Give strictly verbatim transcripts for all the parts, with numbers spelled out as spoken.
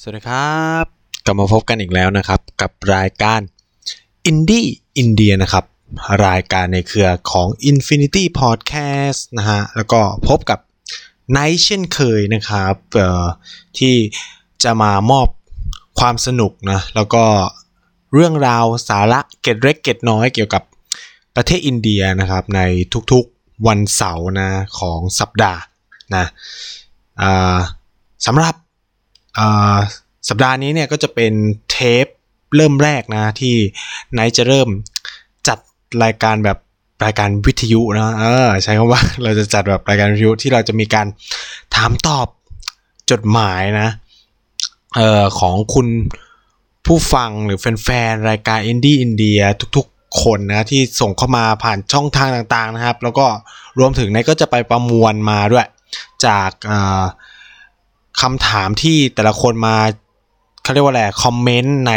สวัสดีครับกลับมาพบกันอีกแล้วนะครับกับรายการ Indie India นะครับรายการในเครือของ Infinity Podcast นะฮะแล้วก็พบกับไนท์เช่นเคยนะครับเอ่อที่จะมามอบความสนุกนะแล้วก็เรื่องราวสาระเกร็ดเล็กเกร็ดน้อยเกี่ยวกับประเทศอินเดียนะครับในทุกๆวันเสาร์นะของสัปดาห์นะอ่าสำหรับสัปดาห์นี้เนี่ยก็จะเป็นเทปเริ่มแรกนะที่ไนท์จะเริ่มจัดรายการแบบรายการวิทยุนะเออใช้คำว่าเราจะจัดแบบรายการวิทยุที่เราจะมีการถามตอบจดหมายนะเอ่อของคุณผู้ฟังหรือแฟนๆรายการ Indie India ทุกๆคนนะที่ส่งเข้ามาผ่านช่องทางต่างๆนะครับแล้วก็รวมถึงไนท์ก็จะไปประมวลมาด้วยจากเอ่อคำถามที่แต่ละคนมาเขาเรียกว่าอะไรคอมเมนต์ใน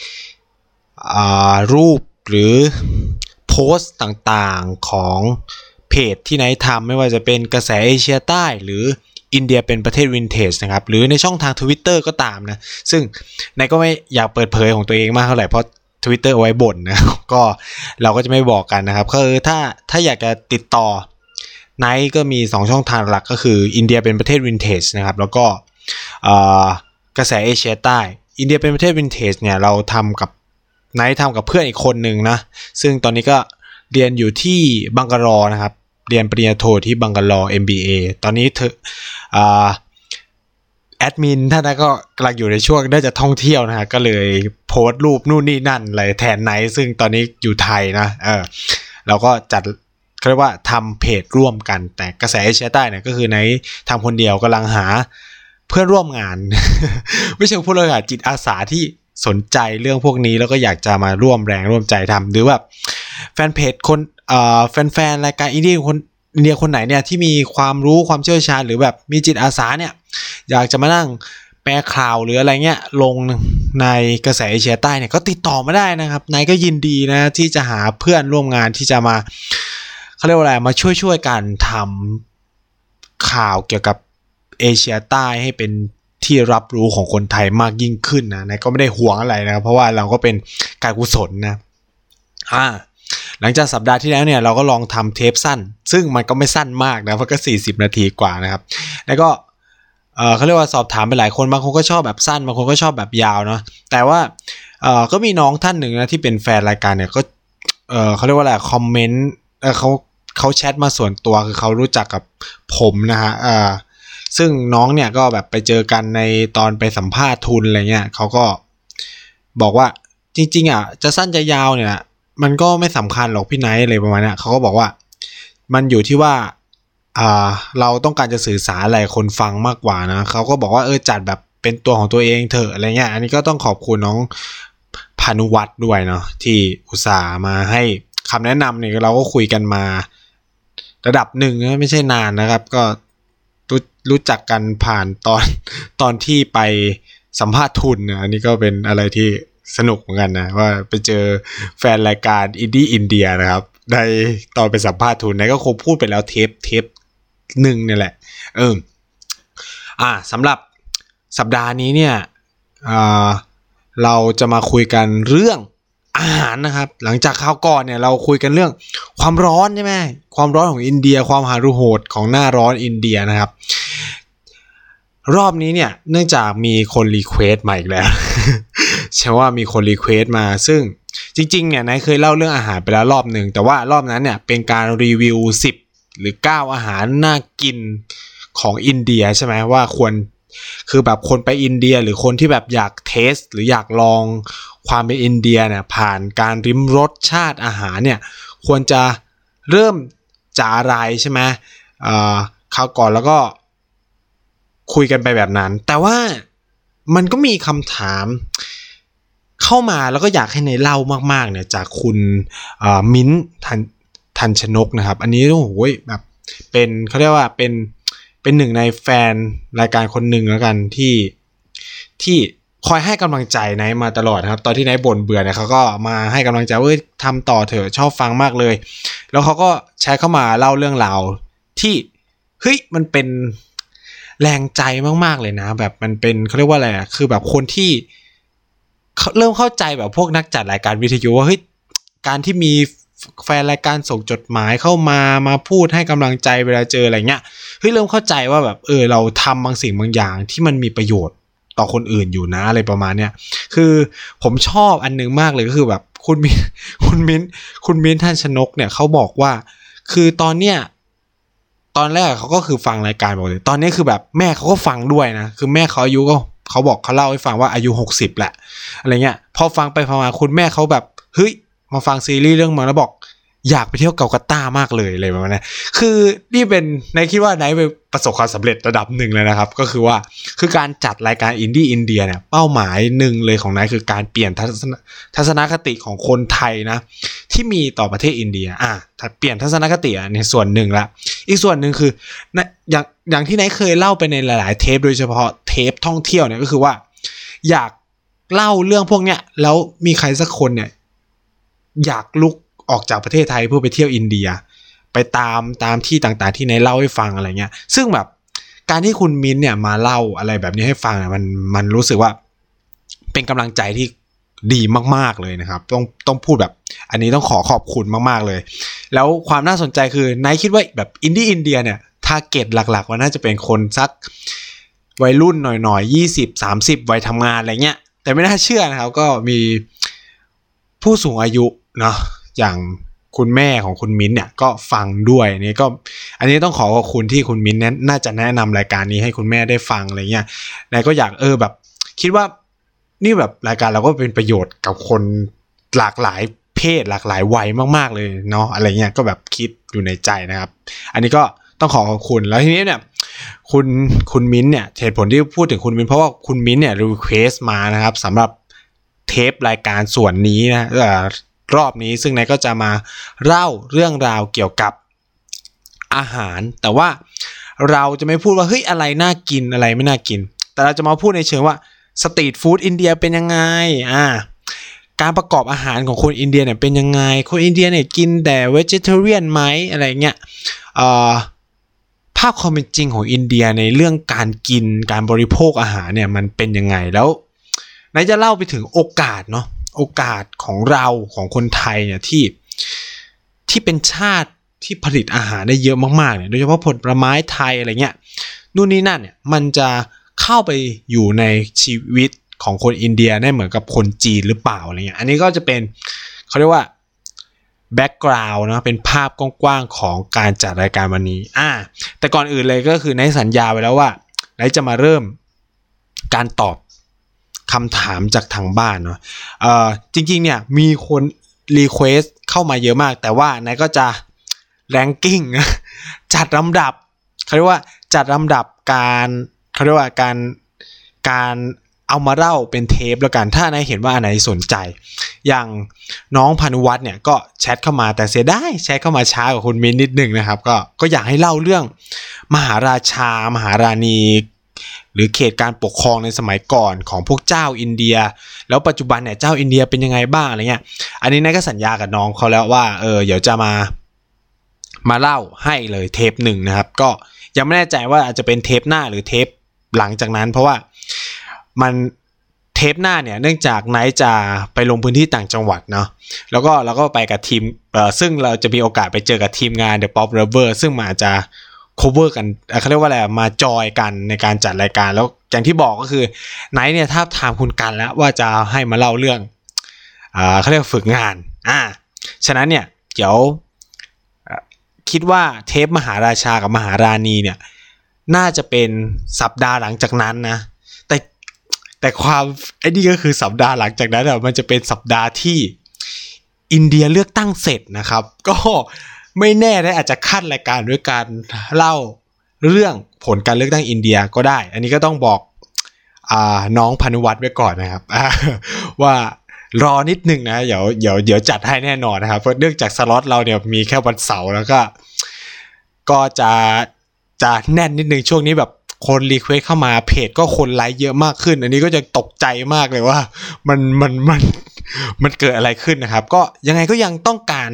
รูปหรือโพสต์ต่างๆของเพจที่ไนท์ทำไม่ว่าจะเป็นกระแสเอเชียใต้หรืออินเดียเป็นประเทศวินเทจนะครับหรือในช่องทาง Twitter ก็ตามนะซึ่งไนท์ก็ไม่อยากเปิดเผยของตัวเองมากเท่าไหร่เพราะ Twitter เอาไว้บ่นนะก็เราก็จะไม่บอกกันนะครับคือถ้าถ้าอยากจะติดต่อไนท์ก็มีสองช่องทางหลักก็คืออินเดียเป็นประเทศวินเทจนะครับแล้วก็กระแสเอเชียใต้อินเดียเป็นประเทศวินเทจเนี่ยเราทำกับไนท์ทำกับเพื่อนอีกคนหนึ่งนะซึ่งตอนนี้ก็เรียนอยู่ที่บังกาลอนะครับเรียนปริญญาโทที่บังกาลอ เอ็ม บี เอ ตอนนี้เธอแอดมินท่านนั้นก็กำลังอยู่ในช่วงน่าจะท่องเที่ยวนะฮะก็เลยโพสต์รูปนู่นนี่นั่นอะไรแทนไนท์ซึ่งตอนนี้อยู่ไทยนะเออเราก็จัดเรียกว่าทำเพจร่วมกันแต่กระแสเอเชียใต้เนี่ยก็คือไนท์ทำคนเดียวกำลังหาเพื่อนร่วมงาน ไม่ใช่ผู้ร่วมงานจิตอาสาที่สนใจเรื่องพวกนี้แล้วก็อยากจะมาร่วมแรงร่วมใจทำหรือแบบแฟนเพจคนเอ่อแฟนๆรายการอินเดียคนอินเดียคนไหนเนี่ยที่มีความรู้ความเชี่ยวชาญหรือแบบมีจิตอาสาเนี่ยอยากจะมานั่งแปลข่าวหรืออะไรเงี้ยลงในกระแสเอเชียใต้เนี่ยก็ติดต่อมาได้นะครับนายก็ยินดีนะที่จะหาเพื่อนร่วมงานที่จะมาเขาเรียกว่าอะไรมาช่วยๆกันทำข่าวเกี่ยวกับเอเชียใต้ให้เป็นที่รับรู้ของคนไทยมากยิ่งขึ้นนะนายก็ไม่ได้ห่วงอะไรนะเพราะว่าเราก็เป็นการกุศลนะอ่าหลังจากสัปดาห์ที่แล้วเนี่ยเราก็ลองทำเทปสั้นซึ่งมันก็ไม่สั้นมากนะเพราะก็สี่สิบนาทีกว่านะครับแล้วก็เอ่อเขาเรียกว่าสอบถามไปหลายคนบางคนก็ชอบแบบสั้นบางคนก็ชอบแบบยาวเนาะแต่ว่าเอ่อก็มีน้องท่านหนึ่งนะที่เป็นแฟนรายการเนี่ยก็เอ่อเขาเรียกว่าอะไรคอมเมนต์เออเขาเขาแชทมาส่วนตัวคือเขารู้จักกับผมนะฮะเอ่อซึ่งน้องเนี่ยก็แบบไปเจอกันในตอนไปสัมภาษณ์ทุนอะไรเงี้ยเขาก็บอกว่าจริงๆอ่ะจะสั้นจะยาวเนี่ยมันก็ไม่สำคัญหรอกพี่ไนท์อะไรประมาณนี้เขาก็บอกว่ามันอยู่ที่ว่าอ่าเราต้องการจะสื่อสารอะไรคนฟังมากกว่านะเขาก็บอกว่าเออจัดแบบเป็นตัวของตัวเองเถอะอะไรเงี้ยอันนี้ก็ต้องขอบคุณน้องพานุวัฒน์ด้วยเนาะที่อุตส่าห์มาให้คำแนะนำเนี่ยเราก็คุยกันมาระดับหนึ่งไม่ใช่นานนะครับก็รู้รู้จักกันผ่านตอนตอนที่ไปสัมภาษณ์ทุนนะอันนี้ก็เป็นอะไรที่สนุกเหมือนกันนะว่าไปเจอแฟนรายการ Indie India นะครับในตอนไปสัมภาษณ์ทุนนะก็คงพูดไปแล้วเทปเทปหนึ่งเนี่ยแหละเอออ่าสำหรับสัปดาห์นี้เนี่ยอ่าเราจะมาคุยกันเรื่องอาหารนะครับหลังจากคราวก่อนเนี่ยเราคุยกันเรื่องความร้อนใช่ไหมความร้อนของอินเดียความหารุโหดของหน้าร้อนอินเดียนะครับรอบนี้เนี่ยเนื่องจากมีคนรีเควสต์มาอีกแล้ว ใช่ว่ามีคนรีเควสต์มาซึ่งจริงๆเนี่ยนายเคยเล่าเรื่องอาหารไปแล้วรอบนึงแต่ว่ารอบนั้นเนี่ยเป็นการรีวิวสิบหรือเก้าอาหารน่ากินของอินเดียใช่ไหมว่าควรคือแบบคนไปอินเดียหรือคนที่แบบอยากเทสหรืออยากลองความเป็นอินเดียเนี่ยผ่านการริมรสชาติอาหารเนี่ยควรจะเริ่มจากอะไรใช่ไหมเอ่อคราวก่อนแล้วก็คุยกันไปแบบนั้นแต่ว่ามันก็มีคำถามเข้ามาแล้วก็อยากให้ในเล่ามากๆเนี่ยจากคุณมิ้นท์ทันทันชนกนะครับอันนี้โอ้โหแบบเป็นเขาเรียกว่าเป็นเป็นหนึ่งในแฟนรายการคนหนึ่งแล้วกันที่ที่คอยให้กำลังใจไนท์มาตลอดนะครับตอนที่ไนท์บ่นเบื่อเนี่ยเขาก็มาให้กำลังใจว่าทำต่อเถอะชอบฟังมากเลยแล้วเขาก็แชร์เข้ามาเล่าเรื่องราวที่เฮ้ยมันเป็นแรงใจมากๆเลยนะแบบมันเป็นเขาเรียกว่าอะไรอ่ะคือแบบคนที่เริ่มเข้าใจแบบพวกนักจัดรายการวิทยุว่าเฮ้ยการที่มีแฟนรายการส่งจดหมายเข้ามามาพูดให้กำลังใจเวลาเจออะไรเงี้ยเฮ้ยเริ่มเข้าใจว่าแบบเออเราทำบางสิ่งบางอย่างที่มันมีประโยชน์ต่อคนอื่นอยู่นะอะไรประมาณเนี้ยคือผมชอบอันนึงมากเลยก็คือแบบคุณมิ้นคุณมิ้นคุณมิ้นท่านชนกเนี่ยเขาบอกว่าคือตอนเนี้ยตอนแรกเขาก็คือฟังรายการบอกเลยตอนนี้คือแบบแม่เขาก็ฟังด้วยนะคือแม่เขาอายุก็เขาบอกเขาเล่าให้ฟังว่าอายุหกสิบแหละอะไรเงี้ยพอฟังไปฟังมาคุณแม่เขาแบบเฮ้ยมาฟังซีรีส์เรื่องมาแล้วบอกอยากไปเที่ยวเกาลกัตตามากเลยเลยประมาณนี้คือนี่เป็นนายคิดว่านายไปประสบความสำเร็จระดับหนึ่งเลยนะครับก็คือว่าคือการจัดรายการอินดี้อินเดียเนี่ยเป้าหมายหนึ่งเลยของนายคือการเปลี่ยนทัศนทัศนคติของคนไทยนะที่มีต่อประเทศอินเดียอ่ะเปลี่ยนทัศนคติในส่วนหนึ่งละอีกส่วนหนึ่งคืออย่างอย่างที่นายเคยเล่าไปในหลายๆเทปโดยเฉพาะเทปท่องเที่ยวเนี่ยก็คือว่าอยากเล่าเรื่องพวกเนี้ยแล้วมีใครสักคนเนี่ยอยากลุกออกจากประเทศไทยเพื่อไปเที่ยวอินเดียไปตามตามที่ต่างๆที่นายเล่าให้ฟังอะไรเงี้ยซึ่งแบบการที่คุณมิ้นเนี่ยมาเล่าอะไรแบบนี้ให้ฟังมันมันรู้สึกว่าเป็นกำลังใจที่ดีมากๆเลยนะครับต้องต้องพูดแบบอันนี้ต้องขอขอบคุณมากๆเลยแล้วความน่าสนใจคือนายคิดว่าแบบอินดี้อินเดียเนี่ยทาร์เก็ตหลักๆว่าน่าจะเป็นคนสักวัยรุ่นหน่อยๆยี่สิบ สามสิบวัยทำงานอะไรเงี้ยแต่ไม่น่าเชื่อนะครับก็มีผู้สูงอายุเนาะอย่างคุณแม่ของคุณมิ้นเนี่ยก็ฟังด้วยนี่ก็อันนี้ต้องขอขอบคุณที่คุณมิ้นนั้นน่าจะแนะนำรายการนี้ให้คุณแม่ได้ฟังอะไรเงี้ยนายก็อยากเออแบบคิดว่านี่แบบรายการเราก็เป็นประโยชน์กับคนหลากหลายเพศหลากหลายวัยมากๆเลยเนาะอะไรเงี้ยก็แบบคิดอยู่ในใจนะครับอันนี้ก็ต้องขอขอบคุณแล้วทีนี้เนี่ยคุณคุณมิ้นเนี่ยเหตุผลที่พูดถึงคุณมิ้นเพราะว่าคุณมิ้นเนี่ยรีเควสมานะครับสำหรับเทปรายการส่วนนี้นะเอ่อรอบนี้ซึ่งนายก็จะมาเล่าเรื่องราวเกี่ยวกับอาหารแต่ว่าเราจะไม่พูดว่าเฮ้ยอะไรน่ากินอะไรไม่น่ากินแต่เราจะมาพูดในเชิงว่าสตรีทฟู้ดอินเดียเป็นยังไงอ่าการประกอบอาหารของคนอินเดียเนี่ยเป็นยังไงคนอินเดียเนี่ยกินแต่เวจิเทเรียนไหมอะไรเงี้ยเอ่อภาพความเป็นจริงของอินเดียในเรื่องการกินการบริโภคอาหารเนี่ยมันเป็นยังไงแล้วนายจะเล่าไปถึงโอกาสเนาะโอกาสของเราของคนไทยเนี่ยที่ที่เป็นชาติที่ผลิตอาหารได้เยอะมากๆเนี่ยโดยเฉพาะผลไม้ไทยอะไรเงี้ยนู่นนี่นั่นเนี่ยมันจะเข้าไปอยู่ในชีวิตของคนอินเดียได้เหมือนกับคนจีนหรือเปล่าอะไรเงี้ยอันนี้ก็จะเป็นเขาเรียกว่าแบ็กกราวด์นะเป็นภาพกว้างๆของการจัดรายการวันนี้อ่าแต่ก่อนอื่นเลยก็คือในสัญญาไว้แล้วว่าไหนจะมาเริ่มการตอบคำถามจากทางบ้านเนาะเอ่อจริงๆเนี่ยมีคนรีเควสเข้ามาเยอะมากแต่ว่านายก็จะแรงกิ้งจัดลำดับเขาเรียกว่าจัดลำดับการเขาเรียกว่าการการเอามาเล่าเป็นเทปแล้วกันถ้านายเห็นว่าอันไหนสนใจอย่างน้องพานุวัฒน์เนี่ยก็แชทเข้ามาแต่เสียดายแชทเข้ามาช้ากว่าคุณมิ้นนิดนึงนะครับก็ก็อยากให้เล่าเรื่องมหาราชามหาราณีหรือเขตการปกครองในสมัยก่อนของพวกเจ้าอินเดียแล้วปัจจุบันเนี่ยเจ้าอินเดียเป็นยังไงบ้างอะไรเงี้ยอันนี้นายก็สัญญากับน้องเขาแล้วว่าเออเดี๋ยวจะมามาเล่าให้เลยเทปหนึ่งนะครับก็ยังไม่แน่ใจว่าอาจจะเป็นเทปหน้าหรือเทปหลังจากนั้นเพราะว่ามันเทปหน้าเนี่ยเนื่องจากไนท์จะไปลงพื้นที่ต่างจังหวัดเนาะแล้วก็เราก็ไปกับทีมเอ่อซึ่งเราจะมีโอกาสไปเจอกับทีมงาน The Pop Lover ซึ่งมันอาจจะcover กันเขาเรียกว่าอะไรมาจอยกันในการจัดรายการแล้วอย่างที่บอกก็คือไนท์เนี่ยถ้าถามคุณกันแล้วว่าจะให้มาเล่าเรื่องอ่าเขาเรียกฝึกงานอ่าฉะนั้นเนี่ยเดี๋ยวคิดว่าเทปมหาราชากับมหาราณีเนี่ยน่าจะเป็นสัปดาห์หลังจากนั้นนะแต่แต่ความไอ้นี่ก็คือสัปดาห์หลังจากนั้นอ่ะมันจะเป็นสัปดาห์ที่อินเดียเลือกตั้งเสร็จนะครับก็ไม่แน่ได้อาจจะขั้นรายการด้วยการเล่าเรื่องผลการเลือกตั้งอินเดียก็ได้อันนี้ก็ต้องบอกอ่าน้องพานุวัฒน์ไว้ก่อนนะครับว่ารอนิดนึงนะเดี๋ยวเดี๋ยวเดี๋ยวจัดให้แน่นอนนะครับเพราะเนื่องจากสล็อตเราเนี่ยมีแค่วันเสาร์แล้วก็ก็จะจะแน่นนิดนึงช่วงนี้แบบคนรีเควสเข้ามาเพจก็คนไลค์เยอะมากขึ้นอันนี้ก็จะตกใจมากเลยว่ามันมันมันมันเกิดอะไรขึ้นนะครับก็ยังไงก็ยังต้องการ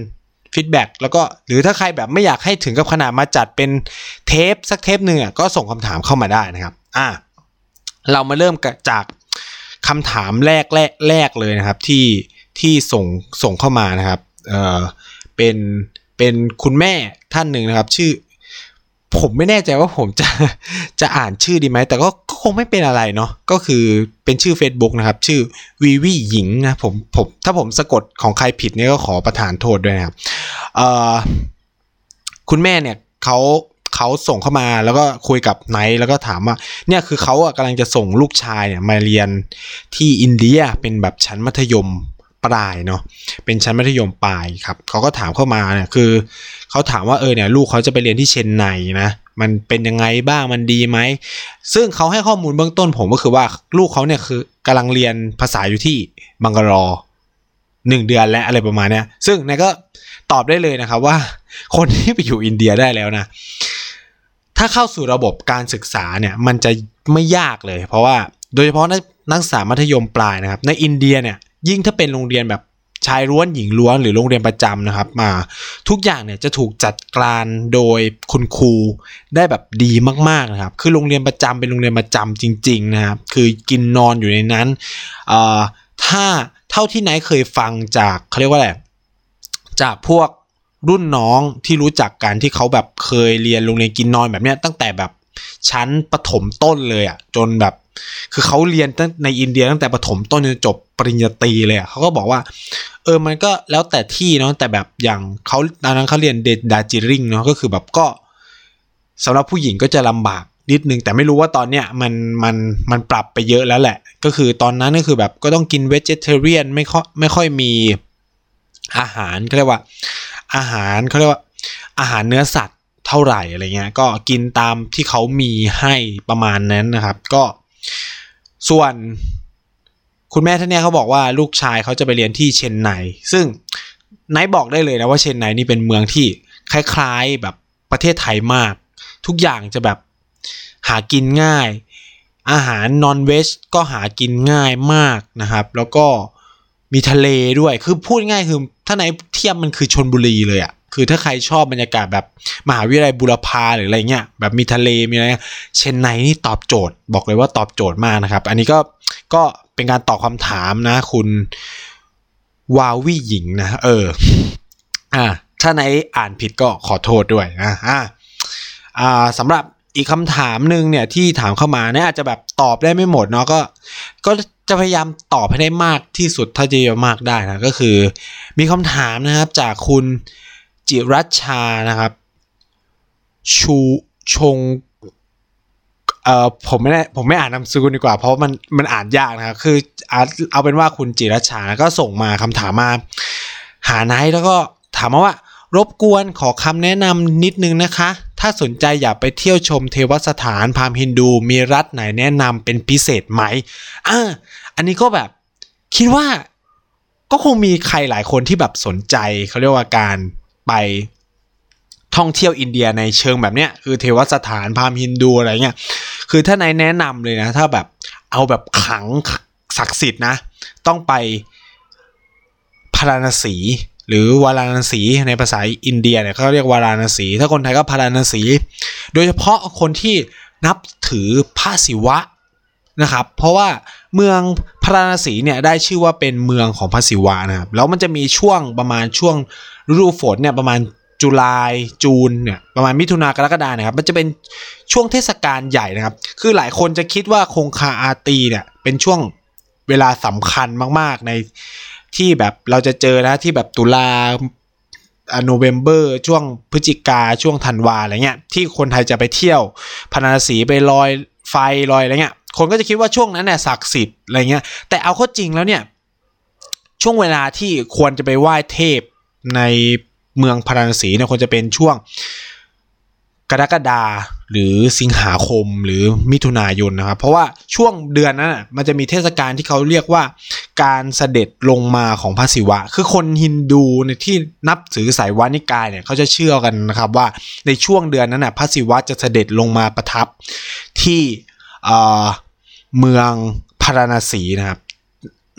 ฟีดแบ็กแล้วก็หรือถ้าใครแบบไม่อยากให้ถึงกับขนาดมาจัดเป็นเทปสักเทปหนึ่งอ่ะก็ส่งคำถามเข้ามาได้นะครับอ่ะเรามาเริ่มจากคำถามแรกแรกแรกเลยนะครับที่ที่ส่งส่งเข้ามานะครับเอ่อเป็นเป็นคุณแม่ท่านหนึ่งนะครับชื่อผมไม่แน่ใจว่าผมจะจะอ่านชื่อดีไหมแต่ก็คงไม่เป็นอะไรเนาะก็คือเป็นชื่อ Facebook นะครับชื่อวีวีหญิงนะผมผมถ้าผมสะกดของใครผิดเนี่ยก็ขอประทานโทษด้วยนะครับเอ่อคุณแม่เนี่ยเขาเขาส่งเข้ามาแล้วก็คุยกับไนท์แล้วก็ถามว่าเนี่ยคือเขากำลังจะส่งลูกชายเนี่ยมาเรียนที่อินเดียเป็นแบบชั้นมัธยมปลายเนาะเป็นชั้นมัธยมปลายครับเขาก็ถามเข้ามาเนี่ยคือเขาถามว่าเออเนี่ยลูกเขาจะไปเรียนที่เชนไนนะมันเป็นยังไงบ้างมันดีไหมซึ่งเขาให้ข้อมูลเบื้องต้นผมก็คือว่าลูกเขาเนี่ยคือกำลังเรียนภาษาอยู่ที่บังกาลอหนึ่งเดือนและอะไรประมาณเนี้ยซึ่งนายก็ตอบได้เลยนะครับว่าคนที่ไปอยู่อินเดียได้แล้วนะถ้าเข้าสู่ระบบการศึกษาเนี่ยมันจะไม่ยากเลยเพราะว่าโดยเฉพาะนักศึกษามัธยมปลายนะครับในอินเดียเนี่ยยิ่งถ้าเป็นโรงเรียนแบบชายล้วนหญิงล้วนหรือโรงเรียนประจำนะครับมาทุกอย่างเนี่ยจะถูกจัดการโดยคุณครูได้แบบดีมากๆนะครับคือโรงเรียนประจำเป็นโรงเรียนประจำจริงๆนะครับคือกินนอนอยู่ในนั้นเอ่อถ้าเท่าที่ไหนเคยฟังจากเขาเรียกว่าอะไรจากพวกรุ่นน้องที่รู้จักกันที่เขาแบบเคยเรียนโรงเรียนกินนอนแบบเนี้ยตั้งแต่แบบชั้นประถมต้นเลยอ่ะจนแบบคือเขาเรียนตั้งในอินเดียตั้งแต่ประถมต้นจนจบปริญญาตรีเลยอ่ะเขาก็บอกว่าเออมันก็แล้วแต่ที่เนาะแต่แบบอย่างเขาตอนนั้นเขาเรียนเดดาจิริงเนาะก็คือแบบก็สำหรับผู้หญิงก็จะลำบากนิดนึงแต่ไม่รู้ว่าตอนเนี้ยมันมันมันปรับไปเยอะแล้วแหละก็คือตอนนั้นก็คือแบบก็ต้องกินเวจิเทเรียนไม่ค่อยไม่ค่อยมีอาหารเขาเรียกว่าอาหารเขาเรียกว่าอาหารเนื้อสัตว์เท่าไหร่อะไรเงี้ยก็กินตามที่เขามีให้ประมาณนั้นนะครับก็ส่วนคุณแม่ท่านเนี้ยเขาบอกว่าลูกชายเขาจะไปเรียนที่เชนไนซึ่งไนท์บอกได้เลยนะว่าเชนไนนี่เป็นเมืองที่คล้ายๆแบบประเทศไทยมากทุกอย่างจะแบบหากินง่ายอาหารนอนเวจก็หากินง่ายมากนะครับแล้วก็มีทะเลด้วยคือพูดง่ายคือถ้าไหนเทียบมันคือชลบุรีเลยอ่ะคือถ้าใครชอบบรรยากาศแบบมหาวิทยาลัยบูรพาหรืออะไรเงี้ยแบบมีทะเลมีอะไรเชนไนนี่ตอบโจทย์บอกเลยว่าตอบโจทย์มากนะครับอันนี้ก็ก็เป็นการตอบคำถามนะคุณวาวี่หญิงนะเอออ่าถ้าไหนอ่านผิดก็ขอโทษด้วยนะอ่าอ่าสำหรับอีกคำถามหนึ่งเนี่ยที่ถามเข้ามาเนี่ยอาจจะแบบตอบได้ไม่หมดเนาะก็ก็จะพยายามตอบให้ได้มากที่สุดถ้าจะมากได้นะก็คือมีคำถามนะครับจากคุณจิรัชชานะครับชูชงเอ่อผมไม่ได้ผมไม่อ่านนามสกุลดีกว่าเพราะมันมันอ่านยากนะครับคือเอาเป็นว่าคุณจิรัชชาก็ส่งมาคำถามมาหาไนท์แล้วก็ถามมาว่ารบกวนขอคำแนะนำนิดนึงนะคะถ้าสนใจอยากไปเที่ยวชมเทวสถานพราหมณ์ฮินดูมีรัฐไหนแนะนำเป็นพิเศษไหมอ่าอันนี้ก็แบบคิดว่าก็คงมีใครหลายคนที่แบบสนใจเขาเรียกว่าการไปท่องเที่ยวอินเดียในเชิงแบบเนี้ยคือเทวสถานพราหมณ์ฮินดูอะไรเงี้ยคือถ้านายแนะนำเลยนะถ้าแบบเอาแบบขลังศักดิ์สิทธิ์นะต้องไปพาราณสีหรือวาราณสีในภาษาอินเดียเนี่ยเขาเรียกวาราณสีถ้าคนไทยก็พาราณสีโดยเฉพาะคนที่นับถือพระศิวะนะครับเพราะว่าเมืองพาราณสีเนี่ยได้ชื่อว่าเป็นเมืองของพระศิวะนะครับแล้วมันจะมีช่วงประมาณช่วงฤดูฝนเนี่ยประมาณจุลายจูนเนี่ยประมาณมิถุนากรกฎาคมนะครับมันจะเป็นช่วงเทศกาลใหญ่นะครับคือหลายคนจะคิดว่าคงคาอาตีเนี่ยเป็นช่วงเวลาสำคัญมากๆในที่แบบเราจะเจอนะที่แบบตุลาโนเวมเบอร์ช่วงพฤศจิกาช่วงธันวาอะไรเงี้ยที่คนไทยจะไปเที่ยวพาราณสีไปลอยไฟลอยอะไรเงี้ยคนก็จะคิดว่าช่วงนั้นเนี่ยศักดิ์สิทธิ์อะไรเงี้ยแต่เอาเข้าจริงแล้วเนี่ยช่วงเวลาที่ควรจะไปไหว้เทพในเมืองพาราณสีเนี่ยควรจะเป็นช่วงกรกฎาหรือสิงหาคมหรือมิถุนายนนะครับเพราะว่าช่วงเดือนนั้นน่ะมันจะมีเทศกาลที่เขาเรียกว่าการเสด็จลงมาของพระศิวะคือคนฮินดูเนี่ยที่นับถือสายวานิกายเนี่ยเขาจะเชื่อกันนะครับว่าในช่วงเดือนนั้นน่ะพระศิวะจะเสด็จลงมาประทับที่เอ่อเมืองพาราณสีนะครับ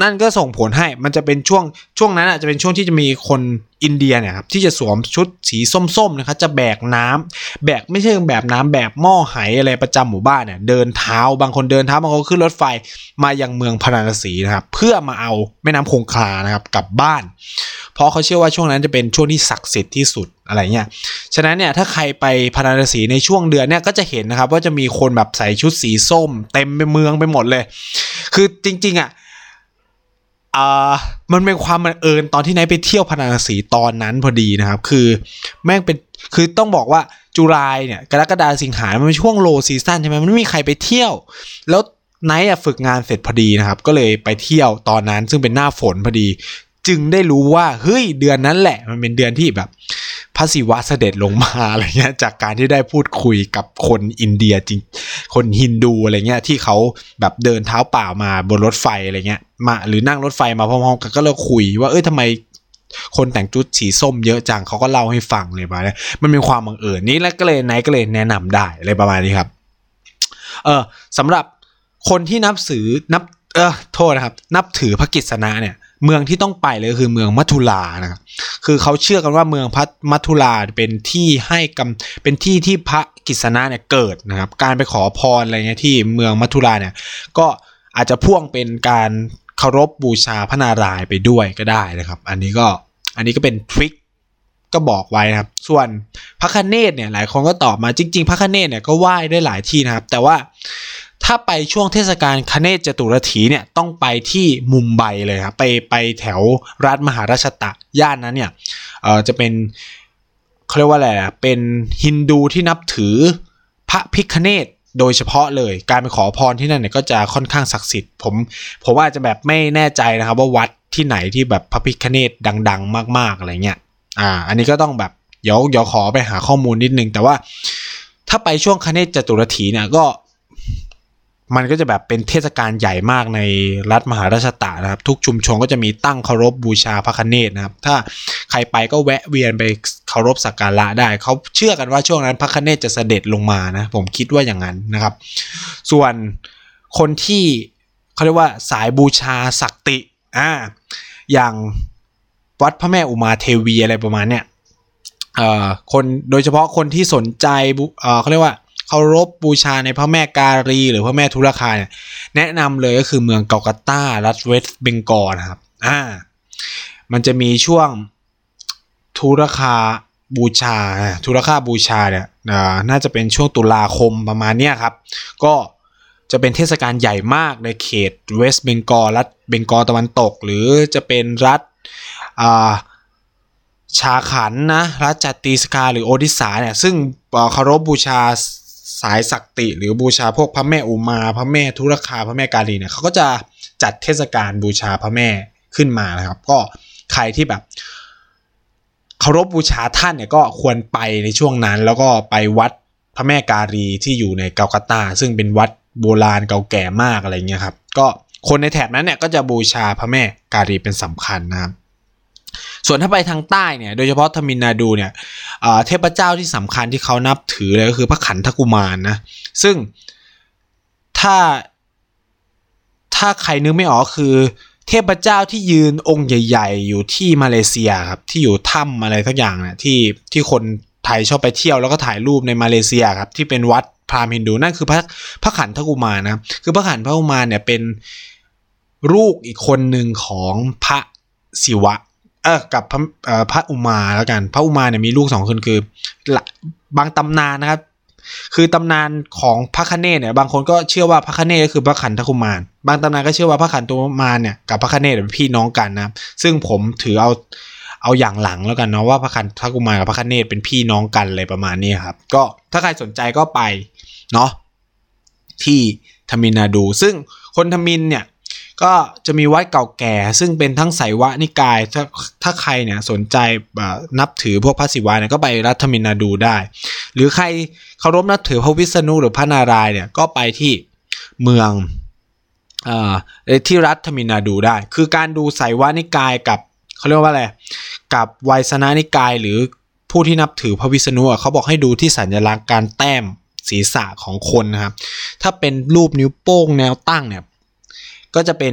นั่นก็ส่งผลให้มันจะเป็นช่วงช่วงนั้นอ่ะจะเป็นช่วงที่จะมีคนอินเดียเนี่ยครับที่จะสวมชุดสีส้มๆนะครับจะแบกน้ำแบกไม่ใช่แบบน้ำแบกหม้อไหอะไรประจำหมู่บ้านเนี่ยเดินเท้าบางคนเดินเท้าบางคนขึ้นรถไฟมายังเมืองพาราณสีนะครับเพื่อมาเอาแม่น้ำคงคานะครับกลับบ้านเพราะเขาเชื่อว่าช่วงนั้นจะเป็นช่วงที่ศักดิ์สิทธิ์ที่สุดอะไรเงี้ยฉะนั้นเนี่ยถ้าใครไปพาราณสีในช่วงเดือนเนี่ยก็จะเห็นนะครับว่าจะมีคนแบบใส่ชุดสีส้มเต็มไปเมืองไปหมดเลยคือจริงๆอ่ะอ่ามันเป็นความบังเอิญตอนที่ไนท์ไปเที่ยวพาราณสีตอนนั้นพอดีนะครับคือแม่งเป็นคือต้องบอกว่าจุลายเนี่ยกรกฎาสิงหามันเป็นช่วงโลซีซั่นใช่ไหมมันไม่มีใครไปเที่ยวแล้วไนท์อ่ะฝึกงานเสร็จพอดีนะครับก็เลยไปเที่ยวตอนนั้นซึ่งเป็นหน้าฝนพอดีจึงได้รู้ว่าเฮ้ยเดือนนั้นแหละมันเป็นเดือนที่แบบพระศิวะเสด็จลงมาอะไรเงี้ยจากการที่ได้พูดคุยกับคนอินเดียจริงคนฮินดูอะไรเงี้ยที่เขาแบบเดินเท้าเปล่ามาบนรถไฟอะไรเงี้ยมาหรือนั่งรถไฟมาพร้อมๆกันก็เลยคุยว่าเอ้ยทำไมคนแต่งชุดสีส้มเยอะจังเขาก็เล่าให้ฟังเลยมาเนี่ยมันเป็นความบังเอิญนี้แล้วก็เลยไนท์ก็เลยแนะนำได้อะไรประมาณนี้ครับเออสำหรับคนที่นับถือนับเออโทษนะครับนับถือพระกฤษณะเนี่ยเมืองที่ต้องไปเลยคือเมืองมัทุรานะครับคือเขาเชื่อกันว่าเมืองพัทมัทุราเป็นที่ให้กำเป็นที่ที่พระกฤษณะเนี่ยเกิดนะครับการไปขอพรอะไรเงี้ยที่เมืองมัทุราเนี่ยก็อาจจะพ่วงเป็นการเคารพบูชาพระนารายณ์ไปด้วยก็ได้นะครับอันนี้ก็อันนี้ก็เป็นทริคก็บอกไว้นะครับส่วนพระคเนศเนี่ยหลายคนก็ตอบมาจริงๆพระคเนศเนี่ยก็ไหว้ได้หลายที่นะครับแต่ว่าถ้าไปช่วงเทศกาลคเนศจตุรถีเนี่ยต้องไปที่มุมไบเลยครับไปไปแถวรัฐมหาราชตะย่านนั้นเนี่ยเอ่อจะเป็นเขาเรียกว่าอะไรอ่ะเป็นฮินดูที่นับถือพระพิฆเนศโดยเฉพาะเลยการไปขอพรที่นั่นเนี่ยก็จะค่อนข้างศักดิ์สิทธิ์ผมผมอาจจะแบบไม่แน่ใจนะครับว่าวัดที่ไหนที่แบบพระพิฆเนศดังๆมากๆอะไรเงี้ยอ่าอันนี้ก็ต้องแบบเดี๋ยวเดี๋ยวขอไปหาข้อมูลนิดนึงแต่ว่าถ้าไปช่วงคเนศจตุรถีเนี่ยก็มันก็จะแบบเป็นเทศกาลใหญ่มากในรัฐมหาราชตะนะครับทุกชุมชนก็จะมีตั้งเคารพบูชาพระคเนศนะครับถ้าใครไปก็แวะเวียนไปเคารพสักการะได้เขาเชื่อกันว่าช่วงนั้นพระคเนศจะเสด็จลงมานะผมคิดว่าอย่างนั้นนะครับส่วนคนที่เขาเรียกว่าสายบูชาศักติอ่าอย่างวัดพระแม่อุมาเทวีอะไรประมาณเนี้ยเอ่อคนโดยเฉพาะคนที่สนใจเอ่อเขาเรียกว่าเคารพบูชาในพระแม่การีหรือพระแม่ทุรคาเนี่ยแนะนำเลยก็คือเมืองกัลกัตตารัฐเวสต์เบงกอลนะครับอ่ามันจะมีช่วงทุรคาบูชาทุรคาบูชาเนี่ยน่าจะเป็นช่วงตุลาคมประมาณเนี้ยครับก็จะเป็นเทศกาลใหญ่มากในเขตเวสต์เบงกอลรัฐเบงกอลตะวันตกหรือจะเป็นรัฐอ่าชาขันนะรัฐจัตติสกาหรือโอดิสาเนี่ยซึ่งเคารพบูชาสายศักติหรือบูชาพวกพระแม่อุมาพระแม่ทุรคาพระแม่กาลีเนี่ยเขาก็จะจัดเทศกาลบูชาพระแม่ขึ้นมานะครับก็ใครที่แบบเคารพบูชาท่านเนี่ยก็ควรไปในช่วงนั้นแล้วก็ไปวัดพระแม่การีที่อยู่ในกัลกัตตาซึ่งเป็นวัดโบราณเก่าแก่มากอะไรเงี้ยครับก็คนในแถบนั้นเนี่ยก็จะบูชาพระแม่การีเป็นสำคัญนะครับส่วนถ้าไปทางใต้เนี่ยโดยเฉพาะทมิลนาดูเนี่ยเทพเจ้าที่สำคัญที่เขานับถือเลยก็คือพระขันธกุมารนะซึ่งถ้าถ้าใครนึกไม่ออกคือเทพเจ้าที่ยืนองค์ใหญ่ๆอยู่ที่มาเลเซียครับที่อยู่ถ้ำอะไรสักอย่างเนี่ยที่ที่คนไทยชอบไปเที่ยวแล้วก็ถ่ายรูปในมาเลเซียครับที่เป็นวัดพราหมณ์ฮินดูนั่นคือพระพระขันธกุมารนะคือพระขันธกุมารเนี่ยเป็นลูกอีกคนหนึ่งของพระศิวะเออกับพระเอ่อพระอุมาแล้วกันพระอุมาเนี่ยมีลูกสองคนคือบางตำนานนะครับคือตำนานของพระคเนศเนี่ยบางคนก็เชื่อว่าพระคเนศก็คือพระขันธกุมารบางตำนานก็เชื่อว่าพระขันธกุมารเนี่ยกับพระคเนศเป็นพี่น้องกันนะซึ่งผมถือเอาเอาอย่างหลังแล้วกันเนาะว่าพระขันธกุมารกับพระคเนศเป็นพี่น้องกันเลยประมาณนี้ครับก็ถ้าใครสนใจก็ไปเนาะที่ทมิลนาดูซึ่งคนทมิลเนี่ยก็จะมีวัดเก่าแก่ซึ่งเป็นทั้งไสยวะนิกายถ้าถ้าใครเนี่ยสนใจนับถือพวกพระศิวะเนี่ยก็ไปรัฐทมิลนาดูได้หรือใครเคารพนับถือพระวิษณุหรือพระนารายณ์เนี่ยก็ไปที่เมืองเอ่อที่รัฐทมิลนาดูได้คือการดูไสยวะนิกายกับเขาเรียกว่าอะไรกับไวยสนนิกายหรือผู้ที่นับถือพระวิษณุเขาบอกให้ดูที่สัญลักษณ์การแต้มศีรษะของคนนะครับถ้าเป็นรูปนิ้วโป้งแนวตั้งเนี่ยก็จะเป็น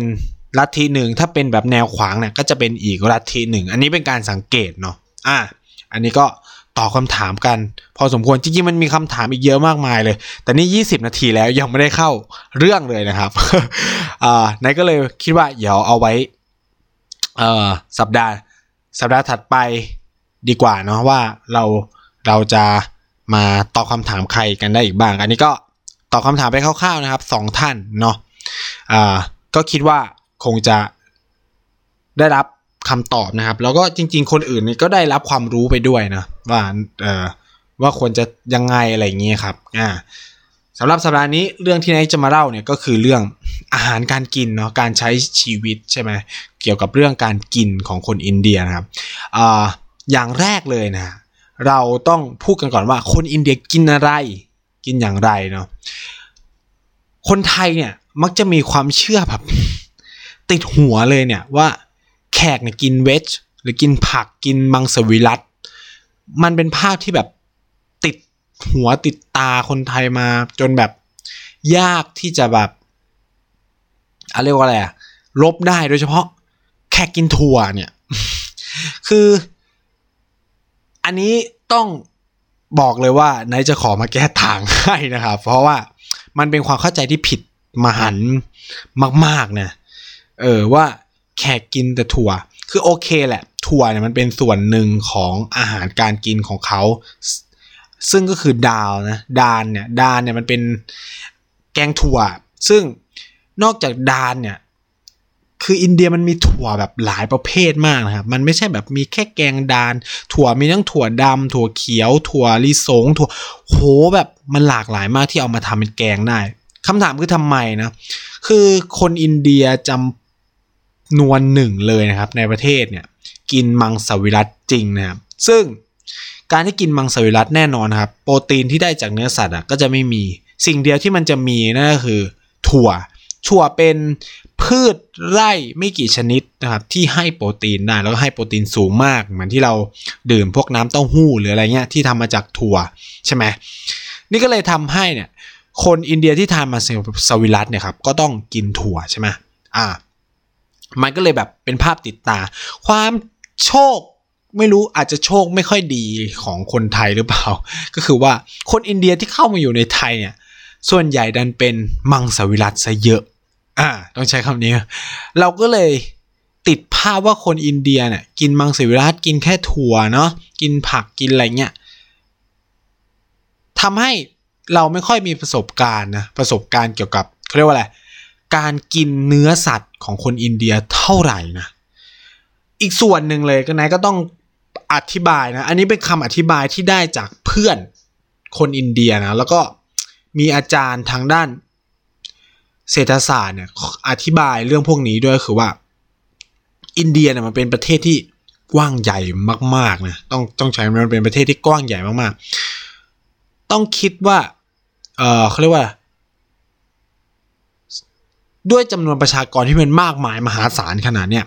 ลัทธิหนึ่งถ้าเป็นแบบแนวขวางเนี่ยก็จะเป็นอีกลัทธิหนึ่งอันนี้เป็นการสังเกตเนาะอ่ะอันนี้ก็ตอบคำถามกันพอสมควรจริงๆมันมีคำถามอีกเยอะมากมายเลยแต่นี่ยี่สิบนาทีแล้วยังไม่ได้เข้าเรื่องเลยนะครับ อ่านายก็เลยคิดว่าเดี๋ยวเอาไว้เอ่อสัปดาห์สัปดาห์ถัดไปดีกว่าเนาะว่าเราเราจะมาตอบคำถามใครกันได้อีกบ้างอันนี้ก็ตอบคำถามไปคร่าวๆนะครับสองท่านเนาะอ่าก็คิดว่าคงจะได้รับคำตอบนะครับแล้วก็จริงๆคนอื่นนี่ก็ได้รับความรู้ไปด้วยนะว่าเอ่อว่าควรจะยังไงอะไรอย่างเงี้ยครับอ่าสำหรับสัปดาห์นี้เรื่องที่นายจะมาเล่าเนี่ยก็คือเรื่องอาหารการกินเนาะการใช้ชีวิตใช่ไหมเกี่ยวกับเรื่องการกินของคนอินเดียนะครับอ่าอย่างแรกเลยนะเราต้องพูดกันก่อนว่าคนอินเดียกินอะไรกินอย่างไรเนาะคนไทยเนี่ยมักจะมีความเชื่อแบบติดหัวเลยเนี่ยว่าแขกเนี่ยกินเวจหรือกินผักกินมังสวิรัติมันเป็นภาพที่แบบติดหัวติดตาคนไทยมาจนแบบยากที่จะแบบอะไรเรียกว่าอะไรอะลบได้โดยเฉพาะแขกกินถั่วเนี่ยคืออันนี้ต้องบอกเลยว่านายจะขอมาแก้ทางให้นะครับเพราะว่ามันเป็นความเข้าใจที่ผิดมหันต์มากๆนะเออว่าแขกกินแต่ถั่วคือโอเคแหละถั่วเนี่ยมันเป็นส่วนหนึ่งของอาหารการกินของเขาซึ่งก็คือดาลนะดาลเนี่ยดาลเนี่ยมันเป็นแกงถั่วซึ่งนอกจากดาลเนี่ยคืออินเดียมันมีถั่วแบบหลายประเภทมากนะครับมันไม่ใช่แบบมีแค่แกงดาลถั่วมีทั้งถั่วดำถั่วเขียวถั่วลิสงถั่วโหแบบมันหลากหลายมากที่เอามาทำเป็นแกงได้คำถามคือทำไมนะคือคนอินเดียจำนวนหนึ่งเลยนะครับในประเทศเนี่ยกินมังสวิรัติจริงนะครับซึ่งการที่กินมังสวิรัติแน่นอนครับโปรตีนที่ได้จากเนื้อสัตว์อ่ะก็จะไม่มีสิ่งเดียวที่มันจะมีนั่นก็คือถั่วถั่วเป็นพืชไร่ไม่กี่ชนิดนะครับที่ให้โปรตีนได้แล้วก็ให้โปรตีนสูงมากเหมือนที่เราดื่มพวกน้ำเต้าหู้หรืออะไรเงี้ยที่ทำมาจากถั่วใช่ไหมนี่ก็เลยทำให้เนี่ยคนอินเดียที่ทานมังสวิรัติเนี่ยครับก็ต้องกินถั่วใช่ไหมอ่ามันก็เลยแบบเป็นภาพติดตาความโชคไม่รู้อาจจะโชคไม่ค่อยดีของคนไทยหรือเปล่าก็คือว่าคนอินเดียที่เข้ามาอยู่ในไทยเนี่ยส่วนใหญ่ดันเป็นมังสวิรัติซะเยอะอ่าต้องใช้คำนี้เราก็เลยติดภาพว่าคนอินเดียเนี่ยกินมังสวิรัติกินแค่ถั่วเนาะกินผักกินอะไรเงี้ยทำให้เราไม่ค่อยมีประสบการณ์นะประสบการณ์เกี่ยวกับเขาเรียกว่าอะไรการกินเนื้อสัตว์ของคนอินเดียเท่าไหร่นะอีกส่วนหนึ่งเลยก็นายก็ต้องอธิบายนะอันนี้เป็นคำอธิบายที่ได้จากเพื่อนคนอินเดียนะแล้วก็มีอาจารย์ทางด้านเศรษฐศาสตร์เนี่ยอธิบายเรื่องพวกนี้ด้วยคือว่าอินเดียเนี่ยมันเป็นประเทศที่กว้างใหญ่มากๆนะต้องต้องใช้มันเป็นประเทศที่กว้างใหญ่มากๆต้องคิดว่าเออเขาเรียกว่าด้วยจำนวนประชากรที่มันมากมายมหาศาลขนาดเนี้ย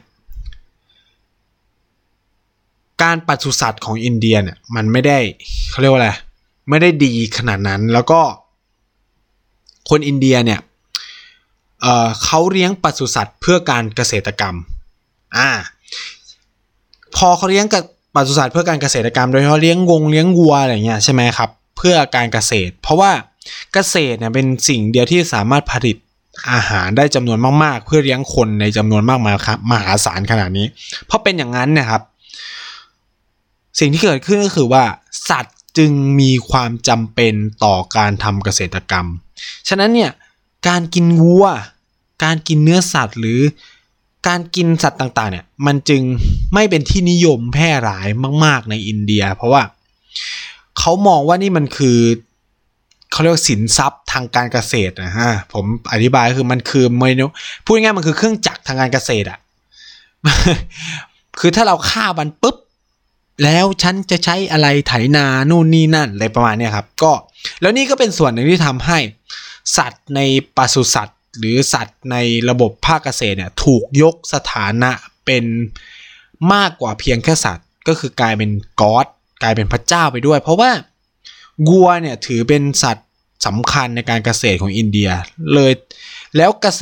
การปศุสัตว์ของอินเดียเนี่ยมันไม่ได้เขาเรียกว่าอะไรไม่ได้ดีขนาดนั้นแล้วก็คนอินเดียเนี่ยเอ่อเขาเลี้ยงปศุสัตว์เพื่อการเกษตรกรรมอ่าพอเขาเลี้ยงกับปศุสัตว์เพื่อการเกษตรกรรมโดยเฉพาะเลี้ยงวงเลี้ยงวัวอะไรเงี้ยใช่ไหมครับเพื่อการเกษตรเพราะว่าเกษตรเนี่ยเป็นสิ่งเดียวที่สามารถผลิตอาหารได้จำนวนมากๆเพื่อเลี้ยงคนในจำนวนมากมายครับมหาศาลขนาดนี้เพราะเป็นอย่างนั้นนะครับสิ่งที่เกิดขึ้นก็คือว่าสัตว์จึงมีความจำเป็นต่อการทำเกษตรกรรมฉะนั้นเนี่ยการกินวัวการกินเนื้อสัตว์หรือการกินสัตว์ต่างๆเนี่ยมันจึงไม่เป็นที่นิยมแพร่หลายมากๆในอินเดียเพราะว่าเขามองว่านี่มันคือเขาเรียกว่าสินทรัพย์ทางการเกษตรนะฮะผมอธิบายคือมันคือเมนูพูดง่ายๆมันคือเครื่องจักรทางการเกษตรอ่ะ คือถ้าเราฆ่ามันปุ๊บแล้วฉันจะใช้อะไรไถนานู่นนี่นั่นอะไรประมาณนี้ครับก็แล้วนี่ก็เป็นส่วนหนึ่งที่ทำให้สัตว์ในปศุสัตว์หรือสัตว์ในระบบภาคเกษตรเนี่ยถูกยกสถานะเป็นมากกว่าเพียงแค่สัตว์ก็คือกลายเป็นก็อดกลายเป็นพระเจ้าไปด้วยเพราะว่าวัวเนี่ยถือเป็นสัตว์สำคัญในการเกษตรของอินเดียเลยแล้วเกษตร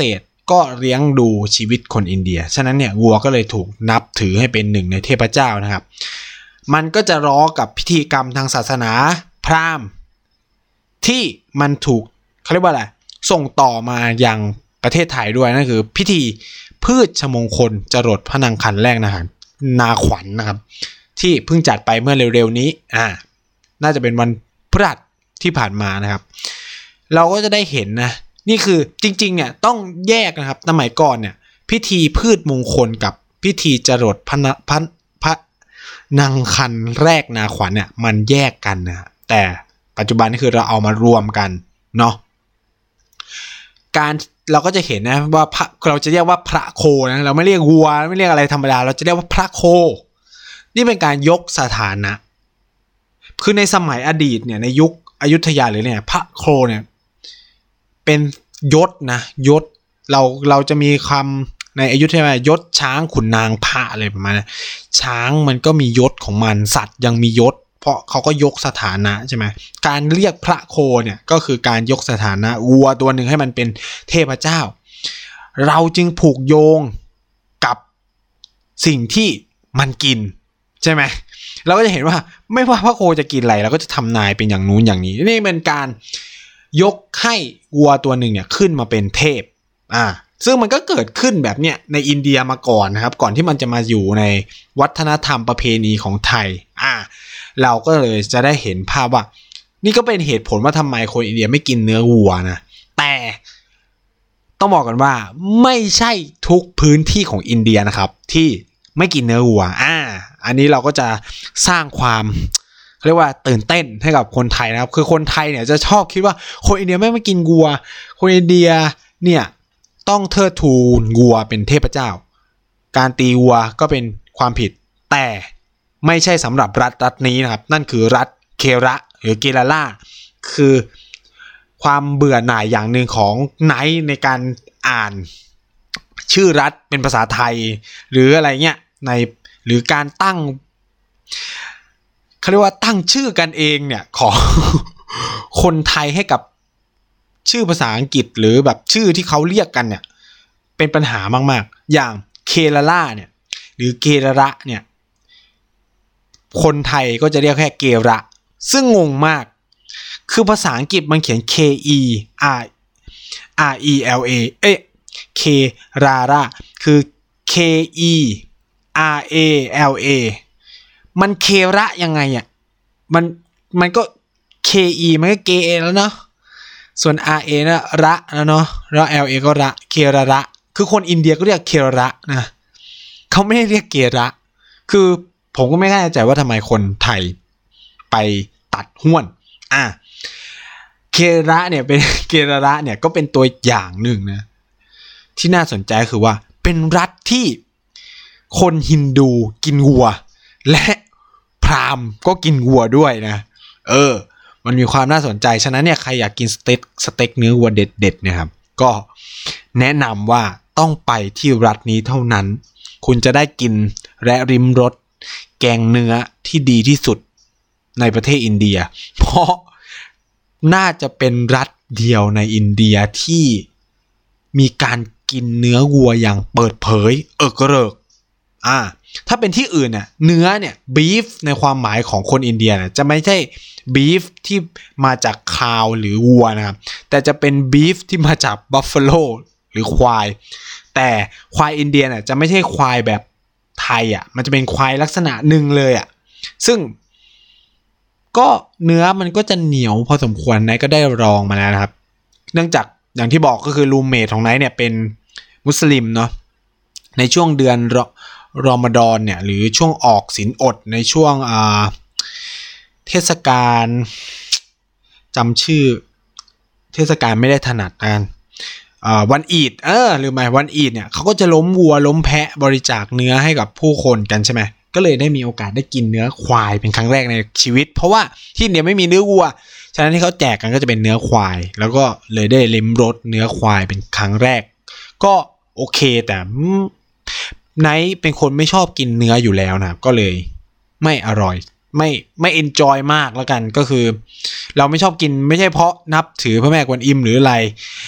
ก็เลี้ยงดูชีวิตคนอินเดียฉะนั้นเนี่ยวัวก็เลยถูกนับถือให้เป็นหนึ่งในเทพเจ้านะครับมันก็จะล้อกับพิธีกรรมทางศาสนาพราหมณ์ที่มันถูกเขาเรียกว่าอะไรส่งต่อมายังประเทศไทยด้วยนั่นคือพิธีพืชมงคลจรดพระนางคันแรกนะฮะนาขวัญ นะครับที่เพิ่งจัดไปเมื่อเร็วๆนี้อ่าน่าจะเป็นวันพฤหัสที่ผ่านมานะครับเราก็จะได้เห็นนะนี่คือจริงๆเนี่ยต้องแยกนะครับสมัยก่อนเนี่ยพิธีพืชมงคลกับพิธีจรดพระพระพระนางคันแรกนาขวัญเนี่ยมันแยกกันนะแต่ปัจจุบันนี่คือเราเอามารวมกันเนาะการเราก็จะเห็นนะว่าพระเราจะเรียกว่าพระโคนะเราไม่เรียกวัวไม่เรียกอะไรธรรมดาเราจะเรียกว่าพระโคนี่เป็นการยกสถานะคือในสมัยอดีตเนี่ยในยุคอยุธยาหรือเนี่ยพระโคเนี่ยเป็นยศนะยศเราเราจะมีคำในอยุธยายศช้างขุนนางพระอะไรประมาณนั้นช้างมันก็มียศของมันสัตว์ยังมียศเพราะเขาก็ยกสถานะใช่ไหมการเรียกพระโคเนี่ยก็คือการยกสถานะวัวตัวหนึ่งให้มันเป็นเทพเจ้าเราจึงผูกโยงกับสิ่งที่มันกินใช่ไหมเราก็จะเห็นว่าไม่ว่าพระโคจะกินอะไรเราก็จะทำนายเป็นอย่างนู้นอย่างนี้นี่เป็นการยกให้วัวตัวหนึ่งเนี่ยขึ้นมาเป็นเทพอ่าซึ่งมันก็เกิดขึ้นแบบเนี้ยในอินเดียมาก่อนนะครับก่อนที่มันจะมาอยู่ในวัฒนธรรมประเพณีของไทยอ่าเราก็เลยจะได้เห็นภาพว่านี่ก็เป็นเหตุผลว่าทำไมคนอินเดียไม่กินเนื้อวัวนะแต่ต้องบอกกันว่าไม่ใช่ทุกพื้นที่ของอินเดียนะครับที่ไม่กินเนื้อวัวอ่าอันนี้เราก็จะสร้างความเรียกว่าตื่นเต้นให้กับคนไทยนะครับคือคนไทยเนี่ยจะชอบคิดว่าคนอินเดียไม่ไม่กินวัวคนอินเดียเนี่ยต้องเทิดทูนวัวเป็นเทพเจ้าการตีวัวก็เป็นความผิดแต่ไม่ใช่สำหรับรัฐรัฐนี้นะครับนั่นคือรัฐเคระหรือเกราลาคือความเบื่อหน่ายอย่างหนึ่งของไนท์ในการอ่านชื่อรัฐเป็นภาษาไทยหรืออะไรเงี้ยในหรือการตั้งเขาเรียกว่าตั้งชื่อกันเองเนี่ยของ คนไทยให้กับชื่อภาษาอังกฤษหรือแบบชื่อที่เขาเรียกกันเนี่ยเป็นปัญหามากๆอย่างเคราลาเนี่ยหรือเกระเนี่ยคนไทยก็จะเรียกแค่เกระซึ่งงงมากคือภาษาอังกฤษมันเขียน K E R R E L A เอ๊ะ เคราระคือ K E R A L A มันเคระยังไงอ่ะมันมันก็ K E มันก็เกเอแล้วเนาะส่วน R A นะระแล้วเนาะแล้ว L A ก็ระเคราระคือคนอินเดียก็เรียกเคราระนะเขาไม่ได้เรียกเกระคือผมก็ไม่แน่ใจว่าทำไมคนไทยไปตัดห้วนอ่ะเคระเนี่ยเป็นเกระเนี่ยก็เป็นตัวอย่างหนึ่งนะที่น่าสนใจคือว่าเป็นรัฐที่คนฮินดูกินวัวและพราหมณ์ก็กินวัวด้วยนะเออมันมีความน่าสนใจฉะนั้นเนี่ยใครอยากกินสเต็กสเต็กเนื้อวัวเด็ดๆเนี่ยครับก็แนะนำว่าต้องไปที่รัฐนี้เท่านั้นคุณจะได้กินและริมรสแกงเนื้อที่ดีที่สุดในประเทศอินเดียเพราะน่าจะเป็นรัฐเดียวในอินเดียที่มีการกินเนื้อวัวอย่างเปิดเผยเอิกเริกอ่าถ้าเป็นที่อื่นเนี่ยเนื้อเนี่ยบีฟในความหมายของคนอินเดียเนี่ยจะไม่ใช่บีฟที่มาจากคาวหรือวัวนะครับแต่จะเป็นบีฟที่มาจากบัฟฟาโลหรือควายแต่ควายอินเดียเนี่ยจะไม่ใช่ควายแบบไทยอ่ะมันจะเป็นควายลักษณะหนึ่งเลยอ่ะซึ่งก็เนื้อมันก็จะเหนียวพอสมควรไนท์ก็ได้ลองมาแล้วนะครับเนื่องจากอย่างที่บอกก็คือรูมเมทของไนท์เนี่ยเป็นมุสลิมเนาะในช่วงเดือนรอมฎอนเนี่ยหรือช่วงออกศีลอดในช่วงอ่าเทศกาลจำชื่อเทศกาลไม่ได้ถนัดกันอ่าวันอีดเออหรือไม่วันอีดเนี่ยเขาก็จะล้มวัวล้มแพะบริจาคเนื้อให้กับผู้คนกันใช่ไหมก็เลยได้มีโอกาสได้กินเนื้อควายเป็นครั้งแรกในชีวิตเพราะว่าที่เนี่ยไม่มีเนื้อวัวฉะนั้นที่เขาแจกกันก็จะเป็นเนื้อควายแล้วก็เลยได้ลิ้มรสเนื้อควายเป็นครั้งแรกก็โอเคแต่ไนท์เป็นคนไม่ชอบกินเนื้ออยู่แล้วนะก็เลยไม่อร่อยไม่ไม่เอนจอยมากแล้วกันก็คือเราไม่ชอบกินไม่ใช่เพราะนับถือพระแม่กวนอิมหรืออะไร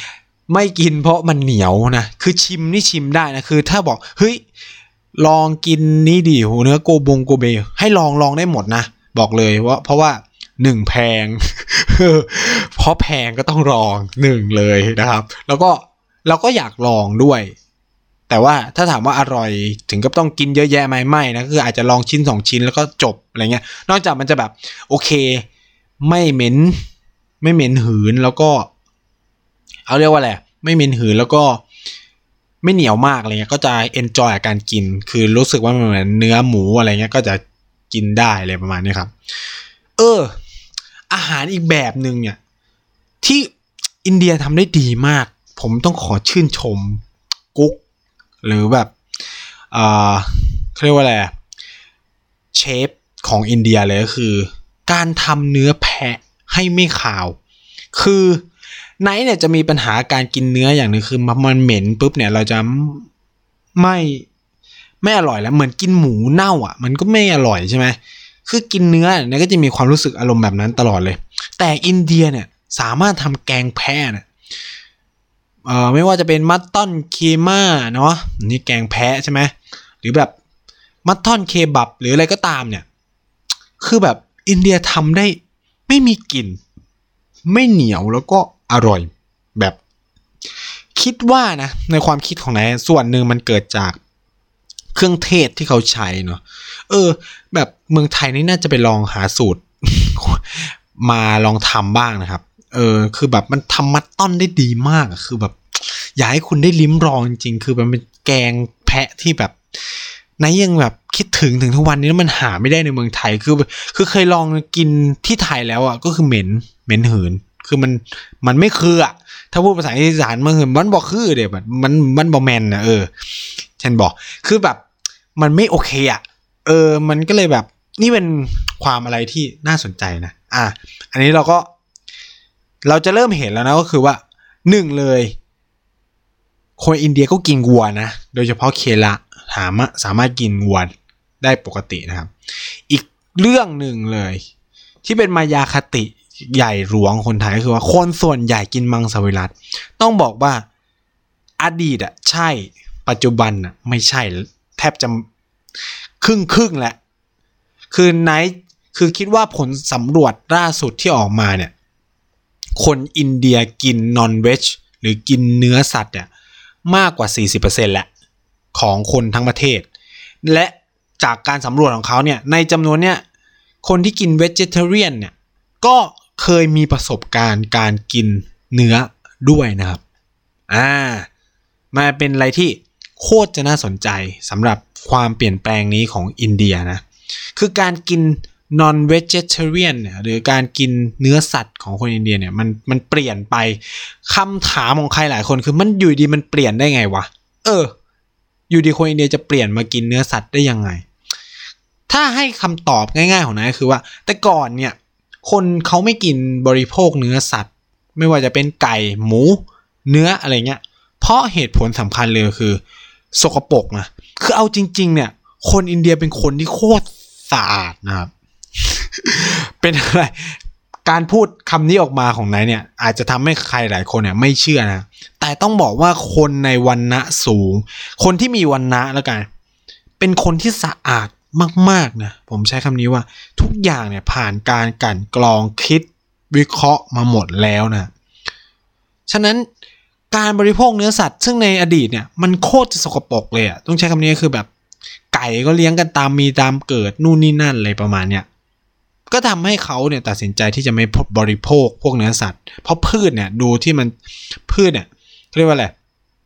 ไม่กินเพราะมันเหนียวนะคือชิมนี่ชิมได้นะคือถ้าบอกเฮ้ยลองกินนี่ดิหูเนื้อโกบงโกเบให้ลองลองได้หมดนะบอกเลยว่าเพราะว่าหนึ่งแพง เพราะแพงก็ต้องลองหนึ่งเลยนะครับแล้วก็เราก็อยากลองด้วยแต่ว่าถ้าถามว่าอร่อยถึงกับต้องกินเยอะแยะไหมไม่นะคืออาจจะลองชิ้นสองชิ้นแล้วก็จบอะไรเงี้ยนอกจากมันจะแบบโอเคไม่เหม็นไม่เหม็นหืนแล้วก็เอาเรียกว่าอะไรไม่เหม็นหืนแล้วก็ไม่เหนียวมากอะไรเงี้ยก็จะเอนจอยกับการกินคือรู้สึกว่ามันเหมือนเนื้อหมูอะไรเงี้ยก็จะกินได้อะไรประมาณนี้ครับเอออาหารอีกแบบนึงเนี่ยที่อินเดียทำได้ดีมากผมต้องขอชื่นชมกุ๊กหรือแบบเอ่อเรียกว่าอะไรเชฟของอินเดียเลยก็คือการทำเนื้อแพะให้ไม่ขาวคือไนท์เนี่ยจะมีปัญหาการกินเนื้ออย่างนึงคือมันเหม็นปุ๊บเนี่ยเราจะไม่ไม่อร่อยแล้วเหมือนกินหมูเน่าอ่ะมันก็ไม่อร่อยใช่ไหมคือกินเนื้อเนี่ยก็จะมีความรู้สึกอารมณ์แบบนั้นตลอดเลยแต่อินเดียเนี่ยสามารถทำแกงแพะเนี่ยเอ่อไม่ว่าจะเป็นมัตตอนเคม่าเนาะนี่แกงแพะใช่ไหมหรือแบบมัตตอนเคบับหรืออะไรก็ตามเนี่ยคือแบบอินเดียทำได้ไม่มีกลิ่นไม่เหนียวแล้วก็อร่อยแบบคิดว่านะในความคิดของนายส่วนหนึ่งมันเกิดจากเครื่องเทศที่เขาใช้เนาะเออแบบเมืองไทยนี่น่าจะไปลองหาสูตร มาลองทำบ้างนะครับเออคือแบบมันทำมัตต้อนได้ดีมากคือแบบอยากให้คุณได้ลิ้มลองจริงๆคือมันเป็นแกงแพะที่แบบนายยังแบบคิดถึงถึงทุกวันนี้แล้วมันหาไม่ได้ในเมืองไทยคือคือเคยลองกินที่ไทยแล้วอ่ะก็คือเหม็นเหม็นหืนคือมันมันไม่คืออ่ะถ้าพูดภาษาอีสานมันคือมันบอกคือเดี๋ยวแบบมันมันบอแมนนะเออฉันบอกคือแบบมันไม่โอเคอ่ะเออมันก็เลยแบบนี่เป็นความอะไรที่น่าสนใจนะอ่ะอันนี้เราก็เราจะเริ่มเห็นแล้วนะก็คือว่าหนึ่งเลยคนอินเดียก็กินวัวนะโดยเฉพาะเคละถามสามารถกินวัวได้ปกตินะครับอีกเรื่องหนึ่งเลยที่เป็นมายาคติใหญ่หลวงคนไทยก็คือว่าคนส่วนใหญ่กินมังสวิรัติต้องบอกว่าอดีตอ่ะใช่ปัจจุบันอ่ะไม่ใช่แทบจะครึ่งครึ่งแหละคือไนท์คือคิดว่าผลสำรวจล่าสุดที่ออกมาเนี่ยคนอินเดียกินนอนเวจหรือกินเนื้อสัตว์เนี่ยมากกว่า สี่สิบเปอร์เซ็นต์ แหละของคนทั้งประเทศและจากการสำรวจของเขาเนี่ยในจำนวนเนี่ยคนที่กิน vegetarian เนี่ยก็เคยมีประสบการณ์การกินเนื้อด้วยนะครับอ่ามาเป็นอะไรที่โคตรจะน่าสนใจสำหรับความเปลี่ยนแปลงนี้ของอินเดียนะคือการกิน non vegetarian เนี่ยหรือการกินเนื้อสัตว์ของคนอินเดียเนี่ยมันมันเปลี่ยนไปคำถามของใครหลายคนคือมันอยู่ดีมันเปลี่ยนได้ไงวะเอออยู่ดีคนอินเดียจะเปลี่ยนมากินเนื้อสัตว์ได้ยังไงถ้าให้คำตอบง่ายๆของนายคือว่าแต่ก่อนเนี่ยคนเขาไม่กินบริโภคเนื้อสัตว์ไม่ว่าจะเป็นไก่หมูเนื้ออะไรเงี้ยเพราะเหตุผลสำคัญเลยคือสกปรกนะคือเอาจริงๆเนี่ยคนอินเดียเป็นคนที่โคตรสะอาดนะครับ เป็นอะไรการพูดคำนี้ออกมาของนายเนี่ยอาจจะทำให้ใครหลายคนเนี่ยไม่เชื่อนะแต่ต้องบอกว่าคนในวรรณะสูงคนที่มีวรรณะแล้วกันเป็นคนที่สะอาดมากๆนะผมใช้คำนี้ว่าทุกอย่างเนี่ยผ่านการกลั่นกรองคิดวิเคราะห์มาหมดแล้วนะฉะนั้นการบริโภคเนื้อสัตว์ซึ่งในอดีตเนี่ยมันโคตรจะสกปรกเลยอ่ะต้องใช้คำนี้คือแบบไก่ก็เลี้ยงกันตามมีตามเกิดนู่นนี่นั่นอะไรประมาณเนี้ยก็ทำให้เขาเนี่ยตัดสินใจที่จะไม่บริโภคพวกเนื้อสัตว์เพราะพืชเนี่ยดูที่มันพืชเนี่ยเรียกว่าอะไร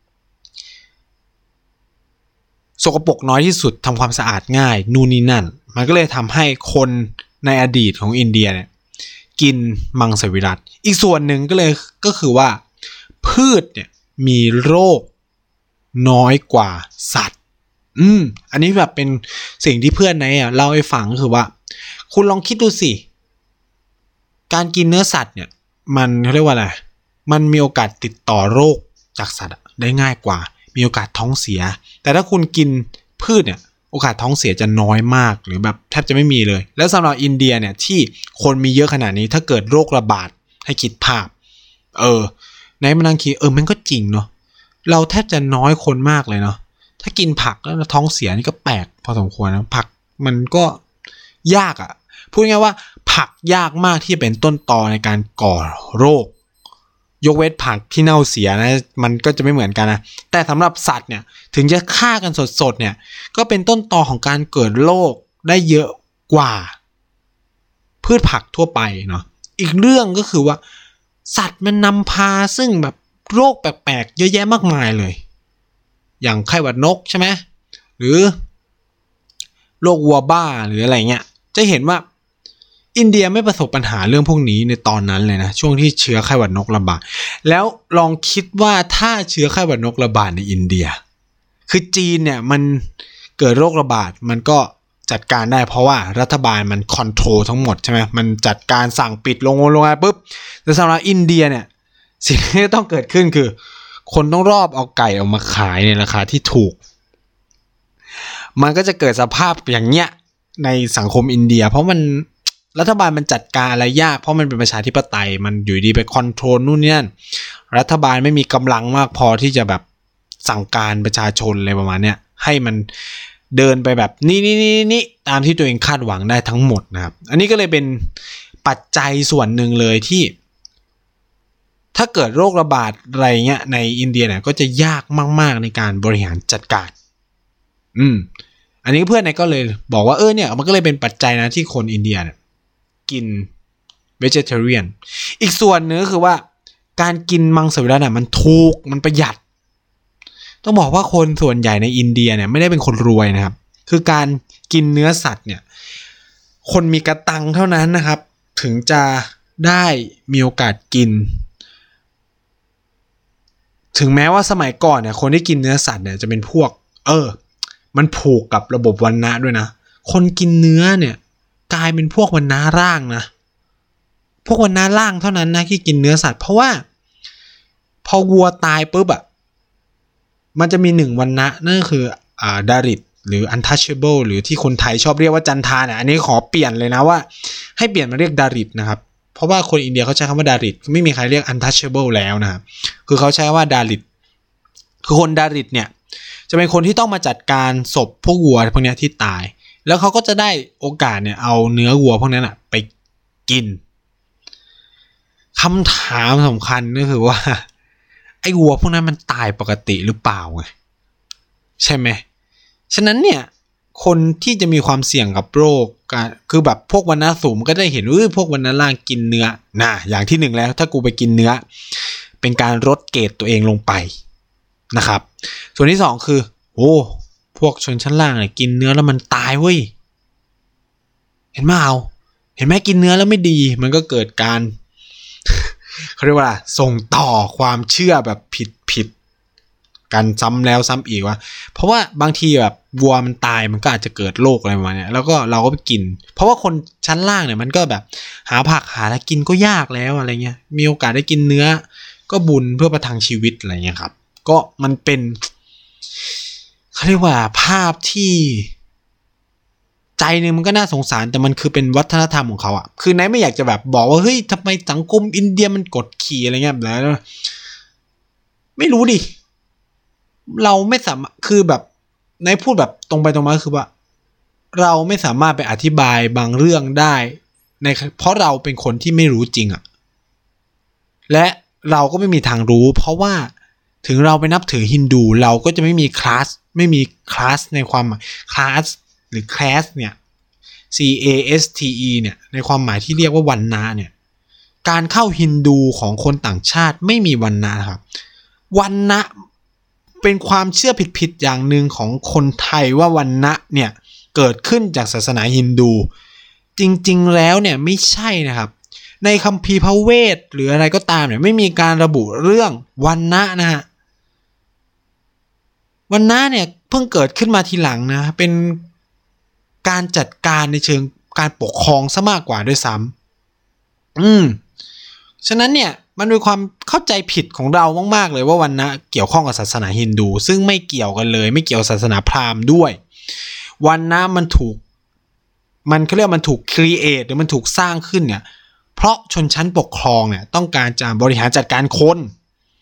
สกปรกน้อยที่สุดทำความสะอาดง่ายนู่นนี่นั่นมันก็เลยทำให้คนในอดีตของอินเดียเนี่ยกินมังสวิรัติอีกส่วนหนึ่งก็เลยก็คือว่าพืชเนี่ยมีโรคน้อยกว่าสัตว์อืมอันนี้แบบเป็นสิ่งที่เพื่อนไหนอ่ะเล่าให้ฟังก็คือว่าคุณลองคิดดูสิการกินเนื้อสัตว์เนี่ยมันเขาเรียกว่าอะไรมันมีโอกาสติดต่อโรคจากสัตว์ได้ง่ายกว่ามีโอกาสท้องเสียแต่ถ้าคุณกินพืชเนี่ยโอกาสท้องเสียจะน้อยมากหรือแบบแทบจะไม่มีเลยแล้วสำหรับอินเดียเนี่ยที่คนมีเยอะขนาดนี้ถ้าเกิดโรคระบาดให้คิดภาพเออไหนมานั่งคิดเออมันก็จริงเนาะเราแทบจะน้อยคนมากเลยเนาะถ้ากินผักแล้วท้องเสียนี่ก็แปลกพอสมควรนะผักมันก็ยากอ่ะพูดง่ายว่าผักยากมากที่จะเป็นต้นตอในการก่อโรคยกเว้นผักที่เน่าเสียนะมันก็จะไม่เหมือนกันนะแต่สำหรับสัตว์เนี่ยถึงจะฆ่ากันสดๆเนี่ยก็เป็นต้นตอของการเกิดโรคได้เยอะกว่าพืชผักทั่วไปเนาะอีกเรื่องก็คือว่าสัตว์มันนำพาซึ่งแบบโรคแปลกๆเยอะแยะมากมายเลยอย่างไข้หวัดนกใช่ไหมหรือโรควัวบ้าหรืออะไรเงี้ยจะเห็นว่าอินเดียไม่ประสบปัญหาเรื่องพวกนี้ในตอนนั้นเลยนะช่วงที่เชื้อไข้หวัดนกระบาดแล้วลองคิดว่าถ้าเชื้อไข้หวัดนกระบาดในอินเดียคือจีนเนี่ยมันเกิดโรคระบาดมันก็จัดการได้เพราะว่ารัฐบาลมันคอนโทรลทั้งหมดใช่ไหมมันจัดการสั่งปิดโรงงานโรงงานปุ๊บแต่สำหรับอินเดียเนี่ยสิ่งที่ต้องเกิดขึ้นคือคนต้องรอบเอาไก่ออกมาขายในราคาที่ถูกมันก็จะเกิดสภาพอย่างเงี้ยในสังคมอินเดียเพราะมันรัฐบาลมันจัดการอะไรยากเพราะมันเป็นประชาธิปไตยมันอยู่ดีไปคอนโทรลนู่นนี่นั่นรัฐบาลไม่มีกำลังมากพอที่จะแบบสั่งการประชาชนอะไรประมาณเนี้ยให้มันเดินไปแบบนี่นี่นี่นี่ตามที่ตัวเองคาดหวังได้ทั้งหมดนะครับอันนี้ก็เลยเป็นปัจจัยส่วนหนึ่งเลยที่ถ้าเกิดโรคระบาดอะไรเงี้ยในอินเดียเนี่ยก็จะยากมากๆในการบริหารจัดการอืมอันนี้เพื่อนเนี่ยก็เลยบอกว่าเออเนี่ยมันก็เลยเป็นปัจจัยนะที่คนอินเดียเนี่ยกิน vegetarian อีกส่วนนึงก็คือว่าการกินมังสวิรัติเนี่ยมันถูกมันประหยัดต้องบอกว่าคนส่วนใหญ่ในอินเดียเนี่ยไม่ได้เป็นคนรวยนะครับคือการกินเนื้อสัตว์เนี่ยคนมีกระตังเท่านั้นนะครับถึงจะได้มีโอกาสกินถึงแม้ว่าสมัยก่อนเนี่ยคนที่กินเนื้อสัตว์เนี่ยจะเป็นพวกเออมันผูกกับระบบวรรณะด้วยนะคนกินเนื้อเนี่ยกลายเป็นพวกวรรณะร่างนะพวกวรรณะร่างเท่านั้นนะที่กินเนื้อสัตว์เพราะว่าพอวัวตายปุ๊บอะมันจะมีหนึ่งวรรณะนั่นก็คืออ่าดาริตหรือ untouchable หรือที่คนไทยชอบเรียกว่าจันทาเนี่ยอันนี้ขอเปลี่ยนเลยนะว่าให้เปลี่ยนมาเรียกดาริตนะครับเพราะว่าคนอินเดียเขาใช้คำว่าดาริตไม่มีใครเรียก untouchable แล้วนะครับคือเขาใช้ว่าดาริตคือคนดาริตเนี่ยจะเป็นคนที่ต้องมาจัดการศพพวกวัวพวกนี้ที่ตายแล้วเขาก็จะได้โอกาสเนี่ยเอาเนื้อวัวพวกนั้นอะไปกินคำถามสำคัญก็คือว่าไอ้วัวพวกนั้นมันตายปกติหรือเปล่าไงใช่ไหมฉะนั้นเนี่ยคนที่จะมีความเสี่ยงกับโรคคือแบบพวกวรรณะสูงก็ได้เห็นว่าพวกวรรณะล่างกินเนื้อนะอย่างที่หนึ่งแล้วถ้ากูไปกินเนื้อเป็นการลดเกรดตัวเองลงไปนะครับส่วนที่สองคือโอ้พวกชนชั้นล่างเนี่ยกินเนื้อแล้วมันตายเว้ยเห็นไหมเอาเห็นไหมกินเนื้อแล้วไม่ดีมันก็เกิดการเขาเรียกว่าส่งต่อความเชื่อแบบผิดผิดกันซ้ำแล้วซ้ำอีกว่าเพราะว่าบางทีแบบวัวมันตายมันก็อาจจะเกิดโรคอะไรประมาณนี้แล้วก็เราก็ไปกินเพราะว่าคนชั้นล่างเนี่ยมันก็แบบหาผักหาแล้วกินก็ยากแล้วอะไรเงี้ยมีโอกาสได้กินเนื้อก็บุญเพื่อประทังชีวิตอะไรเงี้ยครับก็มันเป็นเขาเรียกว่าภาพที่ใจนึงมันก็น่าสงสารแต่มันคือเป็นวัฒนธรรมของเขาอ่ะคือนายไม่อยากจะแบบบอกว่าเฮ้ยทำไมสังคมอินเดียมันกดขี่อะไรเงี้ยแล้วไม่รู้ดิเราไม่สามารถคือแบบนายพูดแบบตรงไปตรงมาคือว่าเราไม่สามารถไปอธิบายบางเรื่องได้ในเพราะเราเป็นคนที่ไม่รู้จริงอ่ะและเราก็ไม่มีทางรู้เพราะว่าถึงเราไปนับถือฮินดูเราก็จะไม่มีคลาสไม่มีคลาสในความคลาสหรือ class เนี่ย C A S T E เนี่ยในความหมายที่เรียกว่าวรรณะเนี่ยการเข้าฮินดูของคนต่างชาติไม่มีวรรณะครับวรรณะเป็นความเชื่อผิดๆอย่างหนึ่งของคนไทยว่าวรรณะเนี่ยเกิดขึ้นจากศาสนาฮินดูจริงๆแล้วเนี่ยไม่ใช่นะครับในคัมภีร์พระเวทหรืออะไรก็ตามเนี่ยไม่มีการระบุเรื่องวรรณะนะฮะวรรณะเนี่ยเพิ่งเกิดขึ้นมาทีหลังนะเป็นการจัดการในเชิงการปกครองซะมากกว่าด้วยซ้ำอืมฉะนั้นเนี่ยมันเป็นความเข้าใจผิดของเรามากๆเลยว่าวรรณะเกี่ยวข้องกับศาสนาฮินดูซึ่งไม่เกี่ยวกันเลยไม่เกี่ยวศาสนาพราหมณ์ด้วยวรรณะมันถูกมันเขาเรียกมันถูกครีเอทหรือมันถูกสร้างขึ้นเนี่ยเพราะชนชั้นปกครองเนี่ยต้องการจะบริหารจัดการคน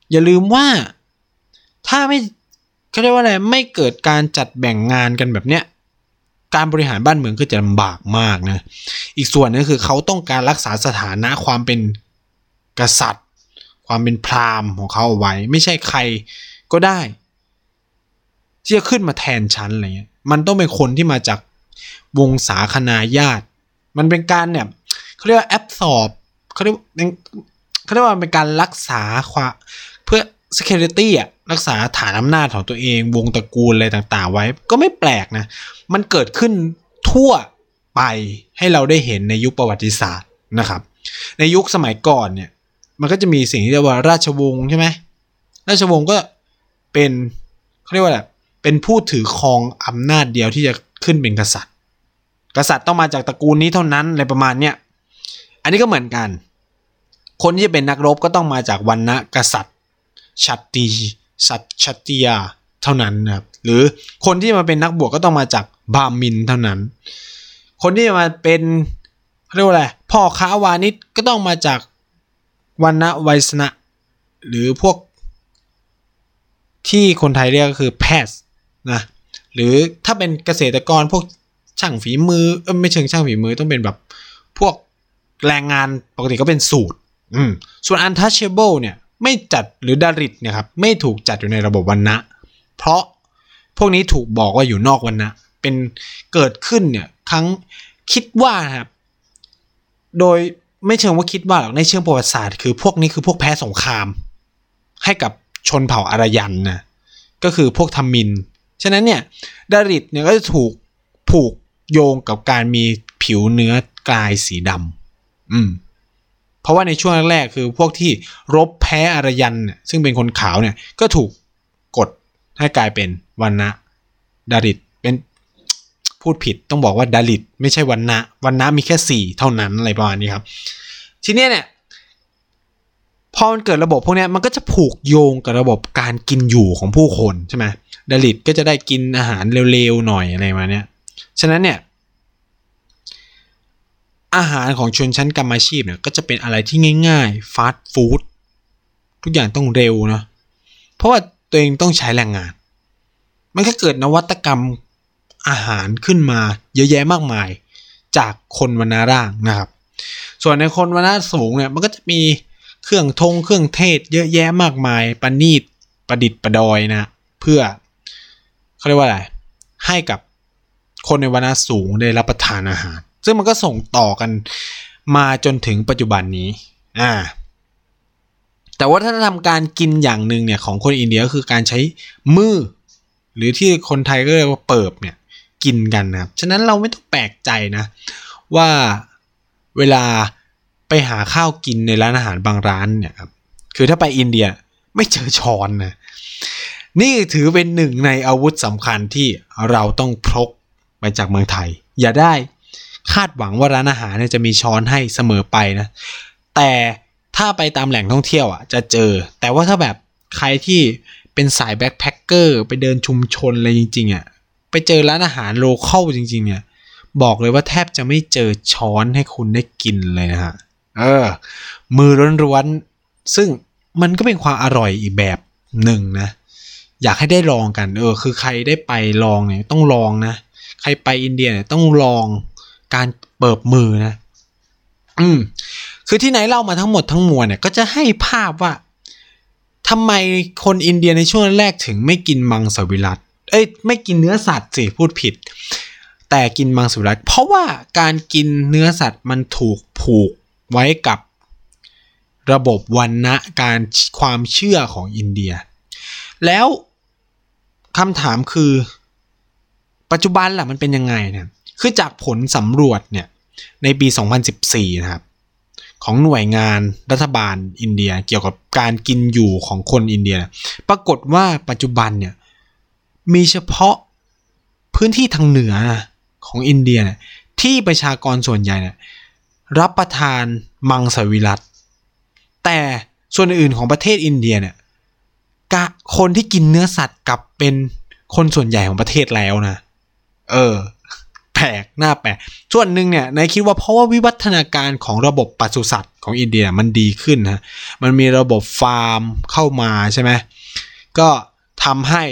อย่าลืมว่าถ้าไม่เขาเรียกว่าอะไรไม่เกิดการจัดแบ่งงานกันแบบเนี้ยการบริหารบ้านเมืองก็จะลำบากมากนะอีกส่วนนึงคือเขาต้องการรักษาสถานะความเป็นกษัตริย์ความเป็นพราหมณ์ของเขาเอาไว้ไม่ใช่ใครก็ได้ที่จะขึ้นมาแทนชั้นอะไรเงี้ยมันต้องเป็นคนที่มาจากวงศาคณาญาติมันเป็นการเนี่ยเขาเรียกว่าแอบสอบเขาเรียกเขาเรียกว่าเป็นการรักษาความเพื่อ security อ่ะรักษาฐานอำนาจของตัวเองวงตระกูลอะไรต่างๆไว้ก็ไม่แปลกนะมันเกิดขึ้นทั่วไปให้เราได้เห็นในยุคประวัติศาสตร์นะครับในยุคสมัยก่อนเนี่ยมันก็จะมีสิ่งที่เรียกว่าราชวงศ์ใช่ไหมราชวงศ์ก็เป็นเขาเรียกว่าอะไรเป็นผู้ถือครองอำนาจเดียวที่จะขึ้นเป็นกษัตริย์กษัตริย์ต้องมาจากตระกูลนี้เท่านั้นอะไรประมาณเนี้ยอันนี้ก็เหมือนกันคนที่จะเป็นนักรบก็ต้องมาจากวรรณะกษัตริย์ชัตติสัตชัตติยาเท่านั้นนะครับหรือคนที่มาเป็นนักบวชก็ต้องมาจากบราหมินเท่านั้นคนที่มาเป็นเรียกว่าอะไรพ่อค้าวานิชก็ต้องมาจากวรรณะไวยสนะหรือพวกที่คนไทยเรียกก็คือแพทย์นะหรือถ้าเป็นเกษตรกรพวกช่างฝีมือเออไม่เชิงช่างฝีมือต้องเป็นแบบพวกแรงงานปกติก็เป็นสูตรอืมส่วน untouchable เนี่ยไม่จัดหรือดาริตเนี่ยครับไม่ถูกจัดอยู่ในระบบวรรณะเพราะพวกนี้ถูกบอกว่าอยู่นอกวรรณะเป็นเกิดขึ้นเนี่ยครั้งคิดว่าครับโดยไม่เชิงว่าคิดว่าหรอกในเชิงประวัติศาสตร์คือพวกนี้คือพวกแพ้สงครามให้กับชนเผ่าอารยันนะก็คือพวกทมิฬฉะนั้นเนี่ยดาริตเนี่ยก็จะถูกผูกโยงกับการมีผิวเนื้อกลายสีดำอืมเพราะว่าในช่วงแรกๆคือพวกที่รบแพ้อารยันเนี่ยซึ่งเป็นคนขาวเนี่ยก็ถูกกดให้กลายเป็นวรรณะดาริตเป็นพูดผิดต้องบอกว่าดาริตไม่ใช่วรรณะวรรณะมีแค่สี่เท่านั้นอะไรประมาณนี้ครับทีนี้เนี่ยพอมันเกิดระบบพวกนี้มันก็จะผูกโยงกับระบบการกินอยู่ของผู้คนใช่ไหมดาริตก็จะได้กินอาหารเร็วๆหน่อยอะไรมาเนี้ยฉะนั้นเนี่ยอาหารของชนชั้นกรรมอาชีพเนี่ยก็จะเป็นอะไรที่ง่ายๆฟาสต์ฟู้ดทุกอย่างต้องเร็วเนาะเพราะว่าตัวเองต้องใช้แรงงานมันก็เกิดนวัตกรรมอาหารขึ้นมาเยอะแยะมากมายจากคนวรรณะร่างนะครับส่วนในคนวรรณะสูงเนี่ยมันก็จะมีเครื่องทงเครื่องเทศเยอะแยะมากมายประณีตประดิษฐ์ประดอยนะเพื่อเขาเรียกว่าอะไรให้กับคนในวรรณะสูงได้รับประทานอาหารซึ่งมันก็ส่งต่อกันมาจนถึงปัจจุบันนี้อ่าแต่วัฒนธรรมการกินอย่างหนึ่งเนี่ยของคนอินเดียก็คือการใช้มือหรือที่คนไทยก็เรียกว่าเปิบเนี่ยกินกันนะครับฉะนั้นเราไม่ต้องแปลกใจนะว่าเวลาไปหาข้าวกินในร้านอาหารบางร้านเนี่ยครับคือถ้าไปอินเดียไม่เจอช้อนนะนี่ถือเป็นหนึ่งในอาวุธสำคัญที่เราต้องพกไปจากเมืองไทยอย่าได้คาดหวังว่าร้านอาหารเนี่ยจะมีช้อนให้เสมอไปนะแต่ถ้าไปตามแหล่งท่องเที่ยวอ่ะจะเจอแต่ว่าถ้าแบบใครที่เป็นสายแบ็คแพคเกอร์ไปเดินชุมชนอะไรจริงๆอ่ะไปเจอร้านอาหารโลคอลจริงๆเนี่ยบอกเลยว่าแทบจะไม่เจอช้อนให้คุณได้กินเลยนะฮะเออมือร้วนๆซึ่งมันก็เป็นความอร่อยอีกแบบหนึ่งนะอยากให้ได้ลองกันเออคือใครได้ไปลองเนี่ยต้องลองนะใครไปอินเดียเนี่ยต้องลองการเปิบมือนะอืมคือที่ไหนเล่ามาทั้งหมดทั้งมวลเนี่ยก็จะให้ภาพว่าทำไมคนอินเดียในช่วงแรกถึงไม่กินมังสวิรัติเอ้ยไม่กินเนื้อสัตว์สิพูดผิดแต่กินมังสวิรัติเพราะว่าการกินเนื้อสัตว์มันถูกผูกไว้กับระบบวรรณะการความเชื่อของอินเดียแล้วคำถามคือปัจจุบันล่ะมันเป็นยังไงเนี่ยคือจากผลสำรวจเนี่ยในปีสองพันสิบสี่นะครับของหน่วยงานรัฐบาลอินเดียเกี่ยวกับการกินอยู่ของคนอินเดียปรากฏว่าปัจจุบันเนี่ยมีเฉพาะพื้นที่ทางเหนือของอินเดียเนี่ยที่ประชากรส่วนใหญ่เนี่ยรับประทานมังสวิรัติแต่ส่วนอื่นของประเทศอินเดียเนี่ยคนที่กินเนื้อสัตว์กลับเป็นคนส่วนใหญ่ของประเทศแล้วนะเออแปลกน่าแปลกส่วนหนึ่งเนี่ยนายคิดว่าเพราะว่าวิวัฒนาการของระบบปศุสัตว์ของอินเดียมันดีขึ้นนะมันมีระบบฟาร์มเข้ามาใช่ไหมก็ทำให้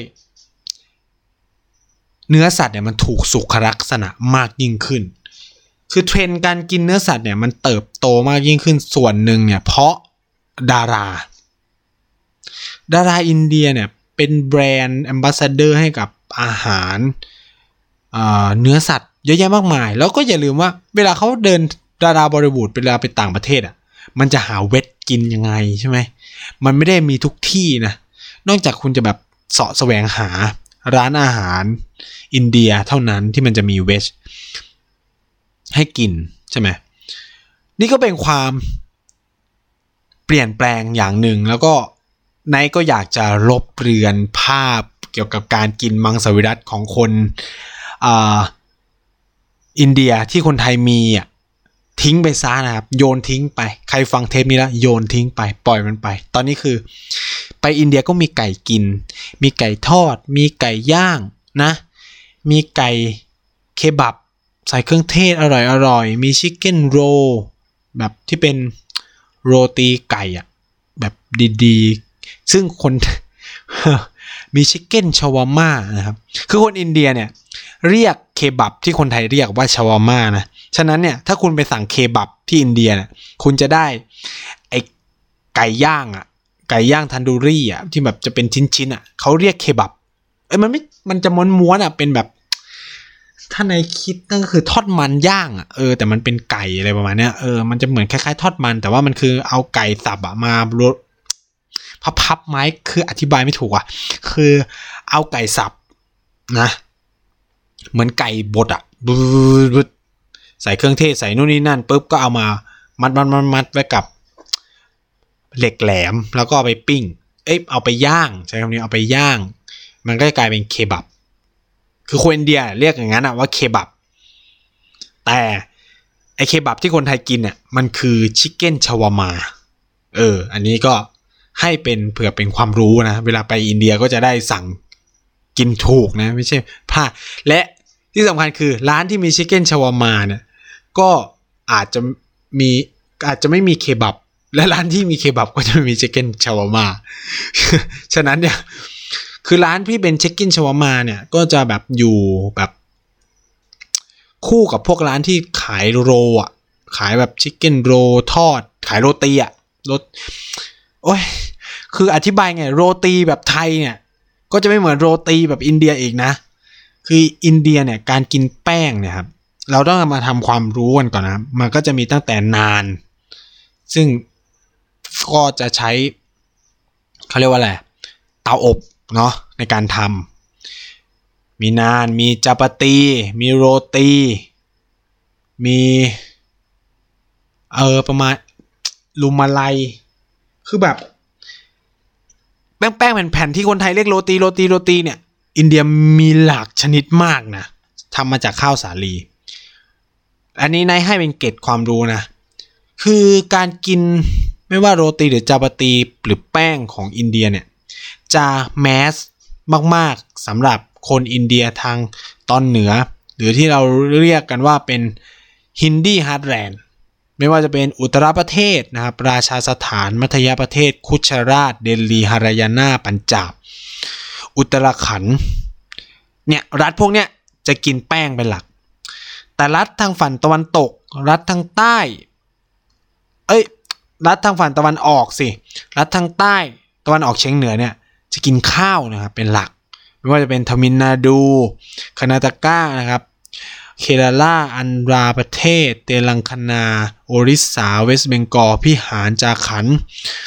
เนื้อสัตว์เนี่ยมันถูกสุขลักษณะมากยิ่งขึ้นคือเทรนด์การกินเนื้อสัตว์เนี่ยมันเติบโตมากยิ่งขึ้นส่วนหนึ่งเนี่ยเพราะดาราดาราอินเดียเนี่ยเป็นแบรนด์แอมบาสเดอร์ให้กับอาหารเนื้อสัตว์เยอะแยะมากมายแล้วก็อย่าลืมว่าเวลาเขาเดินดาราบอลิวูดเวลาไปต่างประเทศอ่ะมันจะหาเวทกินยังไงใช่ไหมมันไม่ได้มีทุกที่นะนอกจากคุณจะแบบเสาะแสวงหาร้านอาหารอินเดียเท่านั้นที่มันจะมีเวชให้กินใช่ไหมนี่ก็เป็นความเปลี่ยนแปลงอย่างหนึ่งแล้วก็ไนท์ก็อยากจะลบเลือนภาพเกี่ยวกับการกินมังสวิรัติของคนอ่าอินเดียที่คนไทยมีอ่ะทิ้งไปซะนะครับโยนทิ้งไปใครฟังเทปนี้แล้วโยนทิ้งไปปล่อยมันไปตอนนี้คือไปอินเดียก็มีไก่กินมีไก่ทอดมีไก่ย่างนะมีไก่เคบับใส่เครื่องเทศอร่อยอร่อยมีชิคเก้นโรลแบบที่เป็นโรตีไก่อ่ะแบบดีๆซึ่งคน มีชิคเก้นชาวาม่านะครับคือคนอินเดียเนี่ยเรียกเคบับที่คนไทยเรียกว่าชาวาม่านะฉะนั้นเนี่ยถ้าคุณไปสั่งเคบับที่อินเดียเนี่ยคุณจะได้ไอไก่ย่างอ่ะไก่ย่างทันดูรี่อ่ะที่แบบจะเป็นชิ้นๆอ่ะเขาเรียกเคบับเอ้ยมันไม่มันจะม้วนๆอ่ะเป็นแบบถ้าในคิดนั่นก็คือทอดมันย่างอ่ะเออแต่มันเป็นไก่อะไรประมาณเนี้ยเออมันจะเหมือนคล้ายๆทอดมันแต่ว่ามันคือเอาไก่สับอ่ะมาพับๆไม้คืออธิบายไม่ถูกอ่ะคือเอาไก่สับนะเหมือนไก่บดอ่ะใส่เครื่องเทศใส่นู่นนี่นั่นปุ๊บก็เอามามัดมัดมัดมัดไว้กับเหล็กแหลมแล้วก็เอาไปปิ้งเอ้ยเอาไปย่างใช้คำนี้เอาไปย่างมันก็จะกลายเป็นเคบับคือคนอินเดียเรียกอย่างนั้นอะว่าเคบับแต่ไอเคบับที่คนไทยกินเนี่ยมันคือชิคเก้นชาวาม่าเอออันนี้ก็ให้เป็นเผื่อเป็นความรู้นะเวลาไปอินเดียก็จะได้สั่งกินถูกนะไม่ใช่พลาดและที่สำคัญคือร้านที่มีชิคเก้นชาวาม่าเนี่ยก็อาจจะมีอาจจะไม่มีเคบับและร้านที่มีเคบับก็จะไม่มีชิคเก้นชาวาม่า ฉะนั้นเนี่ยคือร้านที่เป็นชิคเก้นชาวาม่าเนี่ยก็จะแบบอยู่แบบคู่กับพวกร้านที่ขายโรอ่ะขายแบบชิคเก้นโรทอดขายโรตีอ่ะรสโอ้ยคืออธิบายไงโรตีแบบไทยเนี่ยก็จะไม่เหมือนโรตีแบบอินเดียอีกนะคืออินเดียเนี่ยการกินแป้งเนี่ยครับเราต้องมาทำความรู้กันก่อนนะมันก็จะมีตั้งแต่นานซึ่งก็จะใช้เขาเรียกว่าอะไรเตาอบเนาะในการทำมีนานมีจาปาตีมีโรตีมีเออประมาณลูมาลัยคือแบบแป้งๆแผ่นๆที่คนไทยเรียกโรตีโรตีโรตีเนี่ยอินเดียมีหลากชนิดมากนะทำมาจากข้าวสาลีอันนี้นายให้เป็นเกร็ดความรู้นะคือการกินไม่ว่าโรตีหรือจาปาตีหรือแป้งของอินเดียเนี่ยจะแมสมากๆสำหรับคนอินเดียทางตอนเหนือหรือที่เราเรียกกันว่าเป็นฮินดีฮาร์ดแลนด์ไม่ว่าจะเป็นอุตตรประเทศนะครับราชาสถานมัธยประเทศคุชราชเดลีฮารายานาปัญจาบอุตรขันธ์เนี่ยรัฐพวกเนี้ยจะกินแป้งเป็นหลักแต่รัฐทางฝั่งตะวันตกรัฐทางใต้เอ้ยรัฐทางฝั่งตะวันออกสิรัฐทางใต้ตะวันออกเฉียงเหนือเนี่ยจะกินข้าวนะครับเป็นหลักไม่ว่าจะเป็นทมิลนาดูคานาตากานะครับเคราลาอันดราประเทศเตลังคณาโอริสสาเวสต์เบงกอลพิหารจาขันธ์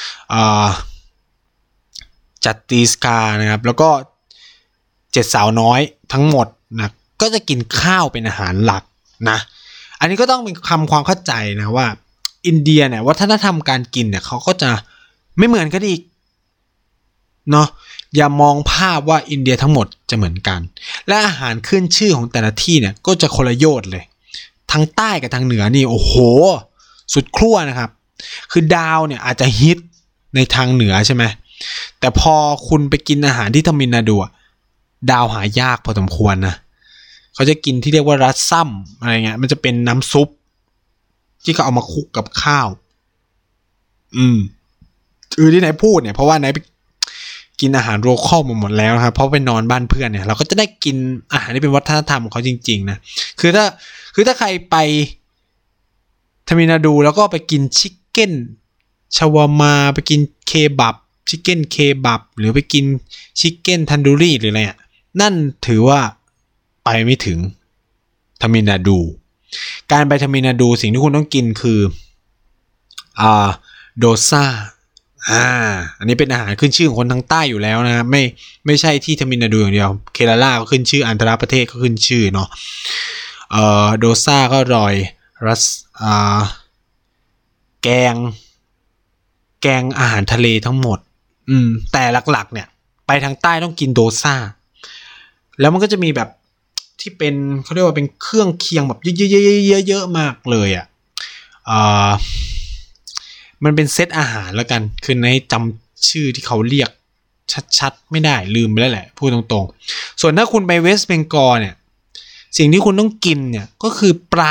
จัตติสกานะครับแล้วก็เจ็ดสาวน้อยทั้งหมดนะก็จะกินข้าวเป็นอาหารหลักนะอันนี้ก็ต้องเป็นคำความเข้าใจนะว่าอินเดียเนี่ยวัฒนธรรมการกินเนี่ยเขาก็จะไม่เหมือนกันอีกเนาะอย่ามองภาพว่าอินเดียทั้งหมดจะเหมือนกันและอาหารขึ้นชื่อของแต่ละที่เนี่ยก็จะคนละโยชน์เลยทางใต้กับทางเหนือนี่โอ้โหสุดขั้วนะครับคือดาวเนี่ยอาจจะฮิตในทางเหนือใช่ไหมแต่พอคุณไปกินอาหารที่ทมิลนาดูดาวหายากพอสมควรนะเขาจะกินที่เรียกว่ารัสซัมอะไรเงี้ยมันจะเป็นน้ำซุปที่เขาเอามาคลุกกับข้าวอืมอือที่ไหนพูดเนี่ยเพราะว่าไหนไปกินอาหารโลคอลมาหมดแล้วครับเพราะไปนอนบ้านเพื่อนเนี่ยเราก็จะได้กินอาหารที่เป็นวัฒนธรรมของเขาจริงๆนะคือถ้าคือถ้าใครไปทามินาดูแล้วก็ไปกินชิคเก้นชาวามาไปกินเคบับชิคเก้นเคบับหรือไปกินชิคเก้นทันดูรี่หรืออะไรอ่ะนั่นถือว่าไปไม่ถึงทามินาดูการไปทามินาดูสิ่งที่คุณต้องกินคืออ่าโดซาอ่าอันนี้เป็นอาหารขึ้นชื่อของคนทางใต้อยู่แล้วนะไม่ไม่ใช่ที่ทามินาดูอย่างเดียวเคราลาก็ขึ้นชื่ออันตรประเทศก็ขึ้นชื่อเนาะเอ่อโดซาก็อร่อยรัสอ่าแกงแกงอาหารทะเลทั้งหมดอืมแต่หลักๆเนี่ยไปทางใต้ต้องกินโดซาแล้วมันก็จะมีแบบที่เป็นเขาเรียกว่าเป็นเครื่องเคียงแบบเยอะๆๆๆมากเลยอ่ะอ่ามันเป็นเซตอาหารแล้วกันคือในจำชื่อที่เขาเรียกชัดๆไม่ได้ลืมไปแล้วแหละพูดตรงๆส่วนถ้าคุณไปเวสต์เบงกอลเนี่ยสิ่งที่คุณต้องกินเนี่ยก็คือปลา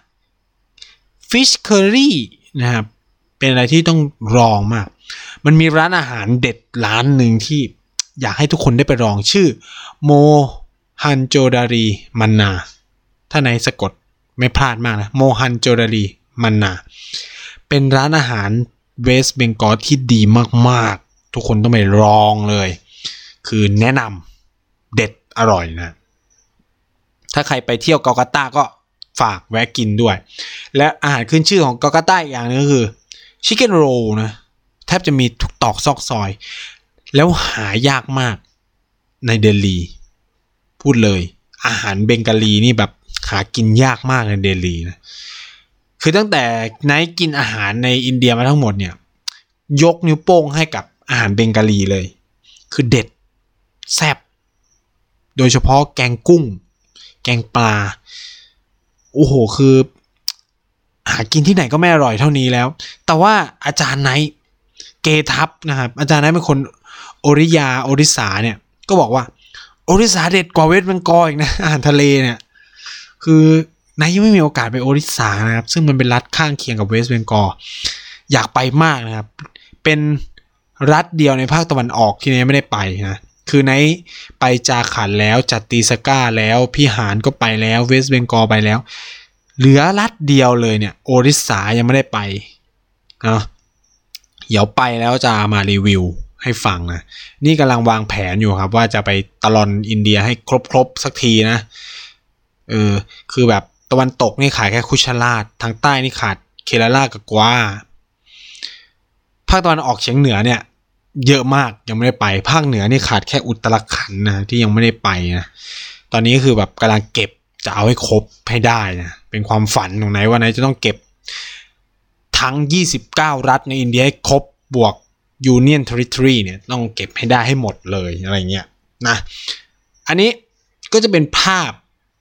fish curry นะครับเป็นอะไรที่ต้องลองมากมันมีร้านอาหารเด็ดร้านหนึ่งที่อยากให้ทุกคนได้ไปลองชื่อโมฮันโจดารีมันนาถ้าไหนสะกดไม่พลาดมากนะโมฮันโจดารีมันนาเป็นร้านอาหารเวสต์เบงกอลที่ดีมากๆทุกคนต้องไปลองเลยคือแนะนำเด็ดอร่อยนะถ้าใครไปเที่ยวกัลกัตตาก็ฝากแวะกินด้วยและอาหารขึ้นชื่อของกัลกัตตาอีกอย่างนึงก็คือชิคเก้นโรลนะแทบจะมีทุกตอกซอกซอยแล้วหายากมากในเดลีพูดเลยอาหารเบงกาลีนี่แบบหากินยากมากในเดลีนะคือตั้งแต่ไนท์กินอาหารในอินเดียมาทั้งหมดเนี่ยยกนิ้วโป้งให้กับอาหารเบงกาลีเลยคือเด็ดแซ่บโดยเฉพาะแกงกุ้งแกงปลาโอ้โหคือหากินที่ไหนก็ไม่อร่อยเท่านี้แล้วแต่ว่าอาจารย์ไนท์เกทับนะครับอาจารย์ไนท์เป็นคนโอริยาโอริสาเนี่ยก็บอกว่าโอริสาเด็ดกว่าเวสต์เบงกอลอีกนะอาหารทะเลเนี่ยคือไนท์ยังไม่มีโอกาสไปโอริสานะครับซึ่งมันเป็นรัฐข้างเคียงกับเวสต์เบงกอลอยากไปมากนะครับเป็นรัฐเดียวในภาคตะวันออกที่ไนท์ไม่ได้ไปนะคือไนท์ไปจาขันแล้วจัตติสก้าแล้วพี่หานก็ไปแล้วเวสต์เบงกอลไปแล้วเหลือรัฐเดียวเลยเนี่ยโอริสายังไม่ได้ไปเนาะเดี๋ยวไปแล้วจะมารีวิวให้ฟังนะนี่กำลังวางแผนอยู่ครับว่าจะไปตะลอนอินเดียให้ครบๆสักทีนะเออคือแบบตะวันตกนี่ขายแค่คุชราชทางใต้นี่ขาดเคราลากับกวาภาคตะวันออกเฉียงเหนือเนี่ยเยอะมากยังไม่ได้ไปภาคเหนือนี่ขาดแค่อุตรขันธ์นะที่ยังไม่ได้ไปนะตอนนี้คือแบบกำลังเก็บจะเอาให้ครบให้ได้นะเป็นความฝันของไหนว่าไหนจะต้องเก็บทั้งยี่สิบเก้ารัฐในอินเดียให้ครบบวก Union Territory เนี่ยต้องเก็บให้ได้ให้หมดเลยอะไรเงี้ยนะอันนี้ก็จะเป็นภาพ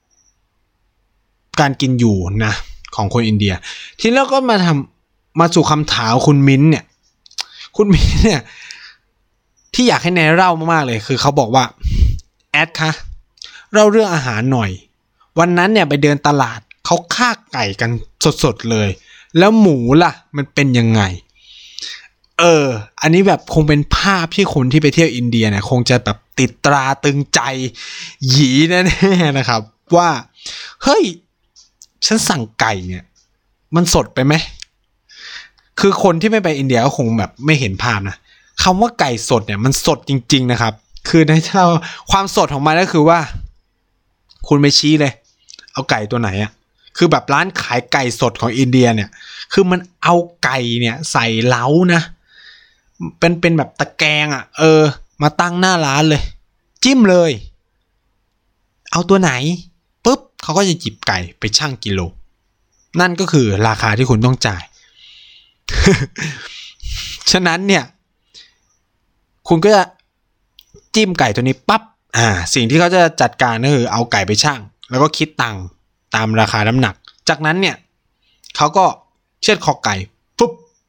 การกินอยู่นะของคนอินเดียทีนี้เราก็มาทำมาสู่คำถามคุณมิ้นเนี่ยคุณมิ้นเนี่ยที่อยากให้แนเล่ามากๆเลยคือเขาบอกว่าแอดคะเล่าเรื่องอาหารหน่อยวันนั้นเนี่ยไปเดินตลาดเขาฆ่าไก่กันสดๆเลยแล้วหมูล่ะมันเป็นยังไงเอออันนี้แบบคงเป็นภาพที่คนที่ไปเที่ยวอินเดียเนี่ยคงจะแบบติดตราตึงใจหยีแน่ๆนะครับว่าเฮ้ยฉันสั่งไก่เนี่ยมันสดไปไหมคือคนที่ไม่ไปอินเดียก็คงแบบไม่เห็นภาพนะคำว่าไก่สดเนี่ยมันสดจริงๆนะครับคือในเท่าความสดของมันก็คือว่าคุณไปชี้เลยเอาไก่ตัวไหนอะคือแบบร้านขายไก่สดของอินเดียเนี่ยคือมันเอาไก่เนี่ยใส่เล้านะเป็นเป็นแบบตะแกรงอ่ะเออมาตั้งหน้าร้านเลยจิ้มเลยเอาตัวไหนปุ๊บเขาก็จะจิบไก่ไปชั่งกิโลนั่นก็คือราคาที่คุณต้องจ่าย ฉะนั้นเนี่ยคุณก็จะจิ้มไก่ตัวนี้ปั๊บอ่าสิ่งที่เขาจะจัดการก็คือเอาไก่ไปชั่งแล้วก็คิดตังค์ตามราคาน้ำหนักจากนั้นเนี่ยเขาก็เชือดคอไก่ปุ๊บ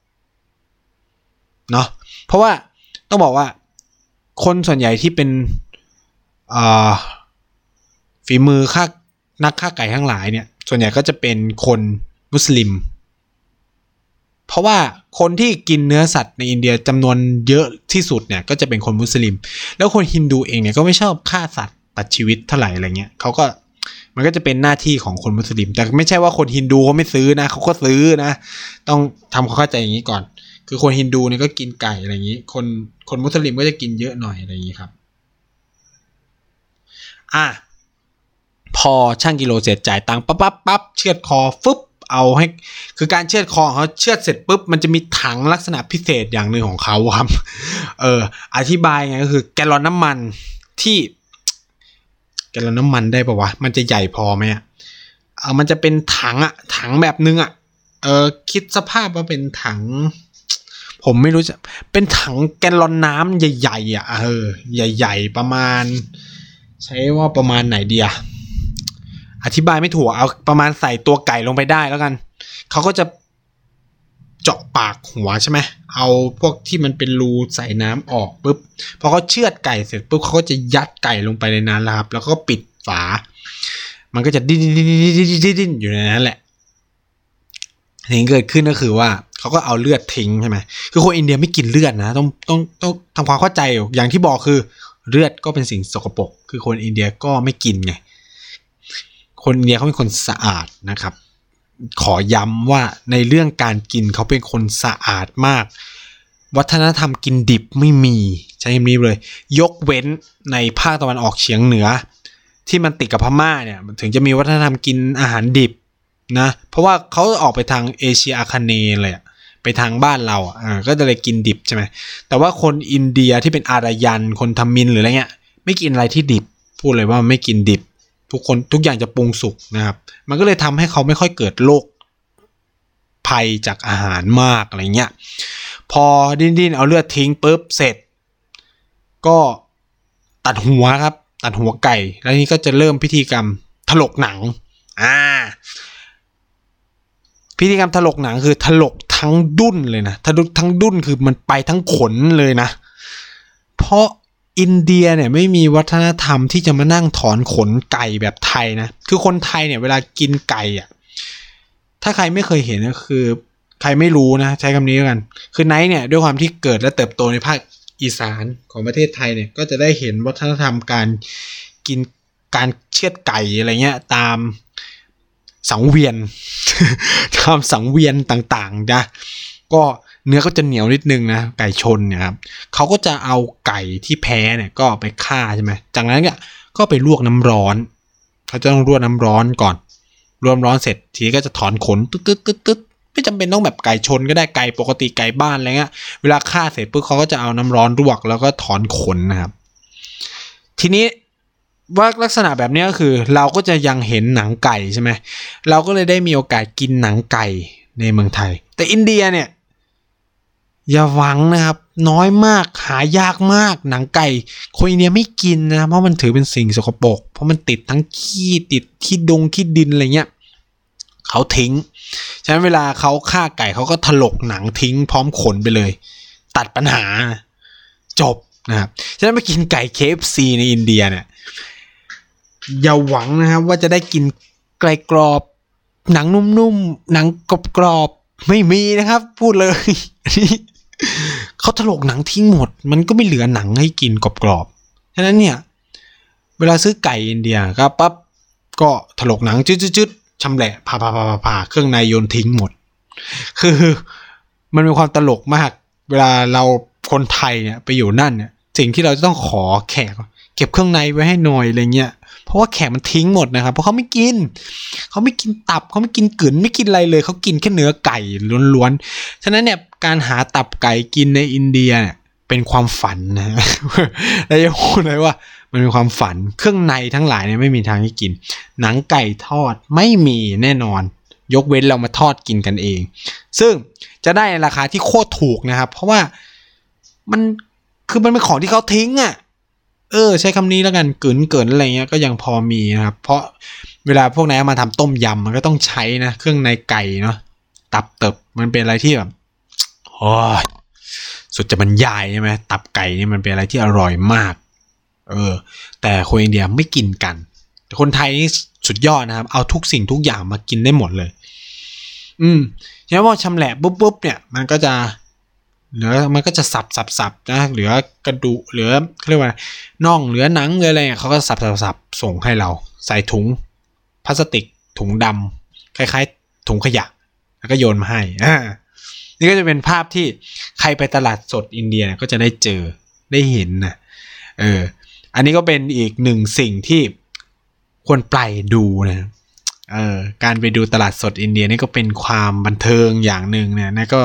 เนาะเพราะว่าต้องบอกว่าคนส่วนใหญ่ที่เป็นอ่าฝีมือค่านักฆ่าไก่ทั้งหลายเนี่ยส่วนใหญ่ก็จะเป็นคนมุสลิมเพราะว่าคนที่กินเนื้อสัตว์ในอินเดียจำนวนเยอะที่สุดเนี่ยก็จะเป็นคนมุสลิมแล้วคนฮินดูเองเนี่ยก็ไม่ชอบฆ่าสัตว์ตัดชีวิตเท่าไหร่อะไรเงี้ยเขาก็มันก็จะเป็นหน้าที่ของคนมุสลิมแต่ไม่ใช่ว่าคนฮินดูเขาไม่ซื้อนะเขาก็ซื้อนะต้องทำความเข้าใจอย่างนี้ก่อนคือคนฮินดูเนี่ยก็กินไก่อะไรอย่างนี้คนคนมุสลิมก็จะกินเยอะหน่อยอะไรอย่างนี้ครับอ่ะพอช่างกิโลเสร็จจ่ายตังค์ปั๊บปั๊บปั๊บเชือดคอฟึบเอาให้คือการเชือดคอเขาเชือดเสร็จปุ๊บมันจะมีถังลักษณะพิเศษอย่างหนึ่งของเขาครับเอออธิบายไงก็คือแกลลอนน้ำมันที่แกลลอนน้ำมันได้ปะวะมันจะใหญ่พอไหมอ่ะเออมันจะเป็นถังอ่ะถังแบบนึงอ่ะเออคิดสภาพว่าเป็นถังผมไม่รู้จะเป็นถังแกลลอนน้ำใหญ่ๆอ่ะเออใหญ่ๆประมาณใช้ว่าประมาณไหนดีอ่ะอธิบายไม่ถูกเอาประมาณใส่ตัวไก่ลงไปได้แล้วกันเขาก็จะเจาะปากหัวใช่ไหมเอาพวกที่มันเป็นรูใส่น้ำออกปุ๊บพอเขาเชือดไก่เสร็จปุ๊บเขาก็จะยัดไก่ลงไปในนั้นแล้วครับแล้วก็ปิดฝามันก็จะดิ้นดิ้นดิ้นดิ้นอยู่ในนั้นแหละสิ่งที่เกิดขึ้นก็คือว่าเขาก็เอาเลือดทิ้งใช่ไหมคือคนอินเดียไม่กินเลือดนะต้องต้องต้องทำความเข้าใจอย่างที่บอกคือเลือดก็เป็นสิ่งสกปรกคือคนอินเดียก็ไม่กินไงคนอินเดียเขาเป็นคนสะอาดนะครับขอย้ำว่าในเรื่องการกินเขาเป็นคนสะอาดมากวัฒนธรรมกินดิบไม่มีใช้คำนี้เลยยกเว้นในภาคตะวันออกเฉียงเหนือที่มันติดกับพม่าเนี่ยถึงจะมีวัฒนธรรมกินอาหารดิบนะเพราะว่าเขาออกไปทางเอเชียอาคเนย์เลยไปทางบ้านเราอ่ะก็จะเลยกินดิบใช่ไหมแต่ว่าคนอินเดียที่เป็นอารยันคนทมิฬหรืออะไรเงี้ยไม่กินอะไรที่ดิบพูดเลยว่าไม่กินดิบทุกคนทุกอย่างจะปรุงสุกนะครับมันก็เลยทำให้เขาไม่ค่อยเกิดโรคภัยจากอาหารมากอะไรเงี้ยพอดิ้นดิ้นเอาเลือดทิ้งปุ๊บเสร็จก็ตัดหัวครับตัดหัวไก่แล้วนี่ก็จะเริ่มพิธีกรรมถลกหนังอ่าพิธีกรรมถลกหนังคือถลกทั้งดุ้นเลยนะถลกทั้งดุ้นคือมันไปทั้งขนเลยนะเพราะอินเดียเนี่ยไม่มีวัฒนธรรมที่จะมานั่งถอนขนไก่แบบไทยนะคือคนไทยเนี่ยเวลากินไก่อ่ะถ้าใครไม่เคยเห็นก็คือใครไม่รู้นะใช้คำนี้แล้วกันคือไนท์เนี่ยด้วยความที่เกิดและเติบโตในภาคอีสานของประเทศไทยเนี่ยก็จะได้เห็นวัฒนธรรมการกินการเชือดไก่อะไรเงี้ยตามสังเวียน ตามสังเวียนต่างๆนะก็เนื้อก็จะเหนียวนิดนึงนะไก่ชนเนี่ยครับเขาก็จะเอาไก่ที่แพ้เนี่ยก็ไปฆ่าใช่ไหมจากนั้นเนี่ยก็ไปลวกน้ำร้อนเขาจะต้องลวกน้ำร้อนก่อนลวกน้ำร้อนเสร็จทีก็จะถอนขนตึ๊ดตึ๊ดตึ๊ดตึ๊ดไม่จำเป็นต้องแบบไก่ชนก็ได้ไก่ปกติไก่บ้านอะไรเงี้ยเวลาฆ่าเสร็จปุ๊บเขาก็จะเอาน้ำร้อนลวกแล้วก็ถอนขนนะครับทีนี้ว่าลักษณะแบบนี้ก็คือเราก็จะยังเห็นหนังไก่ใช่ไหมเราก็เลยได้มีโอกาสกินหนังไก่ในเมืองไทยแต่อินเดียเนี่ยอย่าหวังนะครับน้อยมากหายากมากหนังไก่คนอินเดียไม่กินนะเพราะมันถือเป็นสิ่งสกปรกเพราะมันติดทั้งขี้ติดขี้ดงขี้ดินอะไรเงี้ยเขาทิ้งฉะนั้นเวลาเขาฆ่าไก่เขาก็ถลกหนังทิ้งพร้อมขนไปเลยตัดปัญหาจบนะครับฉะนั้นไปกินไก่ เค เอฟ ซี ในอินเดียเนี่ยอย่าหวังนะครับว่าจะได้กินไก่กรอบหนังนุ่มๆหนังกรอบๆไม่มีนะครับพูดเลยเขาถลกหนังทิ้งหมดมันก็ไม่เหลือหนังให้กินกรอบๆฉะนั้นเนี่ยเวลาซื้อไก่อินเดียก็ปั๊บก็ถลกหนังจืดๆชำแหละผ่าๆๆๆเครื่องในโยนทิ้งหมดคือมันมีความตลกมากเวลาเราคนไทยเนี่ยไปอยู่นั่นเนี่ยสิ่งที่เราจะต้องขอแขกเก็บเครื่องในไว้ให้หน่อยอะไรเงี้ยเพราะว่าแขกมันทิ้งหมดนะครับเพราะเขาไม่กินเขาไม่กินตับเขาไม่กินกลืนไม่กินอะไรเลยเขากินแค่เนื้อไก่ล้วนๆฉะนั้นเนี่ยการหาตับไก่กินในอินเดียเนี่ยเป็นความฝันนะแล้วจะพูดเลยว่ามันเป็นความฝันเครื่องในทั้งหลายเนี่ยไม่มีทางที่กินหนังไก่ทอดไม่มีแน่นอนยกเว้นเรามาทอดกินกันเองซึ่งจะได้ในราคาที่โคตรถูกนะครับเพราะว่ามันคือมันเป็นของที่เขาทิ้งอ่ะเออใช้คำนี้แล้วกันกลืนเกินอะไรเงี้ยก็ยังพอมีนะครับเพราะเวลาพวกนั้นมาทำต้มยำมันก็ต้องใช้นะเครื่องในไก่เนาะตับเติบมันเป็นอะไรที่แบบโอ้ยสุดจะบรรยายใช่ไหมตับไก่นี่มันเป็นอะไรที่อร่อยมากเออแต่คนอินเดียไม่กินกันแต่คนไทยนี่สุดยอดนะครับเอาทุกสิ่งทุกอย่างมากินได้หมดเลยอืมฉะนั้นพอชำแหละปุ๊บปุ๊บเนี่ยมันก็จะเหลือมันก็จะสับสับสับนะเหลือกระดูกเหลือเรียกว่าน่องเหลือหนังเหลืออะไรเขาก็สับสับสับส่งให้เราใส่ถุงพลาสติกถุงดำคล้ายๆถุงขยะแล้วก็โยนมาให้อ่านี่ก็จะเป็นภาพที่ใครไปตลาดสดอินเดียก็จะได้เจอได้เห็นนะเอออันนี้ก็เป็นอีกหนึ่งสิ่งที่ควรไปดูนะเออการไปดูตลาดสดอินเดียนี่ก็เป็นความบันเทิงอย่างหนึ่งเนี่ยนะก็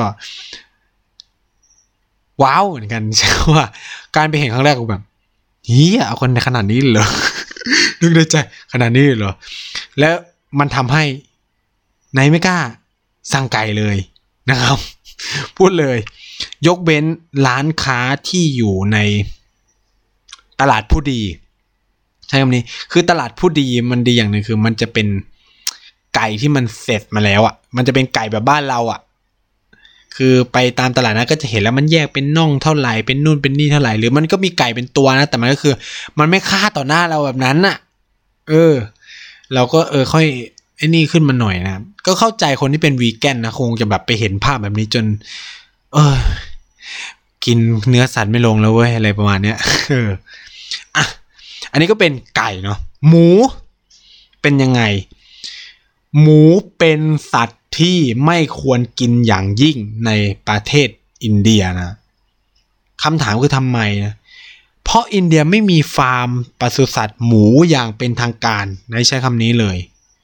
ว้าวเหมือนกันใช่ว่าการไปเห็นครั้งแรกก็แบบเฮียเอาคนขนาดนี้เหรอ นึกในใจขนาดนี้เหรอแล้วมันทำให้นายไม่กล้าสั่งไก่เลยนะครับ พูดเลยยกเว้นร้านค้าที่อยู่ในตลาดผู้ดีใช่คำนี้คือตลาดผู้ดีมันดีอย่างหนึ่งคือมันจะเป็นไก่ที่มันเสร็จมาแล้วอ่ะมันจะเป็นไก่แบบบ้านเราอ่ะคือไปตามตลาดนั้นก็จะเห็นแล้วมันแยกเป็นน่องเท่าไหร่เป็นนู่นเป็นนี่เท่าไหร่หรือมันก็มีไก่เป็นตัวนะแต่มันก็คือมันไม่ฆ่าต่อหน้าเราแบบนั้นน่ะเออเราก็เออค่อยไอ้นี่ขึ้นมาหน่อยนะก็เข้าใจคนที่เป็นวีแกนนะคงจะแบบไปเห็นภาพแบบนี้จนเออกินเนื้อสัตว์ไม่ลงแล้วเว้ยอะไรประมาณเนี้ยเอออ่ะอันนี้ก็เป็นไก่เนาะหมูเป็นยังไงหมูเป็นสัตว์ที่ไม่ควรกินอย่างยิ่งในประเทศอินเดียนะคำถามคือทำไมนะเพราะอินเดียไม่มีฟาร์มปศุสัตว์หมูอย่างเป็นทางการไม่ใช้คำนี้เลย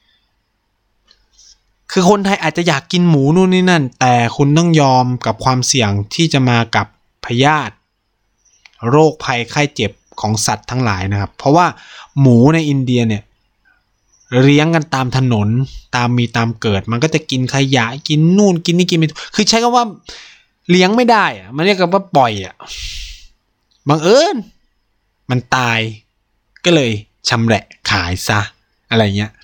คือคนไทยอาจจะอยากกินหมูนู่นนี่นั่นแต่คุณต้องยอมกับความเสี่ยงที่จะมากับพยาธิโรคภัยไข้เจ็บของสัตว์ทั้งหลายนะครับเพราะว่าหมูในอินเดียเนี่ยเลี้ยงกันตามถนนตามมีตามเกิดมันก็จะกินขยะกินนู่นกินนี่กินไม่คือใช้คำว่าเลี้ยงไม่ได้อะมันเรียกกันว่าปล่อยอะบังเอิญมันตายก็เลยชำแหละขายซะอะไรเงี้ย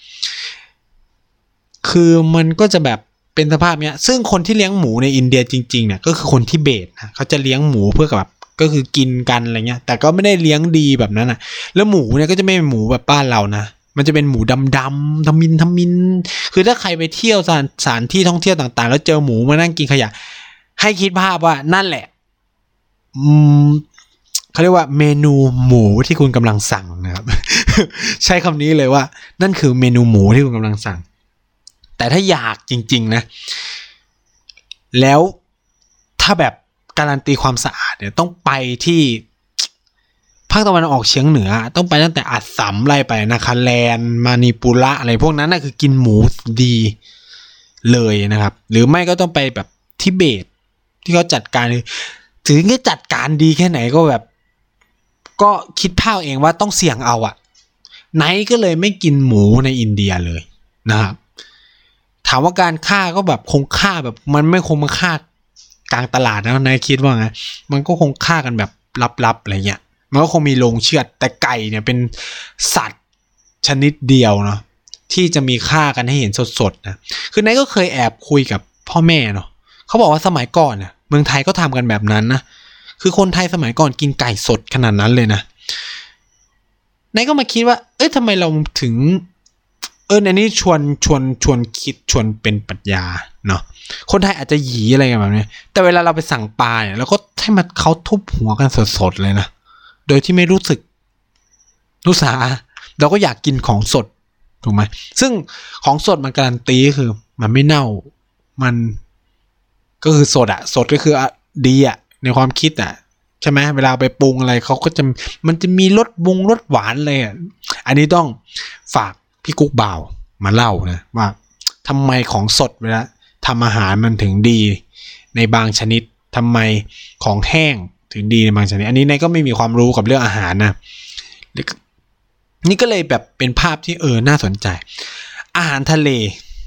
คือมันก็จะแบบเป็นสภาพเนี้ยซึ่งคนที่เลี้ยงหมูในอินเดียจริงๆเนี่ยก็คือคนทิเบตนะเขาจะเลี้ยงหมูเพื่อแบบก็คือกินกันอะไรเงี้ยแต่ก็ไม่ได้เลี้ยงดีแบบนั้นนะแล้วหมูเนี่ยก็จะไม่เป็นหมูแบบบ้านเรานะมันจะเป็นหมูดำๆทมินทมินคือถ้าใครไปเที่ยวสถานสถานที่ท่องเที่ยวต่างๆแล้วเจอหมูมานั่งกินขยะให้คิดภาพว่านั่นแหละอืมเขาเรียกว่าเมนูหมูที่คุณกำลังสั่งนะครับ ใช้คำนี้เลยว่านั่นคือเมนูหมูที่คุณกำลังสั่งแต่ถ้าอยากจริงๆนะแล้วถ้าแบบการันตีความสะอาดเนี่ยต้องไปที่ภาคตะวันออกเฉียงเหนือต้องไปตั้งแต่อัสสัมไล่ไปนาแลนด์มานิปุระอะไรพวกนั้นน่ะคือกินหมูดีเลยนะครับหรือไม่ก็ต้องไปแบบทิเบตที่เขาจัดการถึงจะจัดการดีแค่ไหนก็แบบก็คิดภาพเองว่าต้องเสี่ยงเอาอะไนท์ก็เลยไม่กินหมูในอินเดียเลยนะครับถามว่าการฆ่าก็แบบคงฆ่าแบบมันไม่คงมาฆ่ากลางตลาดนะนายคิดว่าไงมันก็คงฆ่ากันแบบลับๆอะไรเงี้ยมันก็คงมีโรงเชือดแต่ไก่เนี่ยเป็นสัตว์ชนิดเดียวเนาะที่จะมีฆ่ากันให้เห็นสดๆนะคือนายก็เคยแอบคุยกับพ่อแม่เนาะเขาบอกว่าสมัยก่อนเนี่ยเมืองไทยก็ทำกันแบบนั้นนะคือคนไทยสมัยก่อนกินไก่สดขนาดนั้นเลยนะนายก็มาคิดว่าเอ้ยทำไมเราถึงเอออันนี้ชวนชวนชวนคิดชวนเป็นปรัชญาเนาะคนไทยอาจจะหยีอะไรกันแบบนี้แต่เวลาเราไปสั่งปลาเนี่ยเราก็ให้มันเขาทุบหัวกันสดๆเลยนะโดยที่ไม่รู้สึกรู้สาเราก็อยากกินของสดถูกไหมซึ่งของสดมันการันตีคือมันไม่เน่ามันก็คือสดอะสดก็คือดีอะในความคิดอะใช่ไหมเวลาไปปรุงอะไรเขาก็จะมันจะมีรสบุงรสหวานเลยอะอันนี้ต้องฝากพี่กุ๊กบ่าวมาเล่านะว่าทำไมของสดเวลาทำอาหารมันถึงดีในบางชนิดทำไมของแห้งถึงดีในบางชนิดอันนี้นายก็ไม่มีความรู้กับเรื่องอาหารนะนี่ก็เลยแบบเป็นภาพที่เออน่าสนใจอาหารทะเล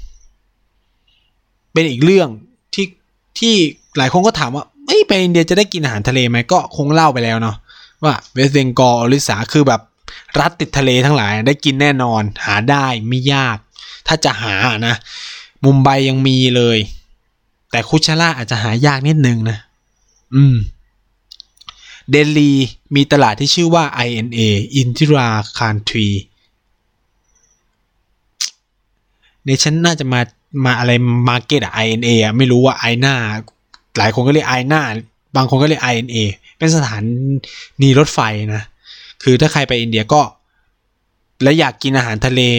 เป็นอีกเรื่องที่ที่หลายคนก็ถามว่าเอ้ยไปอินเดียจะได้กินอาหารทะเลไหมก็คงเล่าไปแล้วเนาะว่าเวสต์เบงกอลอริสาคือแบบรัฐติดทะเลทั้งหลายได้กินแน่นอนหาได้ไม่ยากถ้าจะหานะมุมไบยังมีเลยแต่คุชาร่าอาจจะหายากนิดนึงนะอืมเดลีมีตลาดที่ชื่อว่า ไอ เอ็น เอ Indira Gandhi ในชั้นน่าจะมามาอะไรมาร์เก็ตอะ ไอ เอ็น เอ อะไม่รู้ว่าไอน่าหลายคนก็เรียกไอน่าบางคนก็เรียก ไอ เอ็น เอ เป็นสถานีรถไฟนะคือถ้าใครไปอินเดียก็และอยากกินอาหารทะเล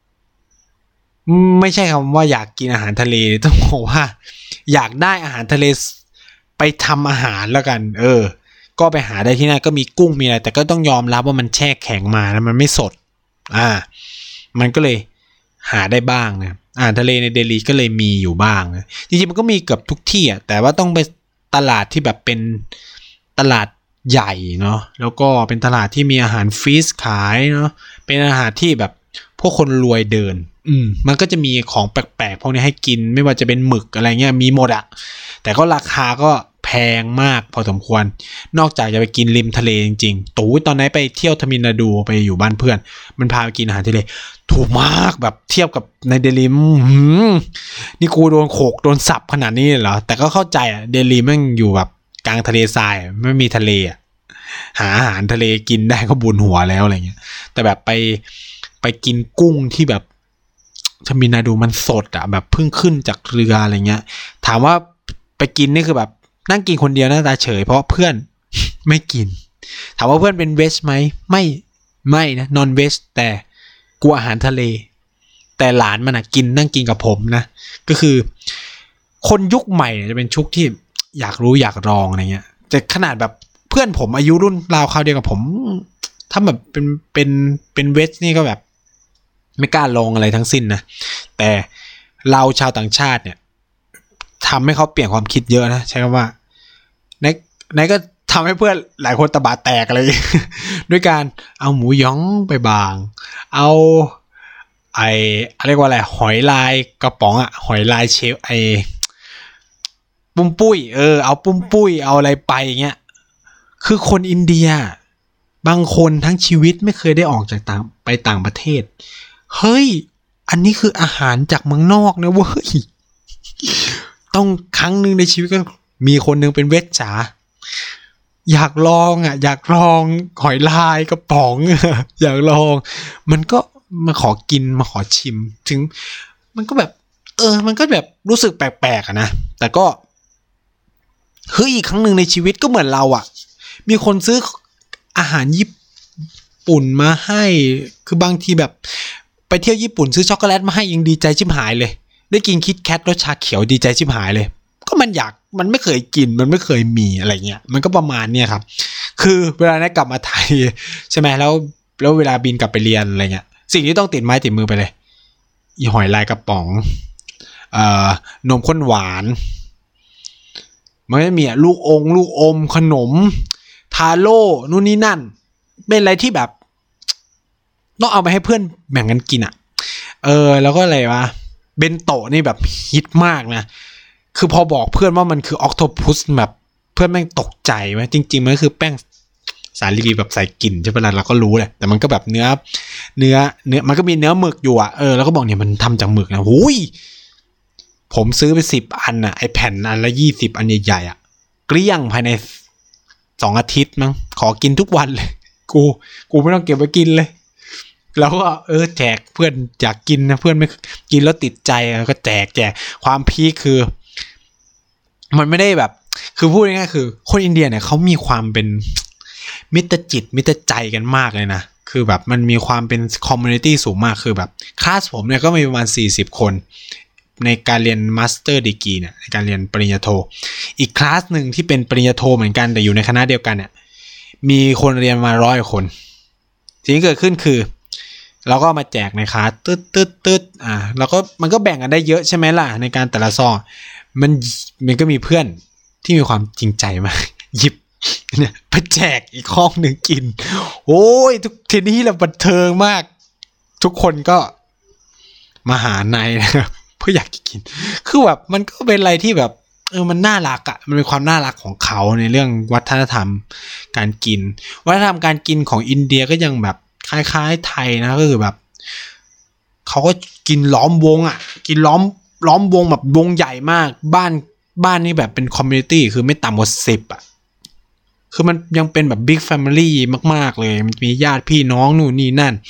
ไม่ใช่คำว่าอยากกินอาหารทะเลต้องบอกว่าอยากได้อาหารทะเลไปทำอาหารแล้วกันเออก็ไปหาได้ที่นั่นก็มีกุ้งมีอะไรแต่ก็ต้องยอมรับว่ามันแช่แข็งมาแล้วมันไม่สดอ่ามันก็เลยหาได้บ้างนะอาหารทะเลในเดลีก็เลยมีอยู่บ้างนะจริงๆมันก็มีเกือบทุกที่อ่ะแต่ว่าต้องไปตลาดที่แบบเป็นตลาดใหญ่เนาะแล้วก็เป็นตลาดที่มีอาหารฟีสขายเนาะเป็นอาหารที่แบบพวกคนรวยเดินอืมมันก็จะมีของแปลกๆพวกนี้ให้กินไม่ว่าจะเป็นหมึกอะไรเงี้ยมีหมดอะแต่ก็ราคาก็แพงมากพอสมควรนอกจากจะไปกินริมทะเลจริงๆตู่ตอนนั้นไปเที่ยวทมิลนาดูไปอยู่บ้านเพื่อนมันพาไปกินอาหารทะเลถูกมากแบบเทียบกับในเดลีนี่กูโดนโขกโดนสับขนาดนี้เหรอแต่ก็เข้าใจอะเดลีแม่งอยู่แบบกลางทะเลทรายไม่มีทะเลอะหาอาหารทะเลกินได้ก็บุญหัวแล้วอะไรเงี้ยแต่แบบไปไปกินกุ้งที่แบบทมิลนาดูมันสดอะแบบเพิ่งขึ้นจากเรืออะไรเงี้ยถามว่าไปกินนี่คือแบบนั่งกินคนเดียวหน้าตาเฉยเพราะเพื่อนไม่กินถามว่าเพื่อนเป็นเวจไหมไม่ไม่นะนอนเวจแต่กลัวอาหารทะเลแต่หลานมันอะกินนั่งกินกับผมนะก็คือคนยุคใหม่จะเป็นชุกที่อยากรู้อยากลองอะไรเงี้ยแต่ขนาดแบบเพื่อนผมอายุรุ่นราวคราวเดียวกับผมถ้าแบบเป็นเป็นเป็นเวจนี่ก็แบบไม่กล้าลองอะไรทั้งสิ้นนะแต่เราชาวต่างชาติเนี่ยทำให้เขาเปลี่ยนความคิดเยอะนะใช่คำว่าในในก็ทำให้เพื่อนหลายคนตะบะแตกอะไร ด้วยการเอาหมูย้องไปบางเอาไอ้เรียกว่าอะไรหอยลายกระป๋องอะหอยลายเชลไอ้ปุ้มปุ้ยเออเอาปุ้มปุ้ยเอาอะไรไปอย่างเงี้ยคือคนอินเดียบางคนทั้งชีวิตไม่เคยได้ออกจากต่างไปต่างประเทศเฮ้ยอันนี้คืออาหารจากเมืองนอกนะเว้ยต้องครั้งหนึ่งในชีวิตก็มีคนหนึ่งเป็นเวจจ๋าอยากลองอ่ะอยากลองหอยลายกระป๋องอยากลองมันก็มาขอกินมาขอชิมถึงมันก็แบบเออมันก็แบบรู้สึกแปลกๆอ่ะนะแต่ก็เฮ้ยอีกครั้งหนึ่งในชีวิตก็เหมือนเราอ่ะมีคนซื้ออาหารญี่ปุ่นมาให้คือบางทีแบบไปเที่ยวญี่ปุ่นซื้อช็อกโกแลตมาให้ยังดีใจชิบหายเลยได้กินคิดแคทรสชาเขียวดีใจชิบหายเลยก็มันอยากมันไม่เคยกินมันไม่เคยมีอะไรเงี้ยมันก็ประมาณเนี้ยครับคือเวลาได้กลับมาไทยใช่ไหมแล้วแล้วเวลาบินกลับไปเรียนอะไรเงี้ยสิ่งที่ต้องติดไม้ติดมือไปเลยอีหอยลายกระป๋องเอ่อนมข้นหวานมันไม่มีอ่ะลูกองลูกอมขนมทาโร่นู่นนี่นั่นเป็นอะไรที่แบบต้องเอาไปให้เพื่อนแบ่งกันกินอ่ะเออแล้วก็อะไรวะเบนโตะนี่แบบฮิตมากนะคือพอบอกเพื่อนว่ามันคือออคโตพุสแบบเพื่อนแม่งตกใจไหมจริงๆมันก็คือแป้งสาลีแบบใส่กลิ่นใช่ไหมล่ะเราก็รู้แหละแต่มันก็แบบเนื้อเนื้อเนื้อมันก็มีเนื้อหมึกอยู่อ่ะเออแล้วก็บอกเนี่ยมันทำจากหมึกนะหุยผมซื้อไปสิบอันอ่ะไอแผ่นอันละยี่สิบอันใหญ่ๆอ่ะเกลี้ยงภายในสองอาทิตย์มั้งขอกินทุกวันเลยกูกูไม่ต้องเก็บไว้กินเลยแล้วก็เออแจกเพื่อนอยากกินนะเพื่อนไม่กินแล้วติดใจก็แจกแจกความพีคคือมันไม่ได้แบบคือพูดง่ายๆคือคนอินเดียเนี่ยเขามีความเป็นมิตรจิตมิตรใจกันมากเลยนะคือแบบมันมีความเป็นคอมมูนิตี้สูงมากคือแบบคลาสผมเนี่ยก็มีประมาณสี่สิบคนในการเรียนมาสเตอร์ดีกรีเนี่ยในการเรียนปริญญาโทอีกคลาสหนึ่งที่เป็นปริญญาโทเหมือนกันแต่อยู่ในคณะเดียวกันเนี่ยมีคนเรียนมาร้อยคนสิ่งที่เกิดขึ้นคือเราก็มาแจกในคลาสตึ๊ดตึ๊ดตึ๊ดอ่าแล้วก็มันก็แบ่งกันได้เยอะใช่ไหมล่ะในการแต่ละซองมันมันก็มีเพื่อนที่มีความจริงใจมากหยิบเนี่ยไปแจกอีกห้องหนึ่งกินโอ้ยทุกทีนี้เราบันเทิงมากทุกคนก็มาหานายนะครับเพื่ออยากกินคือแบบมันก็เป็นอะไรที่แบบเออมันน่ารักอ่ะมันเป็นความน่ารักของเขาในเรื่องวัฒนธรรมการกินวัฒนธรรมการกินของอินเดียก็ยังแบบคล้ายๆไทยนะก็คือแบบเขาก็กินล้อมวงอ่ะกินล้อมล้อมวงแบบวงใหญ่มากบ้านบ้านนี่แบบเป็นคอมมูนิตี้คือไม่ต่ำกว่าสิบอ่ะคือมันยังเป็นแบบบิ๊กแฟมิลี่มากๆเลยมันมีญาติพี่น้องนู่นนี่นั่น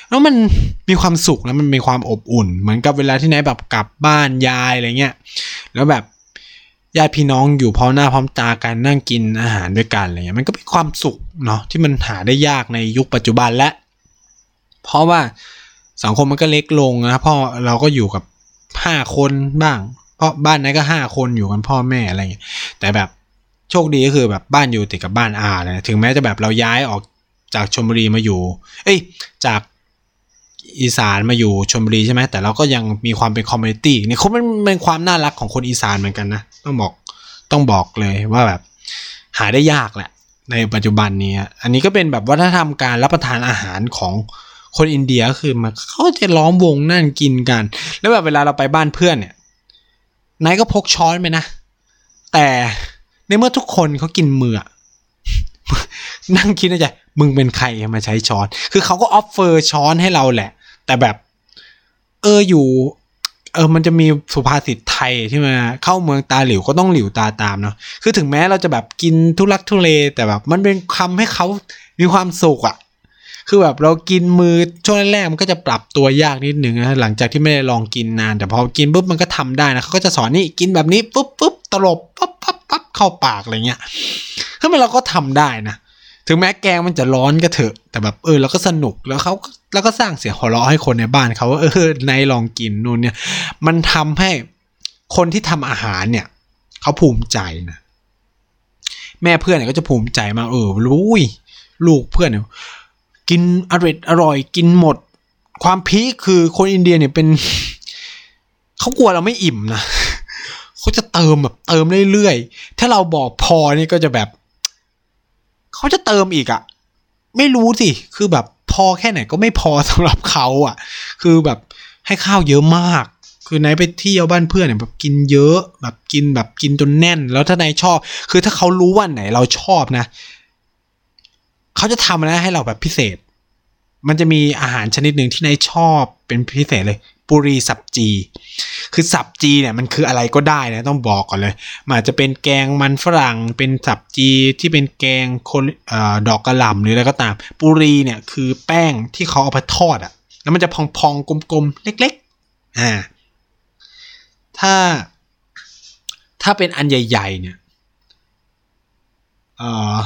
แล้วมันมีความสุขแล้วมันมีความอบอุ่นเหมือนกับเวลาที่ไหนแบบกลับบ้านยายอะไรเงี้ยแล้วแบบญาติพี่น้องอยู่พร้อมหน้าพร้อมตากันนั่งกินอาหารด้วยกันอะไรเงี้ยมันก็เป็นความสุขเนาะที่มันหาได้ยากในยุคปัจจุบันและเพราะว่าสังคมมันก็เล็กลงนะพ่อเราก็อยู่กับห้าคนบ้างเพราะบ้านนั้นก็ห้าคนอยู่กันพ่อแม่อะไรเงี้ยแต่แบบโชคดีก็คือแบบบ้านอยู่ติดกับบ้านอาเลยถึงแม้จะแบบเราย้ายออกจากชลบุรีมาอยู่เอ้ยจากอีสานมาอยู่ชลบุรีใช่ไหมแต่เราก็ยังมีความเป็นคอมมูนิตี้เนี่ยเขาเป็นเป็นความน่ารักของคนอีสานเหมือนกันนะต้องบอกต้องบอกเลยว่าแบบหาได้ยากแหละในปัจจุบันนี้อันนี้ก็เป็นแบบวัฒนธรรมการรับประทานอาหารของคนอินเดียก็คือมันเขาจะล้อมวงนั่งกินกันแล้วแบบเวลาเราไปบ้านเพื่อนเนี่ยนายก็พกช้อนไปนะแต่ในเมื่อทุกคนเขากินมือนั่งคิดในใจมึงเป็นใครมาใช้ช้อนคือเขาก็ออฟเฟอร์ช้อนให้เราแหละแต่แบบเอออยู่เออมันจะมีสุภาษิตไทยที่มาเข้าเมืองตาหลิวก็ต้องหลิวตาตามเนาะคือถึงแม้เราจะแบบกินทุลักทุเลแต่แบบมันเป็นคำให้เขามีความสุขอ่ะคือแบบเรากินมือช่วงแรกมันก็จะปรับตัวยากนิดนึงนะหลังจากที่ไม่ได้ลองกินนานแต่พอกินปุ๊บมันก็ทำได้นะเขาก็จะสอนนี่กินแบบนี้ปุ๊บปุ๊บตลบปั๊บปั๊บปั๊บเข้าปากอะไรเงี้ยถ้ามันเราก็ทำได้นะถึงแม้แกงมันจะร้อนก็เถอะแต่แบบเออเราก็สนุกแล้วเขาแล้วก็สร้างเสียงหัวเราะให้คนในบ้านเขาว่าเออนายลองกินนู่นเนี่ยมันทำให้คนที่ทำอาหารเนี่ยเขาภูมิใจนะแม่เพื่อนเนี่ยก็จะภูมิใจมากเออรู้ยลูกเพื่อนเนี่ยกินอร่อยอร่อยกินหมดความพีคคือคนอินเดียเนี่ยเป็นเขากลัวเราไม่อิ่มนะเขาจะเติมแบบเติมเรื่อยๆถ้าเราบอกพอนี่ก็จะแบบเขาจะเติมอีกอ่ะไม่รู้สิคือแบบพอแค่ไหนก็ไม่พอสำหรับเขาอ่ะคือแบบให้ข้าวเยอะมากคือไหนไปเที่ยวบ้านเพื่อนเนี่ยแบบกินเยอะแบบกินแบบกินจนแน่นแล้วถ้านายชอบคือถ้าเขารู้ว่าไหนเราชอบนะเขาจะทำอะไรให้เราแบบพิเศษมันจะมีอาหารชนิดหนึ่งที่นายชอบเป็นพิเศษเลยปุรีสับจีคือสับจีเนี่ยมันคืออะไรก็ได้นะต้องบอกก่อนเลยมันอาจจะเป็นแกงมันฝรั่งเป็นสับจีที่เป็นแกงคนเอ่อดอกกระหล่ำหรืออะไรก็ตามปุรีเนี่ยคือแป้งที่เขาเอาไปทอดอ่ะแล้วมันจะพองๆกลมๆเล็กๆอ่าถ้าถ้าเป็นอันใหญ่ๆเนี่ยเอ่อ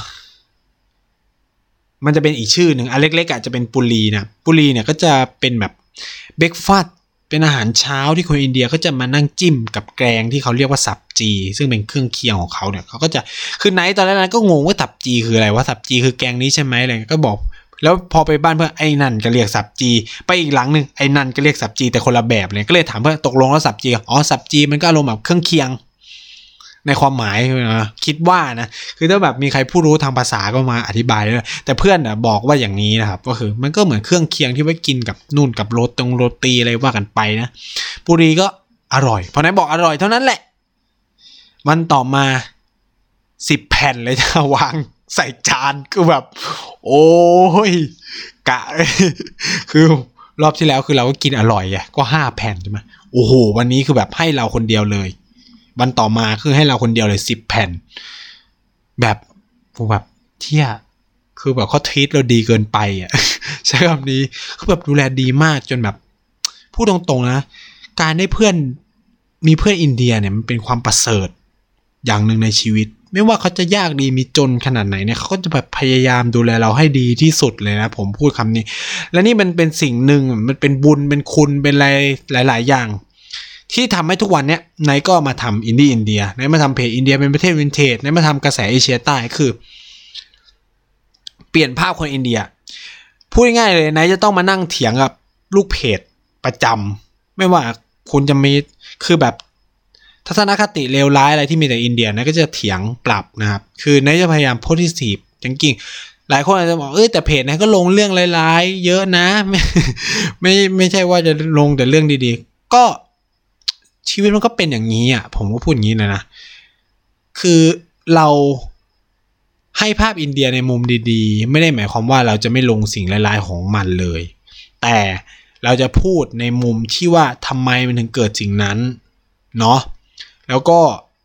มันจะเป็นอีกชื่อหนึ่งอันเล็กๆอาจจะเป็นปุรีนะปุรีเนี่ยก็จะเป็นแบบเบรคฟาสต์เป็นอาหารเช้าที่คนอินเดียก็จะมานั่งจิ้มกับแกงที่เขาเรียกว่าสับจีซึ่งเป็นเครื่องเคียงของเขาเนี่ยเขาก็จะคือไนท์ตอนแรกๆก็งงว่าสับจีคืออะไรว่าสับจีคือแกงนี้ใช่ไหมอะไรก็บอกแล้วพอไปบ้านเพื่อนไอ้นั่นก็เรียกสับจีไปอีกหลังนึงไอ้นั่นก็เรียกสับจีแต่คนละแบบเลยก็เลยถามเพื่อนตกลงแล้วสับจีอ๋อสับจีมันก็อารมณ์แบบเครื่องเคียงในความหมายนะคิดว่านะคือถ้าแบบมีใครผู้รู้ทางภาษาก็มาอธิบายด้วยแต่เพื่อนนะบอกว่าอย่างนี้นะครับก็คือมันก็เหมือนเครื่องเคียงที่ไว้กินกับนู่นกับโรตงโรตีอะไรว่ากันไปนะปุรีก็อร่อยพอไหนบอกอร่อยเท่านั้นแหละวันต่อมาสิบแผ่นเลยจะวางใส่จานคือแบบโอ้ยกะคือรอบที่แล้วคือเราก็กินอร่อยไงก็ห้าแผ่นใช่ไหมโอ้โหวันนี้คือแบบให้เราคนเดียวเลยวันต่อมาคือให้เราคนเดียวเลยสิบแผ่นแบบแบบเที่ยคือแบบเขาทรีตเราดีเกินไปอ่ะใช้คำนี้คือแบบดูแลดีมากจนแบบพูดตรงๆนะการได้เพื่อนมีเพื่อนอินเดียเนี่ยมันเป็นความประเสริฐอย่างหนึ่งในชีวิตไม่ว่าเขาจะยากดีมีจนขนาดไหนเนี่ยเขาก็จะแบบพยายามดูแลเราให้ดีที่สุดเลยนะผมพูดคำนี้และนี่มันเป็นสิ่งหนึ่งมันเป็นบุญเป็นคุณเป็นอะไรหลายๆอย่างที่ทำให้ทุกวันเนี้ยไนก็มาทำอินดี้อินเดียไนมาทำเพจอินเดียเป็นประเทศวินเทจไนมาทำกระแสเอเชียใต้คือเปลี่ยนภาพคนอินเดียพูดง่ายๆเลยไนจะต้องมานั่งเถียงกับลูกเพจประจำไม่ว่าคุณจะมีคือแบบทัศนคติเลวร้ายอะไรที่มีแต่อินเดียไนก็จะเถียงปรับนะครับคือไนจะพยายามโพสิทีฟจริงๆหลายคนอาจจะบอกเอ้ยแต่เพจไนก็ลงเรื่องร้ายๆเยอะนะไม่ไม่ไม่ใช่ว่าจะลงแต่เรื่องดีๆก็ชีวิตมันก็เป็นอย่างนี้อ่ะผมก็พูดอย่างนี้เลยนะคือเราให้ภาพอินเดียในมุมดีๆไม่ได้หมายความว่าเราจะไม่ลงสิ่งร้ายๆของมันเลยแต่เราจะพูดในมุมที่ว่าทำไมมันถึงเกิดสิ่งนั้นเนาะแล้วก็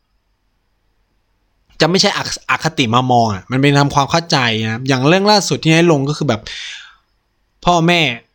จะไม่ใช่อคติมามองอ่ะมันเป็นทำความเข้าใจนะอย่างเรื่องล่าสุดที่ให้ลงก็คือแบบพ่อแม่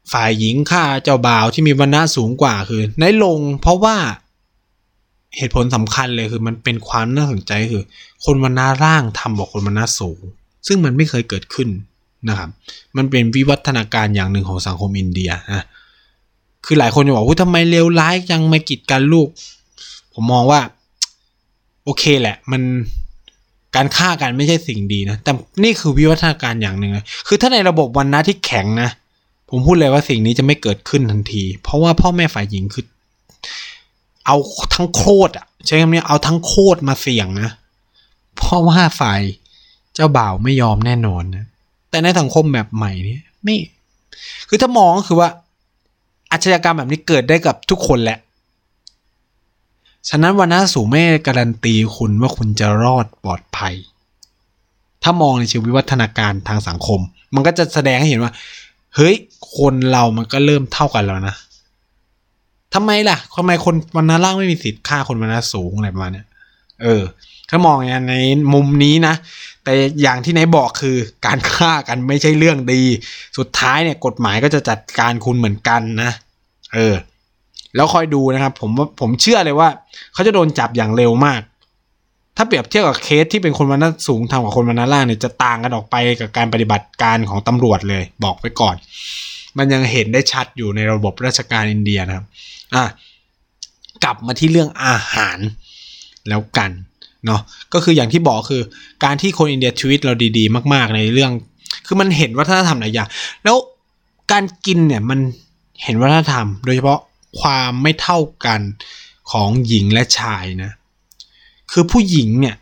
ฝ่ายหญิงฆ่าเจ้าบ่าวที่มีวรรณะสูงกว่าคือน้อยลงเพราะว่าเหตุผลสำคัญเลยคือมันเป็นความน่าสนใจคือคนวรรณะล่างทำบอกคนวรรณะสูงซึ่งมันไม่เคยเกิดขึ้นนะครับมันเป็นวิวัฒนาการอย่างหนึ่งของสังคมอินเดียนะคือหลายคนจะบอกว่าทำไมเลวร้ายยังไม่กีดกันลูกผมมองว่าโอเคแหละมันการฆ่ากันไม่ใช่สิ่งดีนะแต่นี่คือวิวัฒนาการอย่างหนึ่งนะคือถ้าในระบบวรรณะที่แข็งนะผมพูดเลยว่าสิ่งนี้จะไม่เกิดขึ้นทันทีเพราะว่าพ่อแม่ฝ่ายหญิงคือเอาทั้งโคตรอ่ะใช้คำนี้เอาทั้งโคตรมาเสี่ยงนะเพราะว่าฝ่ายเจ้าบ่าวไม่ยอมแน่นอนนะแต่ในสังคมแบบใหม่นี้ไม่คือถ้ามองก็คือว่าอาชญากรรมแบบนี้เกิดได้กับทุกคนแหละฉะนั้นวรรณะสูงไม่การันตีคุณว่าคุณจะรอดปลอดภัยถ้ามองในเชิงวิวัฒนาการทางสังคมมันก็จะแสดงให้เห็นว่าเฮ้ยคนเรามันก็เริ่มเท่ากันแล้วนะทำไมล่ะทำไมคนวรรณะล่างไม่มีสิทธิ์ฆ่าคนวรรณะสูงอะไรประมาณนี้เออถ้ามองในมุมนี้นะแต่อย่างที่ไหนบอกคือการฆ่ากันไม่ใช่เรื่องดีสุดท้ายเนี่ยกฎหมายก็จะจัดการคุณเหมือนกันนะเออแล้วคอยดูนะครับผมว่าผมเชื่อเลยว่าเขาจะโดนจับอย่างเร็วมากถ้าเปรียบเทียบกับเคสที่เป็นคนวรรณะสูงทำกับคนวรรณะล่างเนี่ยจะต่างกันออกไปกับการปฏิบัติการของตำรวจเลยบอกไว้ก่อนมันยังเห็นได้ชัดอยู่ในระบบราชการอินเดียนะครับอ่ะกลับมาที่เรื่องอาหารแล้วกันเนาะก็คืออย่างที่บอกคือการที่คนอินเดียชีวิตเราดีๆมากๆในเรื่องคือมันเห็นวัฒนธรรมหลายอย่างแล้วการกินเนี่ยมันเห็นวัฒนธรรมโดยเฉพาะความไม่เท่ากันของหญิงและชายนะคือผู้หญิงเนี่ย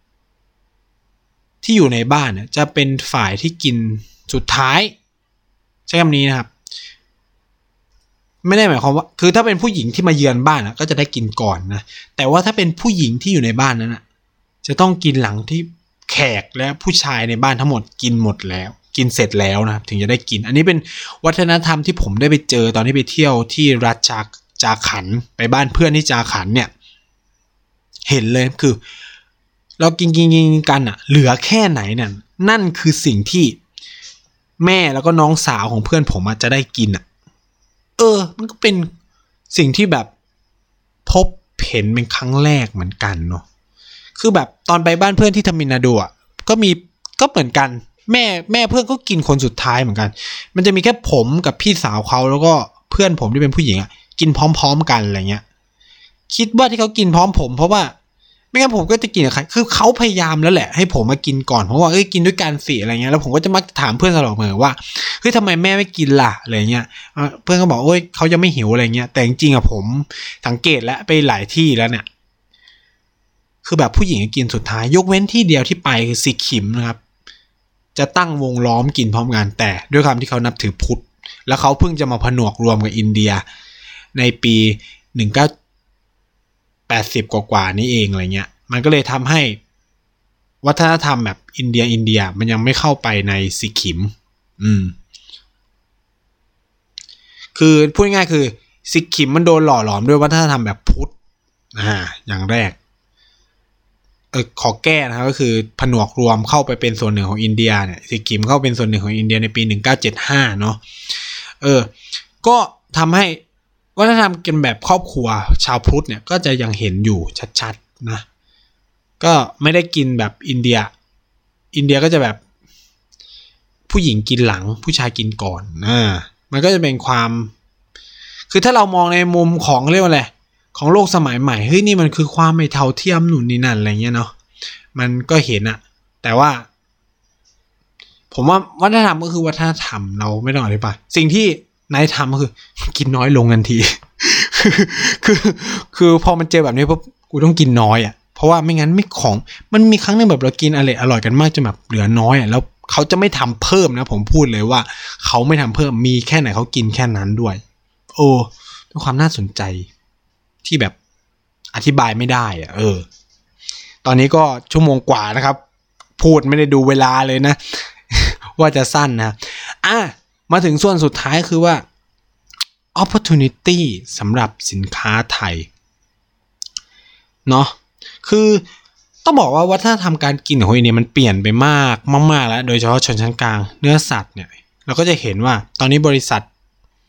ที่อยู่ในบ้านเนี่ยจะเป็นฝ่ายที่กินสุดท้ายใช้คำนี้นะครับไม่ได้หมายความว่าคือถ้าเป็นผู้หญิงที่มาเยือนบ้านนะก็จะได้กินก่อนนะแต่ว่าถ้าเป็นผู้หญิงที่อยู่ในบ้านนั้นนะจะต้องกินหลังที่แขกและผู้ชายในบ้านทั้งหมดกินหมดแล้วกินเสร็จแล้วนะครับถึงจะได้กินอันนี้เป็นวัฒนธรรมที่ผมได้ไปเจอตอนที่ไปเที่ยวที่รัฐจาจาขันไปบ้านเพื่อนที่จาขันเนี่ยเห็นเลยคือเรากินกินกินกันอ่ะเหลือแค่ไหนนั่นนั่นคือสิ่งที่แม่แล้วก็น้องสาวของเพื่อนผมจะได้กินอ่ะเออมันก็เป็นสิ่งที่แบบพบเห็นเป็นครั้งแรกเหมือนกันเนาะคือแบบตอนไปบ้านเพื่อนที่ทมิลนาดูอ่ะก็มีก็เหมือนกันแม่แม่เพื่อนก็กินคนสุดท้ายเหมือนกันมันจะมีแค่ผมกับพี่สาวเขาแล้วก็เพื่อนผมที่เป็นผู้หญิงอ่ะกินพร้อมๆกันอะไรเงี้ยคิดว่าที่เขากินพร้อมผมเพราะว่าไม่งั้นผมก็จะกินกับใครคือเขาพยายามแล้วแหละให้ผมมากินก่อนเพราะว่าเอ้ยกินด้วยกันสิอะไรเงี้ยแล้วผมก็จะมักถามเพื่อนตลอดเสมอว่าเฮ้ยทำไมแม่ไม่กินล่ะอะไรเงี้ยเพื่อนก็บอกโอ้ยเขายังไม่หิวอะไรเงี้ยแต่จริงๆอะผมสังเกตแล้วไปหลายที่แล้วเนี่ยคือแบบผู้หญิงกินสุดท้ายยกเว้นที่เดียวที่ไปคือสิคิมนะครับจะตั้งวงล้อมกินพร้อมกันแต่ด้วยความที่เขานับถือพุทธแล้วเขาเพิ่งจะมาผนวกรวมกับอินเดียในปีหนึ่งพันเก้าร้อยแปดสิบกว่าๆนี้เองอะไรเงี้ยมันก็เลยทำให้วัฒนธรรมแบบอินเดียอินเดียมันยังไม่เข้าไปในสิคิมอืมคือพูดง่ายๆคือสิคิมมันโดนหล่อหลอมด้วยวัฒนธรรมแบบพุทธอ่าอย่างแรกเออขอแก้นะครับก็คือผนวกรวมเข้าไปเป็นส่วนหนึ่งของอินเดียเนี่ยสิคิมเข้าเป็นส่วนหนึ่งของอินเดียในปีหนึ่งพันเก้าร้อยเจ็ดสิบห้าเนาะเออก็ทำให้วัฒนธรรมกันแบบครอบครัวชาวพุทธเนี่ยก็จะยังเห็นอยู่ชัดๆนะก็ไม่ได้กินแบบอินเดียอินเดียก็จะแบบผู้หญิงกินหลังผู้ชายกินก่อนอ่ามันก็จะเป็นความคือถ้าเรามองในมุมของเรียกว่าอะไรของโลกสมัยใหม่เฮ้ยนี่มันคือความไม่เท่าเทียมหนุนนี่นั่นอะไรเงี้ยเนาะมันก็เห็นอะแต่ว่าผมว่าวัฒนธรรมก็คือวัฒนธรรมเราไม่ต้องอธิบายสิ่งที่นายทำก็คือกินน้อยลงทันที คือคือพอมันเจอแบบนี้ปุ๊บกูต้องกินน้อยอ่ะเพราะว่าไม่งั้นไม่ของมันมีครั้งนึงแบบเรากินอร่อยอร่อยกันมากจนแบบเหลือน้อยอ่ะแล้วเขาจะไม่ทำเพิ่มนะผมพูดเลยว่าเขาไม่ทำเพิ่มมีแค่ไหนเขากินแค่นั้นด้วยโอ้เป็นความน่าสนใจที่แบบอธิบายไม่ได้อ่ะเออตอนนี้ก็ชั่วโมงกว่านะครับพูดไม่ได้ดูเวลาเลยนะ ว่าจะสั้นนะอ่ะมาถึงส่วนสุดท้ายคือว่า opportunity สำหรับสินค้าไทยเนาะคือต้องบอกว่าวัฒนธรรมการกินของอินเดียมันเปลี่ยนไปมากมากๆแล้วโดยเฉพาะชนชั้นกลางเนื้อสัตว์เนี่ยเราก็จะเห็นว่าตอนนี้บริษัท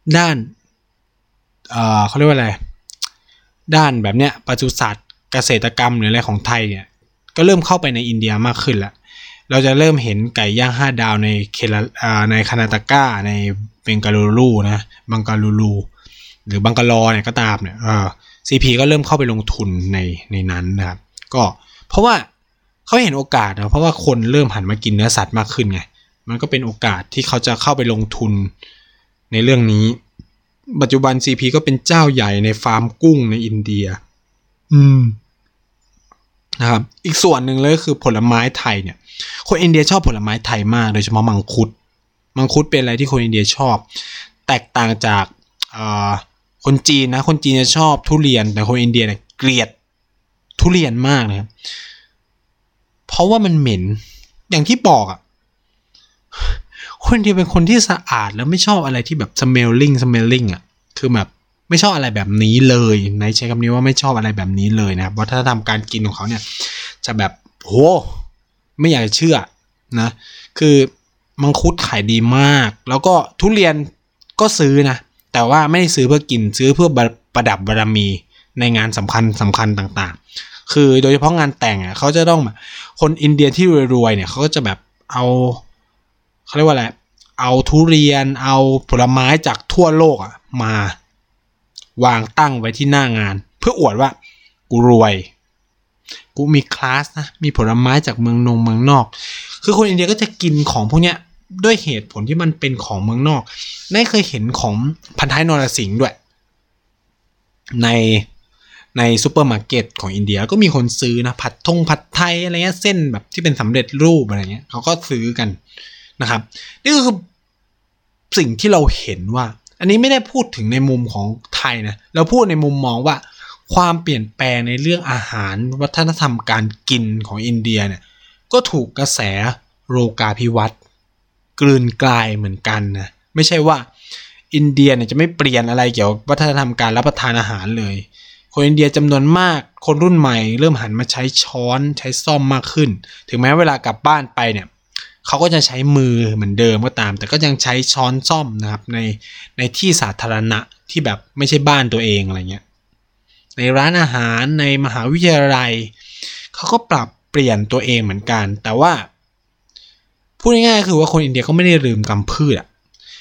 ด้านเอ่อเขาเรียกว่าอะไรด้านแบบเนี้ยปศุสัตว์เกษตรกรรมหรืออะไรของไทยเนี่ยก็เริ่มเข้าไปในอินเดียมากขึ้นแล้วเราจะเริ่มเห็นไก่ย่างห้าดาวในเคลาในคานาตาก้าในเบงกาลูรูนะบังกาลูรูหรือบังกาลอเนี่ยก็ตามเนี่ยเออ ซี พี ก็เริ่มเข้าไปลงทุนในในนั้นนะครับก็เพราะว่าเขาเห็นโอกาสนะเพราะว่าคนเริ่มหันมากินเนื้อสัตว์มากขึ้นไงมันก็เป็นโอกาสที่เขาจะเข้าไปลงทุนในเรื่องนี้ปัจจุบัน ซี พี ก็เป็นเจ้าใหญ่ในฟาร์มกุ้งในอินเดียอืมนะครับอีกส่วนหนึ่งเลยคือผลไม้ไทยเนี่ยคนอินเดียชอบผลไม้ไทยมากโดยเฉพาะมังคุดมังคุดเป็นอะไรที่คนอินเดียชอบแตกต่างจากคนจีนนะคนจีนจะชอบทุเรียนแต่คนอินเดียเนี่ยเกลียดทุเรียนมากนะครับเพราะว่ามันเหม็นอย่างที่บอกอ่ะคนอินเดียเป็นคนที่สะอาดแล้วไม่ชอบอะไรที่แบบ smelling smelling อ่ะคือแบบไม่ชอบอะไรแบบนี้เลยในใช้คำนี้ว่าไม่ชอบอะไรแบบนี้เลยนะครับวัฒนธรรมการกินของเขาเนี่ยจะแบบโหไม่อยากจะเชื่อนะคือมังคุดขายดีมากแล้วก็ทุเรียนก็ซื้อนะแต่ว่าไม่ได้ซื้อเพื่อกินซื้อเพื่อประดับบารมีในงานสำคัญสำคัญต่างๆคือโดยเฉพาะงานแต่งอ่ะเขาจะต้องแบบคนอินเดียที่รวยๆเนี่ยเขาก็จะแบบเอาเขาเรียกว่าอะไรเอาทุเรียนเอาผลไม้จากทั่วโลกอ่ะมาวางตั้งไว้ที่หน้างานเพื่ออวดว่ากูรวยกูมีคลาสนะมีผลไม้จากเมืองนงเมืองนอกคือคนอินเดียก็จะกินของพวกเนี้ยด้วยเหตุผลที่มันเป็นของเมืองนอกได้เคยเห็นของพันท้ายนรสิงห์ด้วยในในซูเปอร์มาร์เก็ตของอินเดียก็มีคนซื้อนะผัดทงผัดไทยอะไรเงี้ยเส้นแบบที่เป็นสำเร็จรูปอะไรเงี้ยเขาก็ซื้อกันนะครับนี่ก็คือสิ่งที่เราเห็นว่าอันนี้ไม่ได้พูดถึงในมุมของไทยนะเราพูดในมุมมองว่าความเปลี่ยนแปลงในเรื่องอาหารวัฒนธรรมการกินของอินเดียเนี่ยก็ถูกกระแสโลกาภิวัตน์กลืนกลายเหมือนกันนะไม่ใช่ว่าอินเดียเนี่ยจะไม่เปลี่ยนอะไรเกี่ยวกับวัฒนธรรมการรับประทานอาหารเลยคนอินเดียจำนวนมากคนรุ่นใหม่เริ่มหันมาใช้ช้อนใช้ซ่อมมากขึ้นถึงแม้เวลากลับบ้านไปเนี่ยเขาก็จะใช้มือเหมือนเดิมก็ตามแต่ก็ยังใช้ช้อนซ่อมนะครับในในที่สาธารณะที่แบบไม่ใช่บ้านตัวเองอะไรเงี้ยในร้านอาหารในมหาวิทยาลัยเขาก็ปรับเปลี่ยนตัวเองเหมือนกันแต่ว่าพูดง่ายๆคือว่าคนอินเดียก็ไม่ได้ลืมกำพืชอ่ะ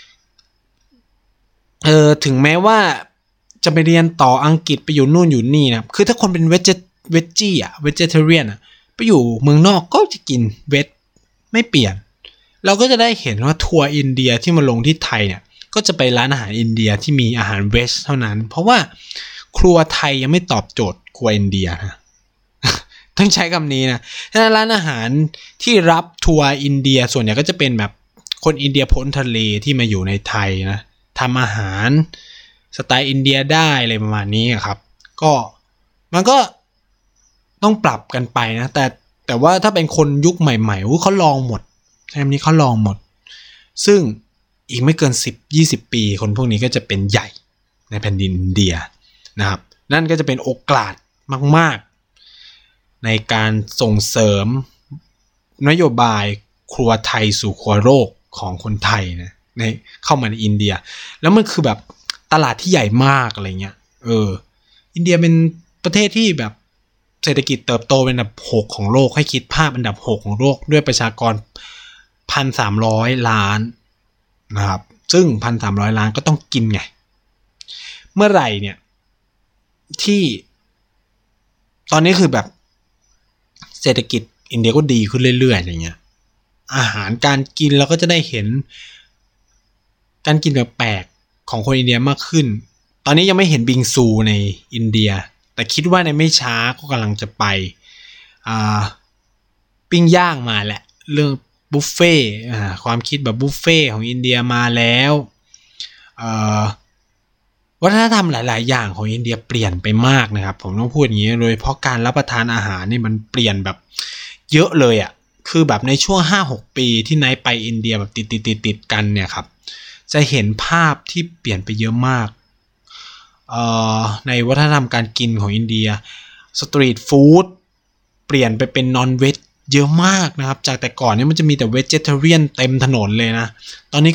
เออถึงแม้ว่าจะไปเรียนต่ออังกฤษไปอยู่นู่นอยู่นี่นะคือถ้าคนเป็นเวจเวจจี้อ่ะเวจเทเรียนอ่ะไปอยู่เมืองนอกก็จะกินเวจไม่เปลี่ยนเราก็จะได้เห็นว่าทัวร์อินเดียที่มาลงที่ไทยเนี่ยก็จะไปร้านอาหารอินเดียที่มีอาหารเวจเท่านั้นเพราะว่าครัวไทยยังไม่ตอบโจทย์ครัวอินเดียนะต้องใช้คำนี้นะฉะนั้นร้านอาหารที่รับทัวร์อินเดียส่วนใหญ่ก็จะเป็นแบบคนอินเดียพ้นทะเลที่มาอยู่ในไทยนะทำอาหารสไตล์อินเดียได้อะไรประมาณนี้ครับก็มันก็ต้องปรับกันไปนะแต่แต่ว่าถ้าเป็นคนยุคใหม่ๆเขาลองหมดใช่ไหมนี้เขาลองหมดซึ่งอีกไม่เกิน สิบถึงยี่สิบ ปีคนพวกนี้ก็จะเป็นใหญ่ในแผ่นดินอินเดียนะครับนั่นก็จะเป็นโอกาสมากๆในการส่งเสริมนโยบายครัวไทยสู่ครัวโลกของคนไทยนะในเข้ามาในอินเดียแล้วมันคือแบบตลาดที่ใหญ่มากอะไรเงี้ยเอออินเดียเป็นประเทศที่แบบเศรษฐกิจเติบโตเป็นอันดับหกของโลกให้คิดภาพอันดับหกของโลกด้วยประชากร หนึ่งพันสามร้อย ล้านนะครับซึ่ง หนึ่งพันสามร้อย ล้านก็ต้องกินไงเมื่อไหร่เนี่ยที่ตอนนี้คือแบบเศรษฐกิจอินเดียก็ดีขึ้นเรื่อยๆอย่างเงี้ยอาหารการกินเราก็จะได้เห็นการกินแปลกๆของคนอินเดียมากขึ้นตอนนี้ยังไม่เห็นบิงซูในอินเดียแต่คิดว่าในไม่ช้าก็กำลังจะไปอ่าปิ้งย่างมาแหละเรื่องบุฟเฟ่อ่าความคิดแบบบุฟเฟ่ของอินเดียมาแล้วเอ่อวัฒนธรรมหลายๆอย่างของอินเดียเปลี่ยนไปมากนะครับผมต้องพูดอย่างนี้โดยเพราะการรับประทานอาหารนี่มันเปลี่ยนแบบเยอะเลยอ่ะคือแบบในช่วง ห้าหก ปีที่ไนท์ไปอินเดียแบบติดๆๆกันเนี่ยครับจะเห็นภาพที่เปลี่ยนไปเยอะมากเอ่อในวัฒนธรรมการกินของอินเดียสตรีทฟู้ดเปลี่ยนไปเป็นนอนเวจเยอะมากนะครับจากแต่ก่อนเนี่ยมันจะมีแต่เวจเทเรียนเต็มถนนเลยนะตอนนี้ก็แบบ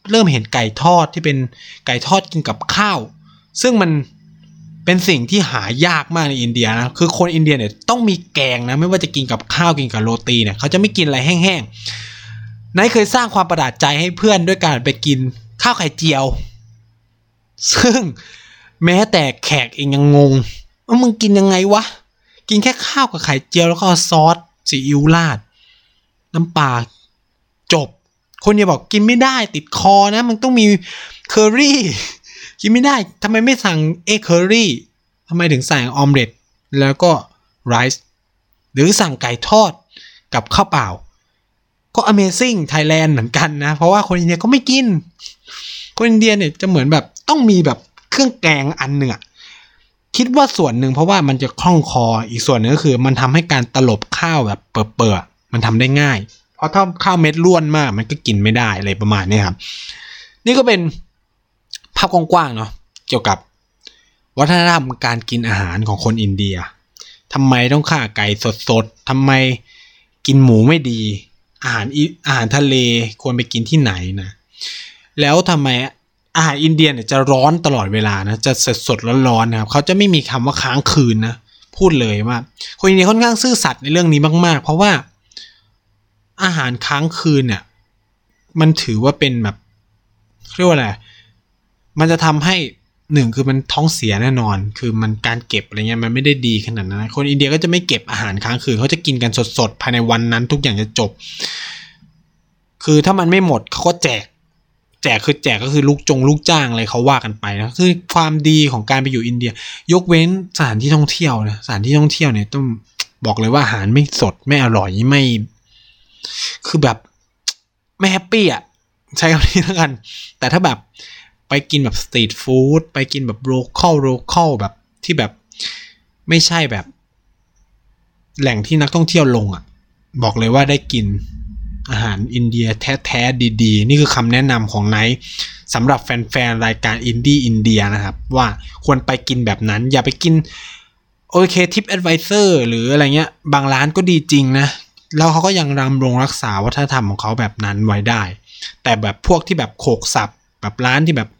เริ่มเห็นไก่ทอดที่เป็นไก่ทอดกินกับข้าวซึ่งมันเป็นสิ่งที่หายากมากในอินเดียนะคือคนอินเดียเนี่ยต้องมีแกงนะไม่ว่าจะกินกับข้าวกินกับโรตีเนี่ยเขาจะไม่กินอะไรแห้งๆนายเคยสร้างความประหลาดใจให้เพื่อนด้วยการไปกินข้าวไข่เจียวซึ่งแม้แต่แขกเองยังงงว่ามึงกินยังไงวะกินแค่ข้าวกับไข่เจียวแล้วก็ซอสซีอิ๊วราดน้ำปลาจบคนอย่าบอกกินไม่ได้ติดคอนะมันต้องมีเคอรี่กินไม่ได้ทำไมไม่สั่งเอ็กเคอรี่ทำไมถึงสั่งออมเล็ตแล้วก็ไรซ์หรือสั่งไก่ทอดกับข้าวเปล่าก็ Amazing Thailand เหมือนกันนะเพราะว่าคนอินเดียก็ไม่กินคนอินเดียเนี่ยจะเหมือนแบบต้องมีแบบเครื่องแกงอันหนึ่งอะคิดว่าส่วนหนึ่งเพราะว่ามันจะคล่องคออีกส่วนนึงก็คือมันทำให้การตลบข้าวแบบเปิดๆมันทำได้ง่ายเพราะถ้าข้าวเม็ดล้วนมากมันก็กินไม่ได้อะไรประมาณนี้ครับนี่ก็เป็นภาพกว้างๆเนาะเกี่ยวกับวัฒนธรรมการกินอาหารของคนอินเดียทำไมต้องฆ่าไก่สดๆทำไมกินหมูไม่ดีอาหารอาหารทะเลควรไปกินที่ไหนนะแล้วทำไมอาหารอินเดียเนี่ยจะร้อนตลอดเวลานะจะสดสดร้อนๆนะครับเขาจะไม่มีคำว่าค้างคืนนะพูดเลยว่าคนอินเดียค่อนข้างซื่อสัตย์ในเรื่องนี้มากๆเพราะว่าอาหารค้างคืนเนี่ยมันถือว่าเป็นแบบเรียกว่าอะไรมันจะทำให้หนึ่งคือมันท้องเสียแน่นอนคือมันการเก็บอะไรเงี้ยมันไม่ได้ดีขนาดนั้นคนอินเดียก็จะไม่เก็บอาหารค้างคืนเขาจะกินกันสดๆภายในวันนั้นทุกอย่างจะจบคือถ้ามันไม่หมดเขาก็แจกแจกคือแจกก็คือลูกจงลูกจ้างอะไรเขาว่ากันไปนะคือความดีของการไปอยู่อินเดียยกเว้นสถานที่ท่องเที่ยวนะสถานที่ท่องเที่ยวเนี่ยต้องบอกเลยว่าอาหารไม่สดไม่อร่อยไม่คือแบบไม่แฮปปี้อ่ะใช้คำนี้แล้วกันแต่ถ้าแบบไปกินแบบสตรีทฟู้ดไปกินแบบโลคอลโลคอลแบบที่แบบไม่ใช่แบบแหล่งที่นักท่องเที่ยวลงอ่ะบอกเลยว่าได้กินอาหารอินเดียแท้ๆดีๆนี่คือคำแนะนำของไนท์สำหรับแฟนๆรายการอินดี้อินเดียนะครับว่าควรไปกินแบบนั้นอย่าไปกินโอเคทิปแอดไวเซอร์หรืออะไรเงี้ยบางร้านก็ดีจริงนะแล้วเขาก็ยังรำรงรักษาวัฒนธรรมของเขาแบบนั้นไว้ได้แต่แบบพวกที่แบบโขกสับแบบร้านที่แบบ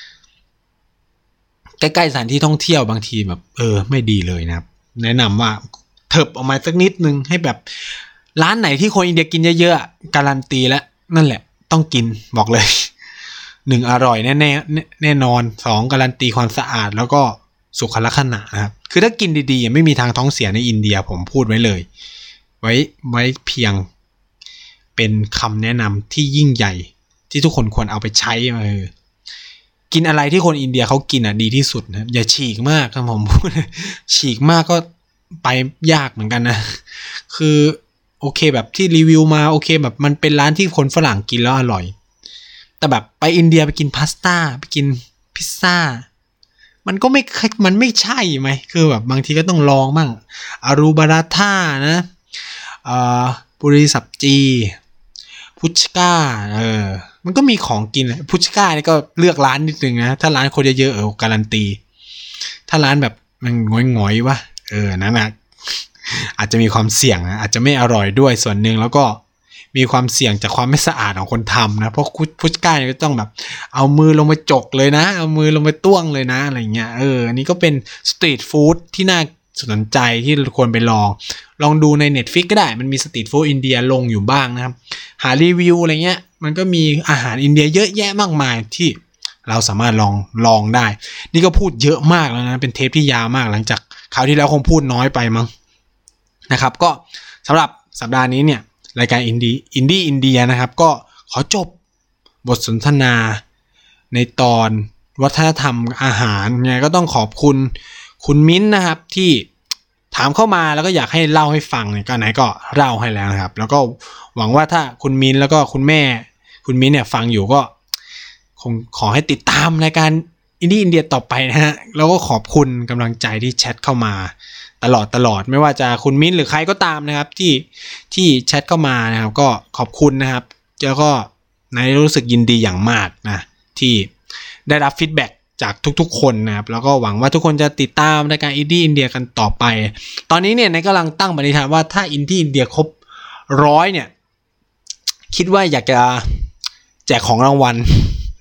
ใกล้ๆสถานที่ท่องเที่ยวบางทีแบบเออไม่ดีเลยนะครับแนะนำว่าเถิบออกมาสักนิดนึงให้แบบร้านไหนที่คนอินเดียกินเยอะๆการันตีแล้วนั่นแหละต้องกินบอกเลยหนึ่งอร่อยแน่ๆแน่นอนสองการันตีความสะอาดแล้วก็สุขลักษณะนะครับคือถ้ากินดีๆไม่มีทางท้องเสียในอินเดียผมพูดไว้เลยไว้ไว้เพียงเป็นคำแนะนำที่ยิ่งใหญ่ที่ทุกคนควรเอาไปใช้เออกินอะไรที่คนอินเดียเขากินอ่ะดีที่สุดนะอย่าฉีกมากครับผมพูดฉีกมากก็ไปยากเหมือนกันนะคือโอเคแบบที่รีวิวมาโอเคแบบมันเป็นร้านที่คนฝรั่งกินแล้วอร่อยแต่แบบไปอินเดียไปกินพาสต้าไปกินพิซซ่ามันก็ไม่มันไม่ใช่ไหมคือแบบบางทีก็ต้องลองบ้างอารูบาราธานะอ่าปุริสับจีพุชก้าเออมันก็มีของกินเลยพุชก้านี่ก็เลือกร้านนิดนึงนะถ้าร้านคนเยอะๆเออการันตีถ้าร้านแบบมันง่อยๆวะเออนั่นนะอาจจะมีความเสี่ยงนะอาจจะไม่อร่อยด้วยส่วนหนึ่งแล้วก็มีความเสี่ยงจากความไม่สะอาดของคนทำนะเพราะพุชก้าเนี่ยก็ต้องแบบเอามือลงไปจกเลยนะเอามือลงไปต้วงเลยนะอะไรเงี้ยเอออันนี้ก็เป็นสตรีทฟู้ดที่น่าสนใจที่ควรไปลองลองดูใน Netflix ก็ได้มันมีสตรีทฟู้ดอินเดียลงอยู่บ้างนะครับหารีวิวอะไรเงี้ยมันก็มีอาหารอินเดียเยอะแยะมากมายที่เราสามารถลองลองได้นี่ก็พูดเยอะมากแล้วนะเป็นเทปที่ยาวมากหลังจากคราวที่แล้วคงพูดน้อยไปมั้งนะครับก็สำหรับสัปดาห์นี้เนี่ยรายการอินดี้อินดี้อินเดียนะครับก็ขอจบบทสนทนาในตอนวัฒนธรรมอาหารไงก็ต้องขอบคุณคุณมิ้นนะครับที่ถามเข้ามาแล้วก็อยากให้เล่าให้ฟังเนี่ยก็ไหนก็เล่าให้แล้วนะครับแล้วก็หวังว่าถ้าคุณมิ้นแล้วก็คุณแม่คุณมิ้นเนี่ยฟังอยู่ก็คงขอให้ติดตามรายการอินดี้อินเดียต่อไปนะฮะแล้วก็ขอบคุณกำลังใจที่แชทเข้ามาตลอดตลอดไม่ว่าจะคุณมิ้นหรือใครก็ตามนะครับที่ที่แชทเข้ามานะครับก็ขอบคุณนะครับแล้วก็ในรู้สึกยินดีอย่างมากนะที่ได้รับฟีดแบ็กจากทุกๆคนนะครับแล้วก็หวังว่าทุกคนจะติดตามรายการอินดี้อินเดียกันต่อไปตอนนี้เนี่ยในกำลังตั้งปณิธานว่าถ้าอินดี้อินเดียครบร้อยเนี่ยคิดว่าอยากจะแจกของรางวัล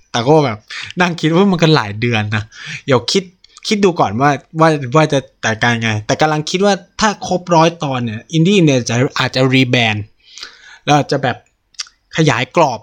แต่ก็แบบนั่งคิดว่ามันก็หลายเดือนนะเดี๋ยวคิดคิดดูก่อนว่าว่าว่าจะจัดการไงแต่กำลังคิดว่าถ้าครบร้อยตอนเนี่ยอินดี้เนี่ยจะอาจจะรีแบรนด์แล้วจะแบบขยายกรอบ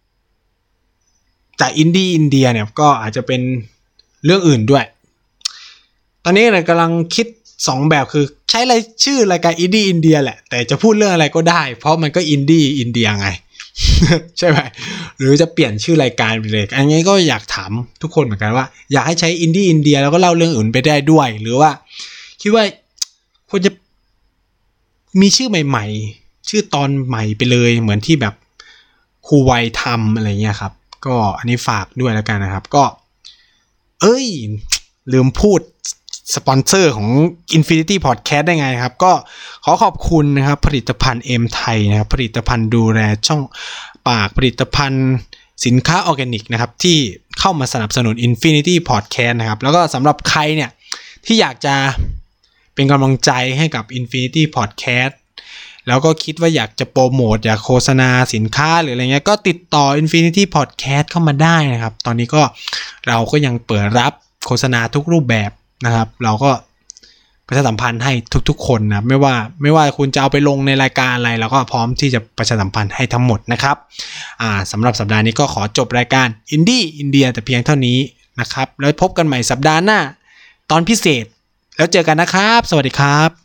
จากอินดี้อินเดียเนี่ยก็อาจจะเป็นเรื่องอื่นด้วยตอนนี้เนี่ยกำลังคิดสองแบบคือใช้รายชื่อรายการอินดี้อินเดียแหละแต่จะพูดเรื่องอะไรก็ได้เพราะมันก็อินดี้อินเดียไง ใช่ไหมหรือจะเปลี่ยนชื่อรายการไปเลยอันนี้ก็อยากถามทุกคนเหมือนกันว่าอยากให้ใช้อินดี้อินเดียแล้วก็เล่าเรื่องอื่นไปได้ด้วยหรือว่าคิดว่าควรจะมีชื่อใหม่ๆชื่อตอนใหม่ไปเลยเหมือนที่แบบครูวัยทำอะไรเงี้ยครับก็อันนี้ฝากด้วยแล้วกันนะครับก็เอ้ยลืมพูดสปอนเซอร์ของ Infinity Podcast ได้ไงครับก็ขอขอบคุณนะครับผลิตภัณฑ์เอ็มไทยนะครับผลิตภัณฑ์ดูแลช่องปากผลิตภัณฑ์สินค้าออร์แกนิกนะครับที่เข้ามาสนับสนุน Infinity Podcast นะครับแล้วก็สำหรับใครเนี่ยที่อยากจะเป็นกำลังใจให้กับ Infinity Podcast แล้วก็คิดว่าอยากจะโปรโมทอยากโฆษณาสินค้าหรืออะไรเงี้ยก็ติดต่อ Infinity Podcast เข้ามาได้นะครับตอนนี้ก็เราก็ยังเปิดรับโฆษณาทุกรูปแบบนะครับเราก็ประชาสัมพันธ์ให้ทุกๆคนนะไม่ว่าไม่ว่าคุณจะเอาไปลงในรายการอะไรเราก็พร้อมที่จะประชาสัมพันธ์ให้ทั้งหมดนะครับอ่าสำหรับสัปดาห์นี้ก็ขอจบรายการอินดี้อินเดียแต่เพียงเท่านี้นะครับแล้วพบกันใหม่สัปดาห์หน้าตอนพิเศษแล้วเจอกันนะครับสวัสดีครับ